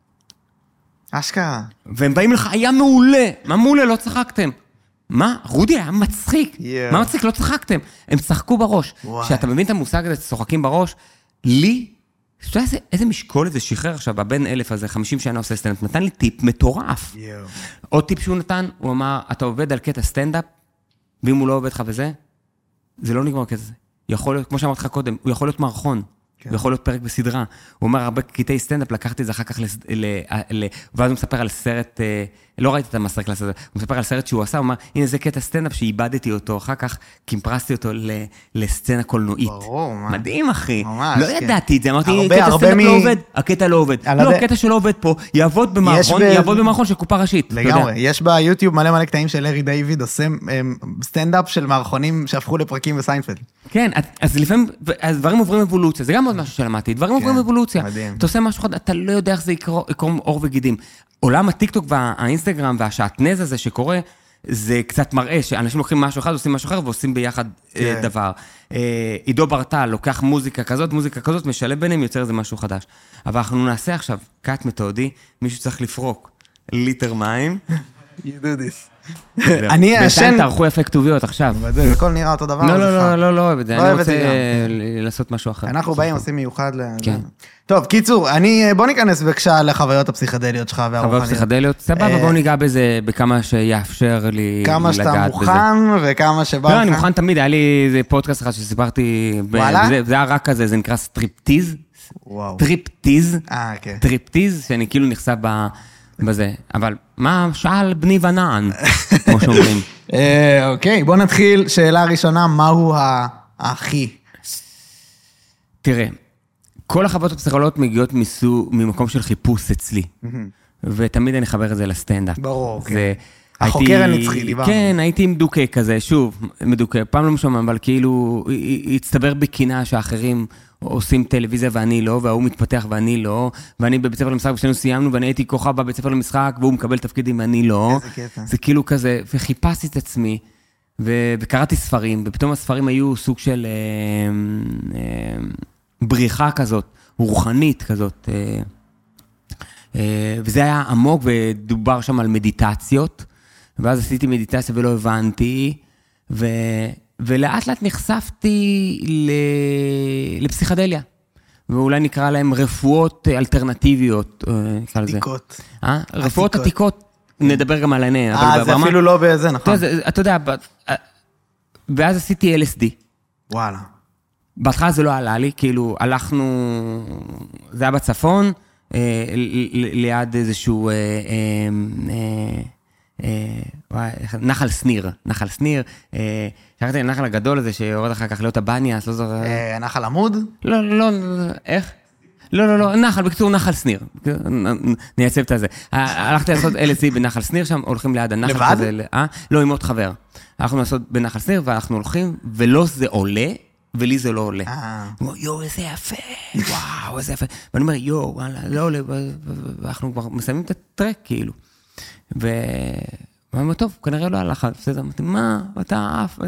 אשכרה. והם באים לך, היה מעולה. מה מעולה? לא צחקתם. מה? רודי היה מצחיק. מה מצחיק? לא צחקתם. הם צחקו בראש. כשאתה מבין את המושג הזה, צוחקים בראש, לי, שאתה יודע איזה משקול איזה שחרר עכשיו, הבן אלף הזה, חמישים שנה עושה סטנדאפ, נתן לי טיפ מטורף. עוד טיפ שהוא נתן, הוא אמר, אתה עובד על קטע סטנדאפ, ואם הוא לא עובד לך וזה, זה לא נגמר כזה. יכול להיות, כמו שאמרתי לך קודם, הוא יכול להיות מערכון. הוא יכול להיות פרק בסדרה. הוא אומר, הרבה קטעי סטנדאפ, לקחתי את זה אחר כך, ואז הוא מספר על סרט, לא ראיתי את המאסטר קלאס הזה, הוא מספר על סרט שהוא עשה, הוא אומר, הנה זה קטע סטנדאפ שאיבדתי אותו, אחר כך קימפרסתי אותו לסצנה קולנועית. ברור, מה? מדהים, אחי. ממש, לא כן. ידעתי את זה, אמרתי, הרבה, קטע הרבה סטנדאפ מ- לא עובד, הקטע לא עובד. על לא, הד- הקטע שלא עובד פה, יעבוד במערכון, ב- יעבוד במערכון של קופה ראשית. אתה יודע. לגמרי, יש ביוטיוב מלא מלא קטעים של לארי דיוויד, עושה אמ, סטנדאפ של מערכונים שהפכו לפרקים בסיינפלד. כן, אז לפעמים, אז דברים עוברים אבולוציה, זה גם עוד משהו שלמדתי, דברים עוברים אבולוציה. מדהים. אתה עושה משהו אחד, אתה לא יודע איך זה יקרום עור וגידים. עולם הטיקטוק והאינסטגרם והשעטנז הזה שקורה, זה קצת מראה שאנשים לוקחים משהו אחד, עושים משהו אחר ועושים ביחד כן. דבר. עידו ברטל לוקח מוזיקה כזאת, מוזיקה כזאת, משלב ביניהם, יוצר איזה משהו חדש. אבל אנחנו נעשה עכשיו קאט מתודי, מישהו צריך לפרוק ליטר מים. You do this. אני בינתיים אשן... תערכו יפה כתוביות עכשיו. זה הכל נראה אותו דבר. לא, זה לא, חם. לא, לא, לא אוהב את זה. לא אני אוהב את רוצה זה לעשות משהו אחר. אנחנו באים, עושים מיוחד ל... כן. טוב, קיצור, אני, בוא ניכנס בבקשה לחוויות הפסיכדליות שלך והרוחניות. חוויות פסיכדליות, סבבה, בואו ניגע בזה בכמה שיאפשר לי לגעת בזה. כמה שאתה מוכן וכמה שבא לך. לא, אני מוכן תמיד, היה לי איזה פודקאסט אחד שסיפרתי, וואלה? זה- זה היה רק כזה, זה נקרא סטריפטיז, וואו. טריפטיז, אה, כן. טריפטיז, שאני כאילו נחשף ב- בזה, אבל מה שאל בני ונען, כמו שאומרים. אה, אוקיי, בוא נתחיל. שאלה ראשונה, מהו ה- הכי? תראה, כל החוות הפסיכולוגיות מגיעות מסו, ממקום של חיפוש אצלי. ותמיד אני אחבר את זה לסטנדאפ. ברור, כן. זה, החוקר הנצחי, דיברנו. כן, הייתי עם דוקה כזה, שוב, מדוקה, פעם לא משומם, אבל כאילו, הצטבר בקינה שאחרים עושים טלוויזיה ואני לא, והוא מתפתח ואני לא, ואני בבית ספר למשחק ושנינו סיימנו, ואני הייתי כוכב בבית ספר למשחק, והוא מקבל תפקידים ואני לא. איזה קטע. זה כאילו כזה, וחיפשתי את עצמי, ו- וקראתי ספרים, ופתאום הספרים היו סוג של אה, אה, בריחה כזאת, רוחנית כזאת, אה, אה, וזה היה עמוק, ודובר שם על מדיטציות, ואז עשיתי מדיטציה ולא הבנתי, ו... ולאט לאט נחשפתי ל... לפסיכדליה, ואולי נקרא להם רפואות אלטרנטיביות, נקרא לזה. עתיקות. אה? רפואות עתיקות, נדבר גם על עיני. אה, זה אפילו לא באיזה, נכון. אתה יודע, ואז עשיתי אל אס די. וואלה. בהתחלה זה לא עלה לי, כאילו הלכנו, זה היה בצפון, ליד איזשהו... נחל סניר, נחל סניר, שכחתי לנחל הגדול הזה שיורד אחר כך להיות הבניה, אז לא זוכר... נחל עמוד? לא, לא, איך? לא, לא, לא, נחל, בקצור נחל סניר, נייצב את זה. הלכתי לעשות אל אס די בנחל סניר שם, הולכים ליד הנחל כזה, לא, עם עוד חבר. הלכנו לעשות בנחל סניר, ואנחנו הולכים, ולא זה עולה, ולי זה לא עולה. יו, איזה יפה, וואו, איזה יפה. ואני אומר, יו, לא עולה, ואנחנו כבר מסיימים את הטרק, כאילו. ואמרנו, טוב, כנראה לא הלכה, בסדר, אמרתי, מה, אתה אף...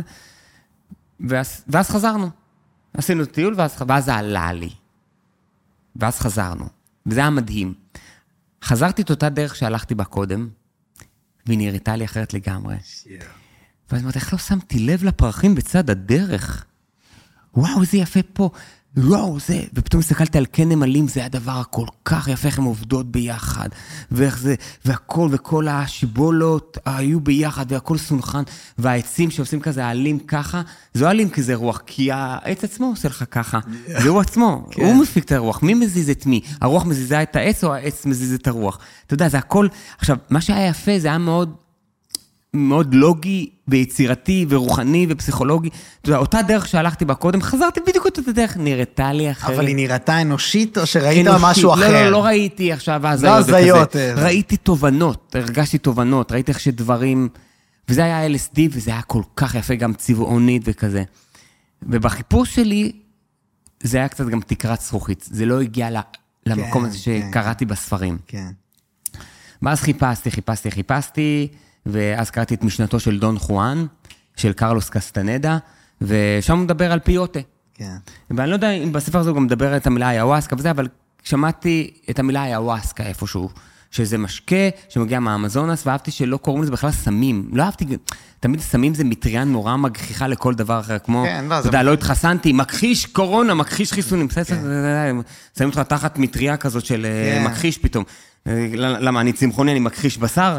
ואז חזרנו. עשינו טיול, ואז זה עלה לי. ואז חזרנו. וזה היה מדהים. חזרתי את אותה דרך שהלכתי בה קודם, והיא נראתה לי אחרת לגמרי. ואז אמרתי, איך לא שמתי לב לפרחים בצד הדרך? וואו, איזה יפה פה. וואו, זה, ופתאום הסתכלתי על כן נמלים, זה הדבר הכל כך יפה, איך הם עובדות ביחד, ואיך זה, והכל, וכל השיבולות היו ביחד, והכל סונחן, והעצים שעושים כזה העלים ככה, זה לא העלים כזה רוח, כי העץ עצמו עושה לך ככה, זה הוא עצמו, הוא מפיק את הרוח, מי מזיז את מי? הרוח מזיזה את העץ, או העץ מזיז את הרוח? אתה יודע, זה הכל, עכשיו, מה שהיה יפה, זה היה מאוד, מאוד לוגי ויצירתי ורוחני ופסיכולוגי. אתה יודע, אותה דרך שהלכתי בה קודם, חזרתי בדיוק אותה דרך, נראתה לי אחרת. אבל היא נראתה אנושית או שראית משהו אחר? לא, לא, לא ראיתי עכשיו הזיות וכזה. ראיתי תובנות, הרגשתי תובנות, ראיתי איך שדברים, וזה היה אל אס די, וזה היה כל כך יפה, גם צבעונית וכזה. ובחיפוש שלי, זה היה קצת גם תקרת זכוכית. זה לא הגיע למקום הזה שקראתי בספרים. כן. ואז חיפשתי, חיפשתי, חיפשתי, ואז קראתי את משנתו של דון חואן, של קרלוס קסטנדה, ושם הוא מדבר על פיוטה. כן. ואני לא יודע אם בספר הזה הוא גם מדבר את המילה איוואסקה וזה, אבל שמעתי את המילה איוואסקה איפשהו, שזה משקה שמגיע מהאמזונס, ואהבתי שלא קוראים לזה בכלל סמים. לא אהבתי, תמיד סמים זה מטריה נורא מגחיכה לכל דבר אחר, כמו, אתה יודע, לא התחסנתי, מכחיש קורונה, מכחיש חיסונים, שמים אותך תחת מטריה כזאת של מכחיש פתאום. למה, אני צמחוני, אני מכחיש בשר?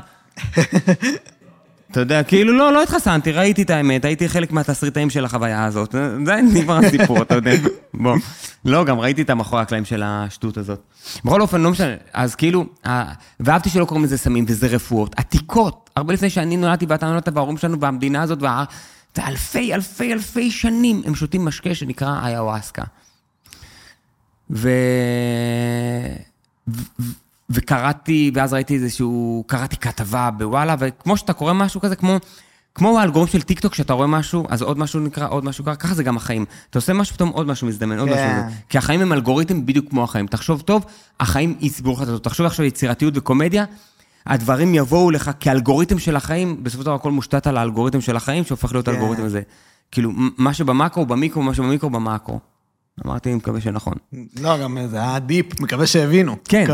אתה יודע, כאילו, לא, לא התחסנתי, ראיתי את האמת, הייתי חלק מהתסריטאים של החוויה הזאת, זה נגמר הסיפור, אתה יודע, בוא. לא, גם ראיתי את המאחורי הקלעים של השטות הזאת. בכל אופן, לא משנה, אז כאילו, ואהבתי שלא קוראים לזה סמים, וזה רפואות, עתיקות, הרבה לפני שאני נולדתי, ואתה נולדת, וההורים שלנו במדינה הזאת, ואלפי, אלפי, אלפי שנים, הם שותים משקה שנקרא איוואסקה. ו... וקראתי, ואז ראיתי איזשהו, קראתי כתבה בוואלה, וכמו שאתה קורא משהו כזה, כמו, כמו האלגוריתם של טיק טוק, שאתה רואה משהו, אז עוד משהו נקרא, עוד משהו קרה, ככה זה גם החיים. אתה עושה משהו, פתאום עוד משהו מזדמן, עוד משהו מזדמן. כי החיים הם אלגוריתם בדיוק כמו החיים. תחשוב טוב, החיים יצברו לך את זה. תחשוב עכשיו יצירתיות וקומדיה, הדברים יבואו לך כאלגוריתם של החיים, בסופו של דבר הכל מושתת על האלגוריתם של החיים, שהופך להיות האלגוריתם הזה. כאילו, מה שבמקרו, במיקרו, מה שבמיקרו, במקרו. אמרתי, אני מקווה שנכון. לא, גם זה היה דיפ, מקווה שהבינו. כן.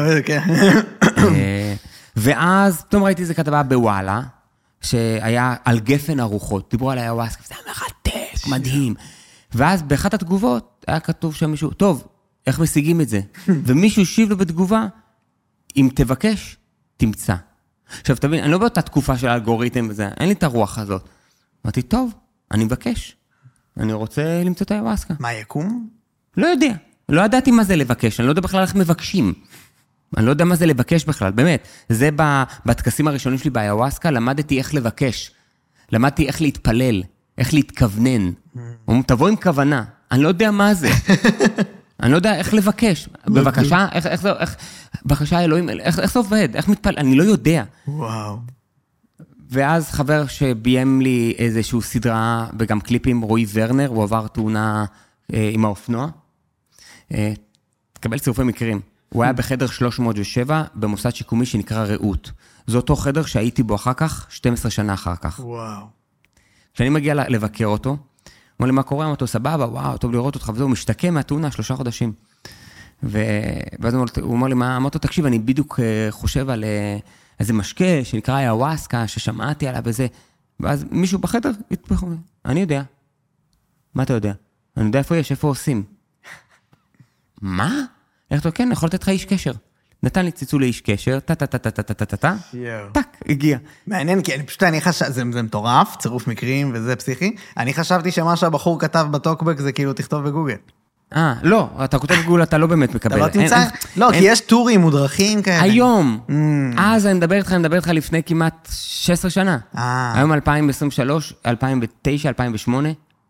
ואז, פתאום ראיתי איזה כתבה בוואלה, שהיה על גפן הרוחות, דיברו על איוואסקה, זה היה מרתק, מדהים. ואז באחת התגובות היה כתוב שם מישהו, טוב, איך משיגים את זה? ומישהו השיב לו בתגובה, אם תבקש, תמצא. עכשיו, תבין, אני לא באותה תקופה של האלגוריתם וזה, אין לי את הרוח הזאת. אמרתי, טוב, אני מבקש. אני רוצה למצוא את האיוואסקה. מה, יקום? לא יודע. לא ידעתי מה זה לבקש, אני לא יודע בכלל איך מבקשים. אני לא יודע מה זה לבקש בכלל, באמת. זה בתקסים הראשונים שלי באיוואסקה, למדתי איך לבקש. למדתי איך להתפלל, איך להתכוונן. תבוא עם כוונה. אני לא יודע מה זה. אני לא יודע איך לבקש. בבקשה, איך, איך, איך, בבקשה אלוהים, איך, איך זה עובד? איך מתפעל? אני לא יודע. וואו. ואז חבר שביים לי איזשהו סדרה, וגם קליפים, רועי ורנר, הוא עבר תאונה אה, עם האופנוע. אה, תקבל צירופי מקרים. הוא היה בחדר שלוש מאות ושבע, במוסד שיקומי שנקרא רעות. זה אותו חדר שהייתי בו אחר כך, שתים עשרה שנה אחר כך. וואו. כשאני מגיע לבקר אותו, אומר לי, מה קורה? אמר אותו, סבבה, וואו, טוב לראות אותך, וזהו, משתקם מהתאונה, שלושה חודשים. ואז הוא אומר לי, מה, אמרתי, תקשיב, אני בדיוק חושב על איזה משקה שנקרא איוואסקה, ששמעתי עליו וזה, ואז מישהו בחדר, אני יודע. מה אתה יודע? אני יודע איפה יש, איפה עושים. מה? איך אתה, כן, יכול לתת לך איש קשר. נתן לי ציצול לאיש קשר, טה-טה-טה-טה-טה-טה-טה, טק, הגיע. מעניין, כי אני פשוט, אני חשב, זה מטורף, צירוף מקרים וזה פסיכי. אני חשבתי שמה שהבחור כתב בטוקבק זה כאילו תכתוב בגוגל. אה, לא, אתה כותב בגוגל, אתה לא באמת מקבל. אתה לא תמצא? לא, כי יש טורים מודרכים כאלה. היום, אז אני מדבר איתך, אני מדבר איתך לפני כמעט שש עשרה שנה. היום אלפיים עשרים ושלוש, אלפיים ותשע, אלפיים ושמונה.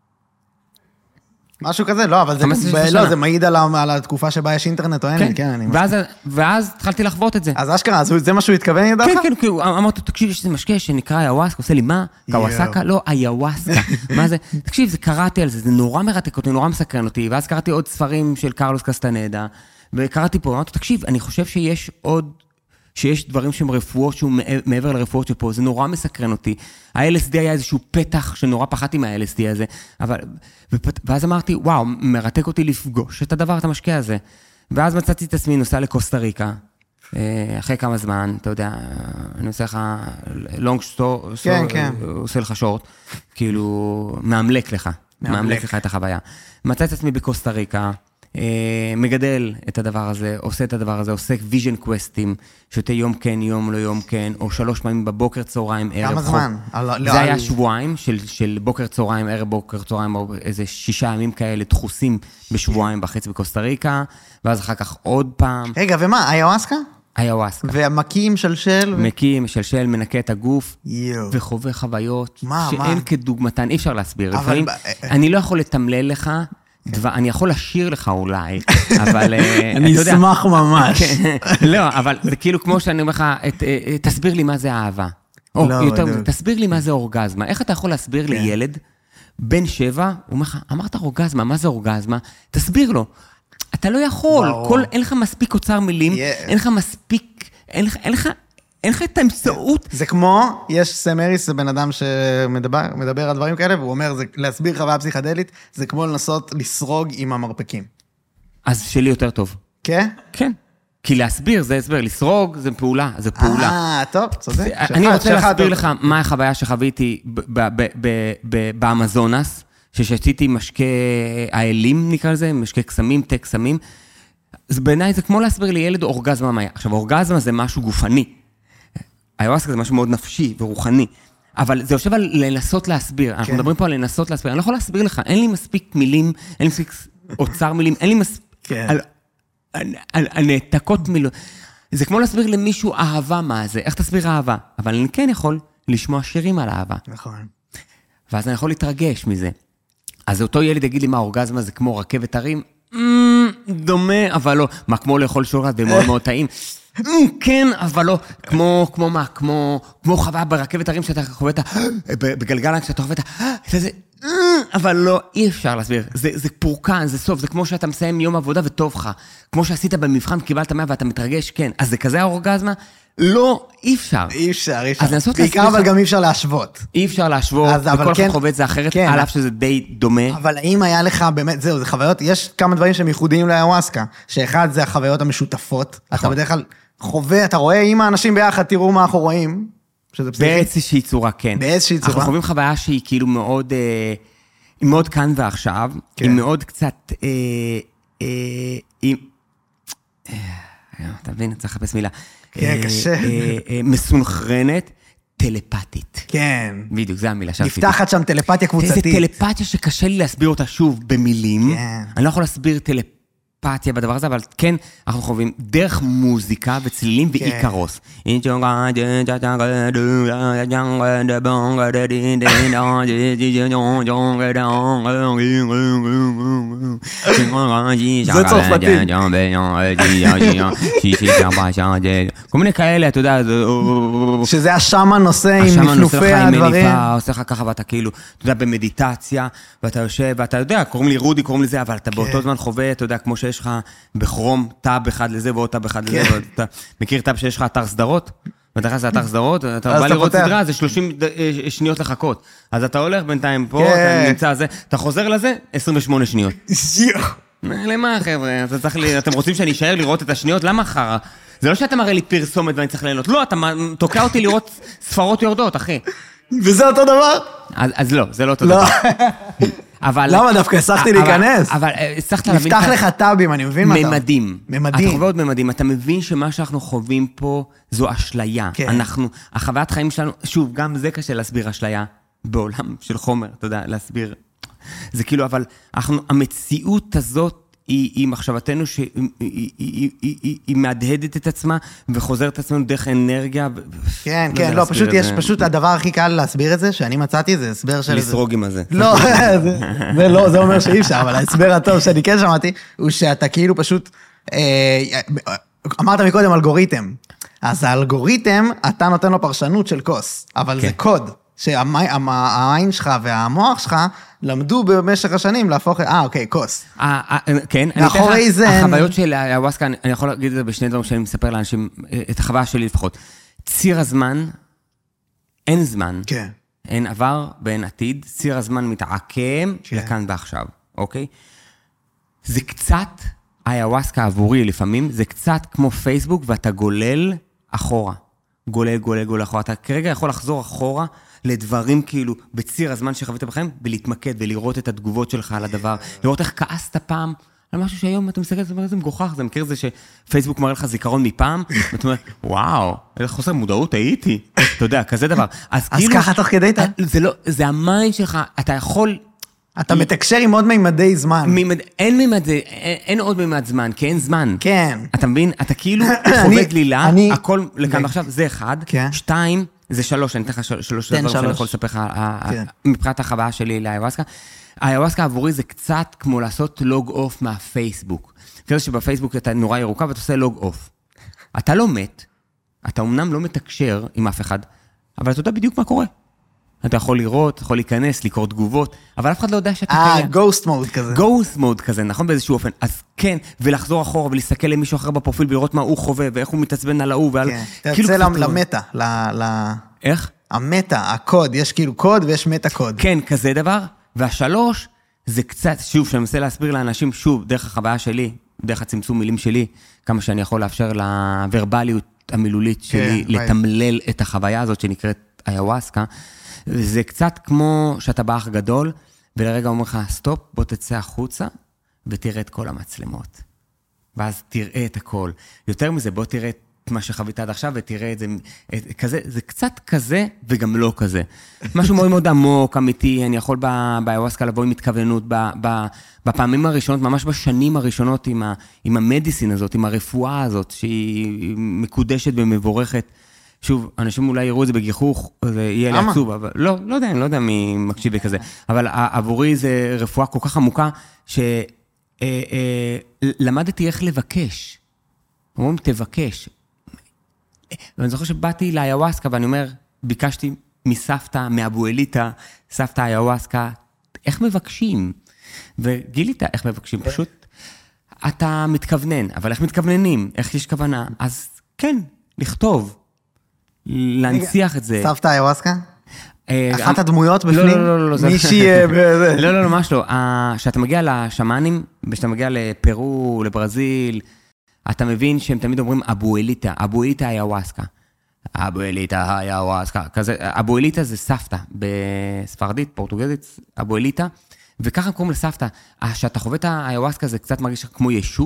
משהו כזה, לא, אבל זה, לא, זה מעיד על, על התקופה שבה יש אינטרנט או אין, כן, כן אני ואז, ואז התחלתי לחוות את זה. אז אשכרה, אז זה מה שהוא התכוון ידעך? כן, כן, כאילו, אמרתי, תקשיב, יש איזה משקה שנקרא איוואסקה, עושה לי מה? קוואסקה? לא, איוואסקה. מה זה? תקשיב, זה קראתי על זה, זה נורא מרתק אותי, נורא מסקרן אותי, ואז קראתי עוד ספרים של קרלוס קסטנדה, וקראתי פה, אמרתי, תקשיב, אני חושב שיש עוד, שיש דברים שהם רפואות, שהוא מעבר לרפואות שפה, זה נורא מסקרן אותי. ה-אל אס די היה איזשהו פתח שנורא פחדתי מה-אל אס די הזה, אבל, ואז אמרתי, וואו, מרתק אותי לפגוש את הדבר, את המשקע הזה. ואז מצאתי את עצמי, נוסע לקוסטה ריקה, אחרי כמה זמן, אתה יודע, אני עושה לך לונג סטור, כן, כן. עושה לך שורט, כאילו, מאמלק לך, מאמלק לך את החוויה. מצאתי את עצמי בקוסטה ריקה, מגדל את הדבר הזה, עושה את הדבר הזה, עושה ויז'ן קווסטים, שותה יום כן, יום לא יום כן, או שלוש פעמים בבוקר, צהריים, ערב. כמה זמן? זה היה שבועיים של בוקר, צהריים, ערב, בוקר, צהריים, או איזה שישה ימים כאלה דחוסים בשבועיים בחץ בקוסטה ריקה, ואז אחר כך עוד פעם. רגע, ומה, איוואסקה? איוואסקה. והמקים שלשל? מקים, שלשל, מנקה את הגוף, וחווה חוויות שאין כדוגמתן, אי אפשר להסביר. אני לא יכול לתמלל לך, אני יכול לשיר לך אולי, אבל... אני אשמח ממש. לא, אבל זה כאילו כמו שאני אומר לך, תסביר לי מה זה אהבה. או, יותר, תסביר לי מה זה אורגזמה. איך אתה יכול להסביר לילד, בן שבע, הוא אומר לך, אמרת אורגזמה, מה זה אורגזמה? תסביר לו. אתה לא יכול, אין לך מספיק אוצר מילים, אין לך מספיק, אין לך... אין לך את האמצעות. זה כמו, יש סמריס, זה בן אדם שמדבר על דברים כאלה, והוא אומר, להסביר חוויה פסיכדלית, זה כמו לנסות לסרוג עם המרפקים. אז שלי יותר טוב. כן? כן. כי להסביר זה הסבר, לסרוג זה פעולה, זה פעולה. אה, טוב, צודק. אני רוצה להסביר לך מה החוויה שחוויתי באמזונס, ששתיתי משקה האלים, נקרא לזה, משקה קסמים, תה קסמים. אז בעיניי זה כמו להסביר לילד אורגזמה מה. עכשיו, אורגזמה זה משהו גופני. איוואסקה זה משהו מאוד נפשי ורוחני, אבל זה יושב על לנסות להסביר, אנחנו מדברים פה על לנסות להסביר, אני לא יכול להסביר לך, אין לי מספיק מילים, אין לי מספיק אוצר מילים, אין לי מספיק, על הנעתקות מילות, זה כמו להסביר למישהו אהבה מה זה, איך תסביר אהבה, אבל אני כן יכול לשמוע שירים על אהבה. נכון. ואז אני יכול להתרגש מזה. אז אותו ילד יגיד לי מה אורגזמה זה כמו רכבת הרים, דומה, אבל לא, מה כמו לאכול שוקולד ומאוד מאוד טעים, כן, אבל לא, כמו, כמו מה, כמו, כמו חוויה ברכבת הרים שאתה חווה את ה... בגלגלן שאתה חווה את ה... זה, אבל לא, אי אפשר להסביר. זה, זה פורקן, זה סוף, זה כמו שאתה מסיים יום עבודה וטוב לך. כמו שעשית במבחן, קיבלת מאה ואתה מתרגש, כן. אז זה כזה האורגזמה? לא, אי אפשר. אי אפשר, אי אפשר. אז לנסות בעיקר אבל גם אי אפשר להשוות. אי אפשר להשוות, וכל אחד חווה את זה אחרת, על אף שזה די דומה. אבל האם היה לך באמת, זהו, זה חוויות, יש כמה דברים שהם ייחודיים לאיוואסקה, שאחד זה החוויות המשותפות, אתה בדרך כלל חווה, אתה רואה עם האנשים ביחד, תראו מה אנחנו רואים, שזה פסיכי. באיזושהי צורה, כן. באיזושהי צורה. אנחנו חווים חוויה שהיא כאילו מאוד, היא מאוד כאן ועכשיו, היא מאוד קצת, היא, אתה מבין, צריך לחפש מילה. כן, קשה. מסונכרנת, טלפתית. כן. בדיוק, זה המילה שעשיתי. נפתחת שם טלפתיה קבוצתית. זה טלפתיה שקשה לי להסביר אותה שוב במילים. כן. אני לא יכול להסביר טלפתיה. אמפתיה בדבר הזה, אבל כן, אנחנו חווים דרך מוזיקה וצלילים ואיקרוס. זה צרפתי. כל מיני כאלה, אתה יודע, שזה השם הנושא עם נפנופי הדברים. עושה לך ככה, ואתה כאילו, אתה יודע, במדיטציה, ואתה יושב, ואתה יודע, קוראים לי רודי, קוראים לי זה, אבל אתה באותו זמן חווה, אתה יודע, כמו שיש לך בכרום טאב אחד לזה, ועוד טאב אחד לזה, ואתה מכיר טאב שיש לך אתר סדרות? ואתה נכנס לאתר סדרות, אתה בא לראות סדרה, זה שלושים שניות לחכות. אז אתה הולך בינתיים פה, אתה נמצא זה, אתה חוזר לזה, עשרים ושמונה שניות. למה, חבר'ה? אתם רוצים שאני אשאר לראות את השניות? למה אחר? זה לא שאתה מראה לי פרסומת ואני צריך ליהנות. לא, אתה תוקע אותי לראות ספרות יורדות, אחי. וזה אותו דבר? אז לא, זה לא אותו דבר. למה דווקא הצלחתי להיכנס? אבל הצלחת להבין... נפתח לך טאבים, אני מבין מה אתה... ממדים. ממדים. אתה חווה עוד ממדים. אתה מבין שמה שאנחנו חווים פה זו אשליה. אנחנו, החוויית חיים שלנו, שוב, גם זה קשה להסביר אשליה בעולם של חומר, אתה יודע, להסביר. זה כאילו, אבל המציאות הזאת, היא מחשבתנו שהיא מהדהדת את עצמה וחוזרת את עצמנו דרך אנרגיה. כן, כן, לא, פשוט יש, פשוט הדבר הכי קל להסביר את זה, שאני מצאתי, זה הסבר של... לסרוג עם הזה. לא, זה לא, זה אומר שאי אפשר, אבל ההסבר הטוב שאני כן שמעתי, הוא שאתה כאילו פשוט, אמרת מקודם אלגוריתם, אז האלגוריתם, אתה נותן לו פרשנות של כוס, אבל זה קוד. שהעין שלך והמוח שלך למדו במשך השנים להפוך... אה, אוקיי, כוס. כן. מאחורי זה... החוויות של הוואסקה, אני יכול להגיד את זה בשני דברים שאני מספר לאנשים, את החוויה שלי לפחות. ציר הזמן, אין זמן. כן. אין עבר ואין עתיד. ציר הזמן מתעקם לכאן ועכשיו, אוקיי? זה קצת, הוואסקה עבורי לפעמים, זה קצת כמו פייסבוק, ואתה גולל אחורה. גולל, גולל, גולל אחורה. אתה כרגע יכול לחזור אחורה, לדברים כאילו בציר הזמן שחווית בכם, ולהתמקד ולראות את התגובות שלך על הדבר, לראות איך כעסת פעם על משהו שהיום אתה מסתכל, זה זה מגוחך, זה מכיר זה שפייסבוק מראה לך זיכרון מפעם, ואתה אומר, וואו, איזה חוסר מודעות הייתי, אתה יודע, כזה דבר. אז ככה תוך כדי אתה? זה לא, זה המיינד שלך, אתה יכול... אתה מתקשר עם עוד מימדי זמן. אין מימד, אין עוד מימד זמן, כי אין זמן. כן. אתה מבין? אתה כאילו חווה דלילה, הכל לכאן ועכשיו, זה אחד. שתיים, זה שלוש, אני אתן לך שלוש דבר שאני יכול לספר לך, מבחינת החוויה שלי לאיוואסקה. האיוואסקה עבורי זה קצת כמו לעשות לוג אוף מהפייסבוק. כזה שבפייסבוק אתה נורא ירוקה ואתה עושה לוג אוף. אתה לא מת, אתה אמנם לא מתקשר עם אף אחד, אבל אתה יודע בדיוק מה קורה. אתה יכול לראות, יכול להיכנס, לקרוא תגובות, אבל אף אחד לא יודע שאתה קיים. אה, גוסט מוד כזה. גוסט מוד כזה, נכון? באיזשהו אופן. אז כן, ולחזור אחורה ולהסתכל למישהו אחר בפרופיל, ולראות מה הוא חווה, ואיך הוא מתעצבן על ההוא, ועל... כן, אתה יוצא למטה, ל... איך? המטה, הקוד, יש כאילו קוד ויש מטה קוד. כן, כזה דבר. והשלוש, זה קצת, שוב, שאני מנסה להסביר לאנשים, שוב, דרך החוויה שלי, דרך הצמצום מילים שלי, כמה שאני יכול לאפשר לוורבליות המילולית שלי, לתמלל את החוויה הזאת שנקראת איוואסקה. זה קצת כמו שאתה באח גדול, ולרגע אומר לך, סטופ, בוא תצא החוצה, ותראה את כל המצלמות. ואז תראה את הכל. יותר מזה, בוא תראה את מה שחווית עד עכשיו, ותראה את זה, את, כזה, זה קצת כזה, וגם לא כזה. משהו מאוד מאוד עמוק, אמיתי, אני יכול באיוואסקה לבוא עם התכוונות, בפעמים הראשונות, ממש בשנים הראשונות, עם, ה, עם המדיסין הזאת, עם הרפואה הזאת, שהיא מקודשת ומבורכת, שוב, אנשים אולי יראו את זה בגיחוך, זה יהיה לעצוב, אבל לא, לא יודע, אני לא יודע מי מקשיב בכזה, אבל עבורי זה רפואה כל כך עמוקה, שלמדתי איך לבקש. אומרים, תבקש. ואני זוכר שבאתי לאיוואסקה, ואני אומר, ביקשתי מסבתא, מאבואליטה, סבתא איוואסקה, איך מבקשים? וגילית איך מבקשים, פשוט, אתה מתכוונן, אבל איך מתכווננים? איך יש כוונה? אז כן, לכתוב. להנציח את זה. סבתא איוואסקה? אחת הדמויות בפנים? לא, לא, לא. מישהי... לא, לא, ממש לא. כשאתה מגיע לשמאנים, וכשאתה מגיע לפרו, לברזיל, אתה מבין שהם תמיד אומרים אבואליטה, אבואליטה איוואסקה. אבואליטה איוואסקה. אבואליטה זה סבתא, בספרדית, פורטוגזית, אבואליטה, וככה קוראים לסבתא. כשאתה חווה את האיוואסקה, זה קצת מרגיש כמו ישות,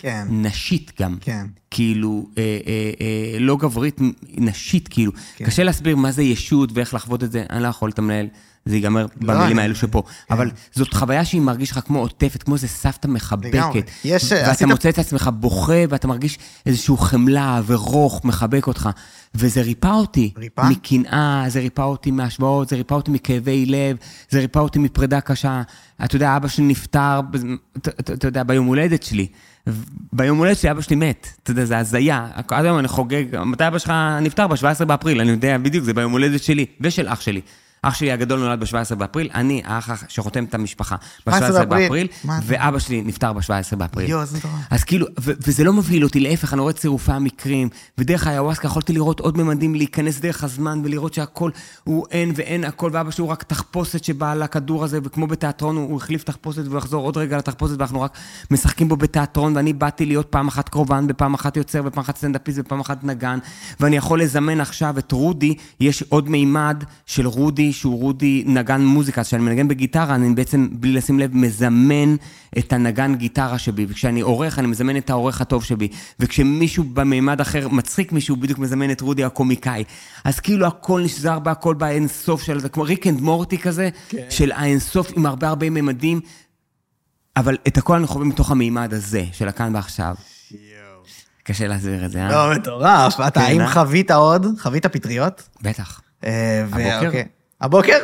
כן. נשית גם. כן. כאילו, אה, אה, אה, לא גברית, נשית, כאילו. כן. קשה להסביר מה זה ישות ואיך לחוות את זה, אני לא יכול לתמנהל, זה ייגמר לא במילים האלו שפה. כן. אבל זאת חוויה שהיא מרגיש לך כמו עוטפת, כמו איזה סבתא מחבקת. יש, ואתה עשית... מוצא את עצמך בוכה, ואתה מרגיש איזשהו חמלה ורוך מחבק אותך. וזה ריפא אותי. ריפא? מקנאה, זה ריפא אותי מהשוואות, זה ריפא אותי מכאבי לב, זה ריפא אותי מפרידה קשה. אתה יודע, אבא שלי נפטר, אתה יודע, ביום הולדת שלי. ביום הולדת שלי אבא שלי מת. אתה יודע, זה הזיה. עד היום אני חוגג, מתי אבא שלך נפטר? ב-שבעה עשר באפריל, אני יודע בדיוק, זה ביום הולדת שלי ושל אח שלי. אח שלי הגדול נולד ב-שבעה עשר באפריל, אני האח שחותם את המשפחה ב-שבעה עשר באפריל, ואבא שלי נפטר ב-שבעה עשר באפריל. יו, זה טוב. אז כאילו, וזה לא מבהיל אותי, להפך, אני רואה צירופי המקרים, ודרך היוואסקה יכולתי לראות עוד ממדים, להיכנס דרך הזמן, ולראות שהכל הוא אין ואין הכל, ואבא שלי הוא רק תחפושת שבא לכדור הזה, וכמו בתיאטרון הוא החליף תחפושת, והוא יחזור עוד רגע לתחפושת, ואנחנו רק משחקים בו בתיאטרון, ואני באתי להיות פעם אחת קרובן, בפעם אחת יוצר, בפעם אחת סטנדאפיסט, בפעם אחת נגן, ואני יכול לזמן עכשיו את רודי, יש עוד מימד של רודי, שהוא רודי נגן מוזיקה, שאני מנגן בגיטרה, אני בעצם, בלי לשים לב, מזמן את הנגן גיטרה שבי, וכשאני עורך, אני מזמן את העורך הטוב שבי, וכשמישהו במימד אחר מצחיק מישהו, בדיוק מזמן את רודי הקומיקאי. אז כאילו הכל נשזר בה, הכל באינסוף של זה, כמו ריק אנד מורטי כזה, כן. של האינסוף עם הרבה הרבה מימדים, אבל את הכל אני חווה מתוך המימד הזה, של הכאן ועכשיו. קשה להסביר את זה, אה? לא, מטורף. אתה, האם חווית עוד? חווית פטריות? בטח. הבוקר? הבוקר?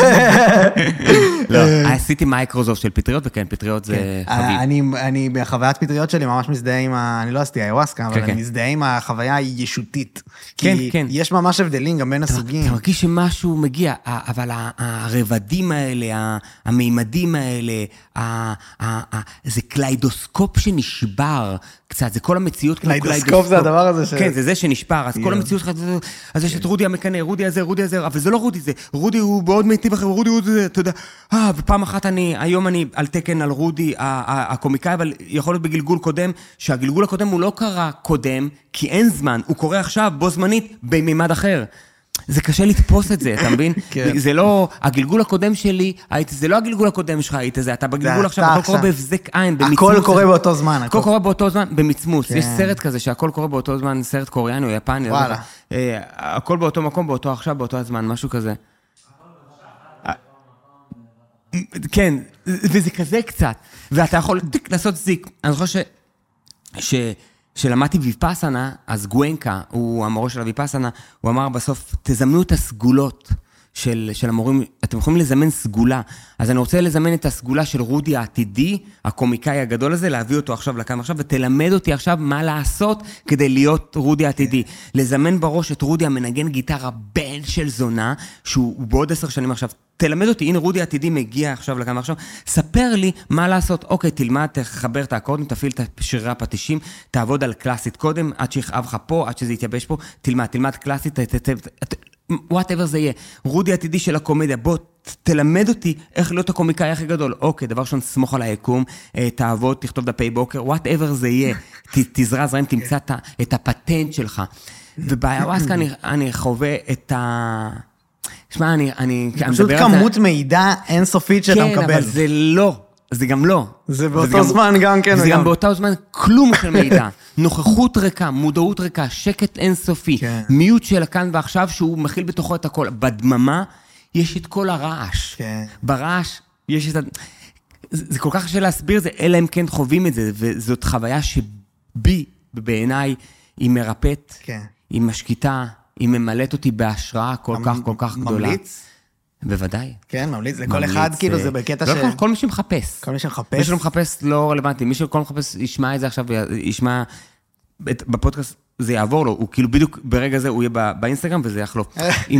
לא, עשיתי מייקרוזופט של פטריות, וכן, פטריות זה חביב. אני בחוויית פטריות שלי ממש מזדהה עם ה... אני לא עשיתי איוואסקה, אבל אני מזדהה עם החוויה הישותית. כן, כן. כי יש ממש הבדלים גם בין הסוגים. אתה מרגיש שמשהו מגיע, אבל הרבדים האלה, המימדים האלה, זה קליידוסקופ שנשבר קצת, זה כל המציאות כמו קליידוסקופ. קליידוסקופ זה הדבר הזה ש... כן, זה זה שנשבר, אז כל המציאות, אז יש את רודי המקנה, רודי הזה, רודי הזה, אבל זה לא רודי זה, רודי הוא בעוד מיטיב אחר, רודי הוא זה, אתה יודע, אה, ופעם אחת אני, היום אני על תקן על רודי הקומיקאי, אבל יכול להיות בגלגול קודם, שהגלגול הקודם הוא לא קרה קודם, כי אין זמן, הוא קורה עכשיו, בו זמנית, במימד אחר. זה קשה לתפוס את זה, אתה מבין? זה לא, הגלגול הקודם שלי, זה לא הגלגול הקודם שלך, היית זה, אתה בגלגול עכשיו, הכל קורה בהבזק עין, במצמוס. הכל קורה באותו זמן. הכל קורה באותו זמן, במצמוס. יש סרט כזה שהכל קורה באותו זמן, סרט קוריאני או יפני. וואלה. הכל באותו מקום, באותו עכשיו, באותו הזמן, משהו כזה. כן, וזה כזה קצת. ואתה יכול לעשות זיק. אני חושב ש... שלמדתי ויפאסנה, אז גואנקה, הוא המורה של הויפאסנה, הוא אמר בסוף, תזמנו את הסגולות של, של המורים, אתם יכולים לזמן סגולה, אז אני רוצה לזמן את הסגולה של רודי העתידי, הקומיקאי הגדול הזה, להביא אותו עכשיו לכאן עכשיו, ותלמד אותי עכשיו מה לעשות כדי להיות רודי העתידי. לזמן בראש את רודי המנגן גיטרה בן של זונה, שהוא בעוד עשר שנים עכשיו, תלמד אותי, הנה רודי העתידי מגיע עכשיו לכאן עכשיו, ספר לי מה לעשות, אוקיי, תלמד, תחבר את האקורדים, תפעיל את שירי הפטישים, תעבוד על קלאסית קודם, עד שיכאב לך פה, עד שזה יתייבש פה, תלמד, תלמד קלאסית, whatever זה יהיה, רודי העתידי של הקומדיה, בוא, תלמד אותי איך להיות הקומיקאי הכי גדול, אוקיי, דבר ראשון, סמוך על היקום, תעבוד, תכתוב דפי בוקר, whatever זה יהיה, תזרז רעים, תמצא את הפטנט שלך, ובאיוואסקה אני חווה את ה... שמע, אני, אני... פשוט כמות מידע אינסופית שאתה מקבל. כן, אבל זה לא, זה גם לא. זה באותו זמן גם כן. זה גם באותו זמן כלום של מידע. נוכחות ריקה, מודעות ריקה, שקט אינסופי, מיוט של כאן ועכשיו שהוא מכיל בתוכו את הכל. בדממה יש את כל הרעש. ברעש יש את... זה כל כך קשה להסביר זה, אלא אם כן חווים את זה, וזאת חוויה שבי, בעיניי, היא מרפאת, היא משקיטה, היא ממלאת אותי בהשראה כל כך, כל כך גדולה. ממליץ? בוודאי. כן, ממליץ. לכל אחד, כאילו, זה בקטע של... כל מי שמחפש. כל מי שמחפש. מי שמחפש לא רלוונטי. מי שכל מחפש ישמע את זה עכשיו, ישמע... בפודקאסט זה יעבור לו. הוא כאילו בדיוק ברגע זה, הוא יהיה באינסטגרם וזה יחלוף.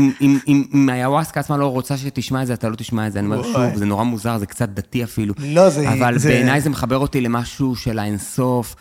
אם היוואסקה עצמה לא רוצה שתשמע את זה, אתה לא תשמע את זה. אני אומר, שוב, זה נורא מוזר, זה קצת דתי אפילו. לא, זה... אבל בעיניי זה מחבר אותי למשהו של האינסוף,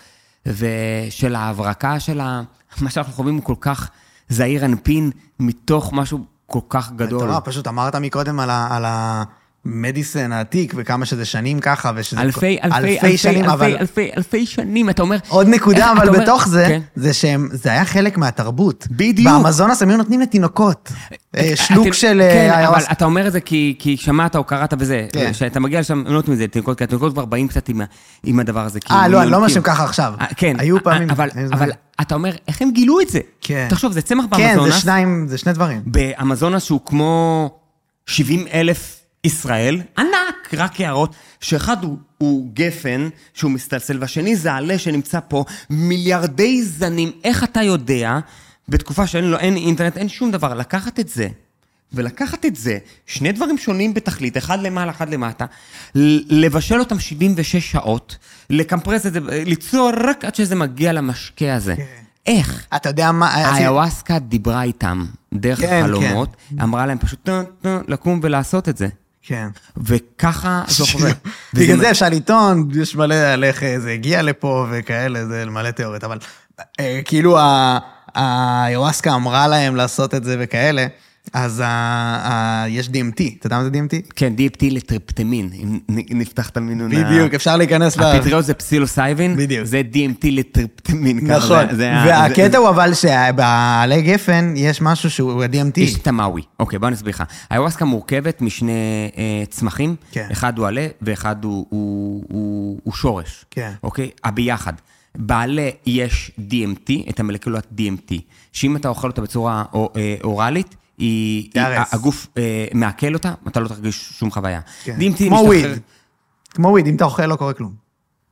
ושל ההברקה של מה שאנחנו חווים הוא כל כך... זעיר אנפין מתוך משהו כל כך גדול. טוב, פשוט אמרת מקודם על, ה, על המדיסן העתיק, וכמה שזה שנים ככה, ושזה... אלפי, אלפי, אלפי אלפי, שנים, אלפי, אבל... אלפי, אלפי שנים, אתה אומר... עוד נקודה, אבל אומר, בתוך זה, כן. זה שהם, זה היה חלק מהתרבות. בדיוק. באמזונס הם היו נותנים לתינוקות. שלוק אתם- של... כן, אה, אבל iOS. אתה אומר את זה כי, כי שמעת או קראת וזה. כן. כשאתה מגיע לשם, הם לא נותנים את זה לתינוקות, כי התינוקות כבר באים קצת עם, ה- עם הדבר הזה. כי אה, הם לא, אני לא אומר יונקים. שהם ככה עכשיו. אה, כן. היו פעמים... אבל, היו זמן. אבל אתה אומר, איך הם גילו את זה? כן. תחשוב, זה צמח כן, באמזונס. זה שניים, זה שני דברים. באמזונס שהוא כמו שבעים אלף ישראל, ענק, רק הערות, שאחד הוא, הוא גפן שהוא מסתלסל, והשני זה עלה שנמצא פה, מיליארדי זנים, איך אתה יודע, בתקופה שאין לו, אין אינטרנט, אין שום דבר, לקחת את זה, ולקחת את זה, שני דברים שונים בתכלית, אחד למעלה, אחד למטה, לבשל אותם שבעים ושש שעות, לקמפרס את זה, ליצור רק עד שזה מגיע למשקה הזה. איך? אתה יודע מה... האיוואסקה דיברה איתם דרך כן, חלומות, אמרה להם פשוט "נו, נו, לקום ולעשות את זה. כן. וככה זה עובד. בגלל זה אפשר לטעון, יש מלא על איך זה הגיע לפה וכאלה, זה מלא תיאוריות, אבל אה, כאילו האיוואסקה אמרה להם לעשות את זה וכאלה, אז ה- ה- יש די אם טי, אתה יודע מה זה די אם טי? כן, די אם טי לטריפטמין, אם נ- נפתח את המינון. ה- בדיוק, אפשר להיכנס ל... הפטריות זה פסילוסייבין, בדיוק. זה די אם טי לטריפטמין. ככה, נכון, זה- זה ה- והקטע זה- הוא אבל שבעלי גפן יש משהו שהוא די אם טי. יש את המאווי. אוקיי, בוא נסביר לך. האיוואסקה מורכבת משני אה, צמחים, כן. אחד הוא עלה ואחד הוא- הוא הוא- הוא שורש. כן. אוקיי? הביחד. בעלה יש די אם טי, את המלקולת די אם טי, שאם אתה אוכל אותה בצורה אור- אה, אוראלית, היא, היא- תארס. הגוף אה, מעכל אותה, אתה לא תרגיש שום חוויה. כן. די אם טי כמו משתחרר- וויד. כמו וויד, אם אתה אוכל לא קורה כלום.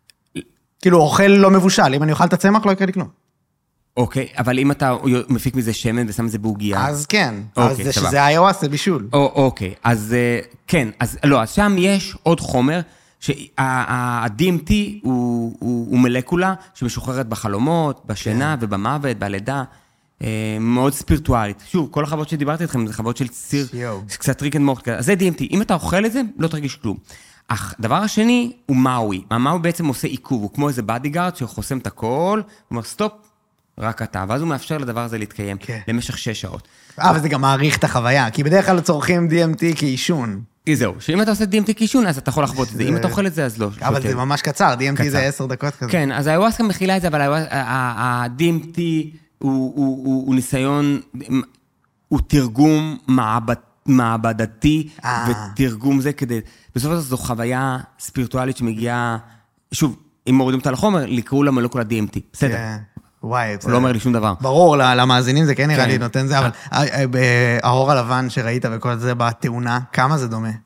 כאילו, אוכל לא מבושל, אם אני אוכל את הצמח לא יקרה לי כלום. אוקיי, אבל אם אתה מפיק מזה שמן ושם את זה בעוגיה... אז כן, אוקיי, אז זה סבבה. שזה איוואס, זה בישול. או, אוקיי, אז אה, כן, אז לא, אז שם יש עוד חומר, שה-די אם טי הוא, הוא, הוא מלקולה שמשוחררת בחלומות, בשינה ובמוות, בלידה, אה, מאוד ספירטואלית. שוב, כל החוות שדיברתי איתכם, זה חוות של ציר, יואו. קצת ריק אנד מורט כזה, אז זה די אם טי. אם אתה אוכל את זה, לא תרגיש כלום. אך דבר השני הוא מאווי. המאווי בעצם עושה עיכוב, הוא כמו איזה בדיגארד שחוסם את הכל, הוא אומר סטופ, רק אתה, ואז הוא מאפשר לדבר הזה להתקיים כן. למשך שש שעות. אה, וזה גם מעריך את החוויה, כי בדרך כלל צורכים די אם טי כאישון. כי זהו, שאם אתה עושה די אם טי קישון, אז אתה יכול לחוות את זה. זה- אם אתה אוכל את זה, אז לא. אבל שוטר. זה ממש קצר, די אם טי זה קצר. עשר דקות כזה. כן, אז האיוואסקה מכילה את זה, אבל ה-די אם טי הוא, הוא, הוא, הוא ניסיון, הוא תרגום מעבד, מעבדתי, אה. ותרגום זה כדי, בסופו של דבר זו חוויה ספירטואלית שמגיעה, שוב, אם מורידים אותה לחומר, לקראו לה מולקולה די אם טי, בסדר. כן. וואי, הוא לא אומר לי שום דבר. ברור, למאזינים זה כן נראה כן. לי נותן זה, אבל האור הלבן שראית וכל זה בתאונה, כמה זה דומה?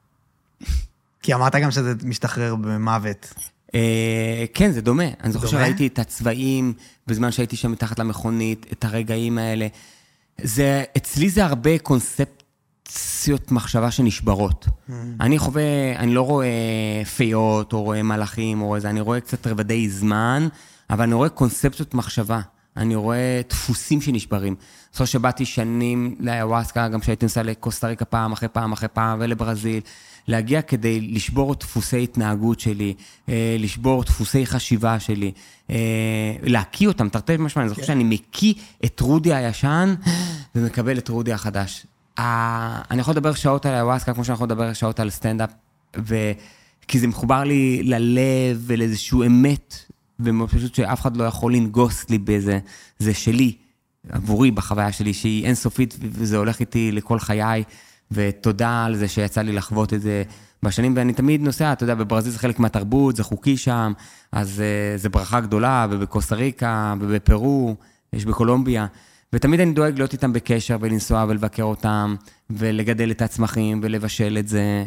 כי אמרת גם שזה משתחרר במוות. אה, כן, זה דומה. אני זוכר דומה? שראיתי את הצבעים, בזמן שהייתי שם מתחת למכונית, את הרגעים האלה. זה, אצלי זה הרבה קונספציות מחשבה שנשברות. אני חווה, אני לא רואה פיות, או רואה מלאכים, או רואה זה, אני רואה קצת רבדי זמן, אבל אני רואה קונספציות מחשבה. אני רואה דפוסים שנשברים. זוכר שבאתי שנים לאיוואסקה, גם שהייתי נוסע לקוסטה ריקה פעם אחרי פעם אחרי פעם, ולברזיל, להגיע כדי לשבור דפוסי התנהגות שלי, לשבור דפוסי חשיבה שלי, להקיא אותם, תרתי משמע, אני זוכר שאני מקיא את רודי הישן, ומקבל את רודי החדש. אני יכול לדבר שעות על איוואסקה, כמו שאני יכול לדבר שעות על סטנדאפ, כי זה מחובר לי ללב ולאיזשהו אמת, ומאוד פשוט שאף אחד לא יכול לנגוס לי באיזה, זה שלי, עבורי בחוויה שלי, שהיא אינסופית, וזה הולך איתי לכל חיי, ותודה על זה שיצא לי לחוות את זה בשנים, ואני תמיד נוסע, אתה יודע, בברזיל זה חלק מהתרבות, זה חוקי שם, אז זה ברכה גדולה, ובקוסטה ריקה, ובפרו, יש בקולומביה, ותמיד אני דואג להיות איתם בקשר, ולנסוע ולבקר אותם, ולגדל את הצמחים, ולבשל את זה.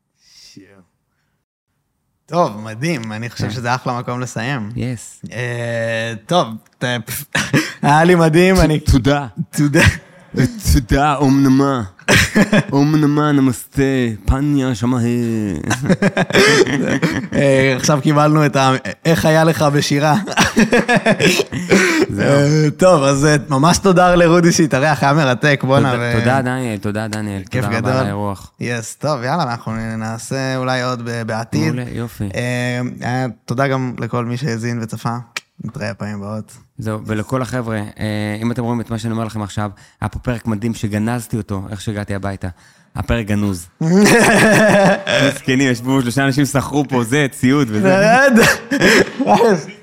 טוב, מדהים, אני חושב שזה אחלה מקום לסיים. יס. טוב, היה לי מדהים, אני... תודה. תודה. תודה, אום נמה. אום נמה, נמסטה, פניה, שמה. עכשיו קיבלנו את ה... איך היה לך בשירה. טוב, אז ממש תודה לרודי שהתארח, היה מרתק, בואנה. תודה, דניאל, תודה, דניאל. כיף גדול. תודה רבה על האירוח. יס, טוב, יאללה, אנחנו נעשה אולי עוד בעתיד. מעולה, יופי. תודה גם לכל מי שהזין וצפה. נתראה פעמים הבאות. זהו, ולכל החבר'ה, אם אתם רואים את מה שאני אומר לכם עכשיו, היה פה פרק מדהים שגנזתי אותו, איך שהגעתי הביתה. הפרק גנוז. מסכנים, ישבו, שלושה אנשים שכרו פה, זה, ציוד וזה.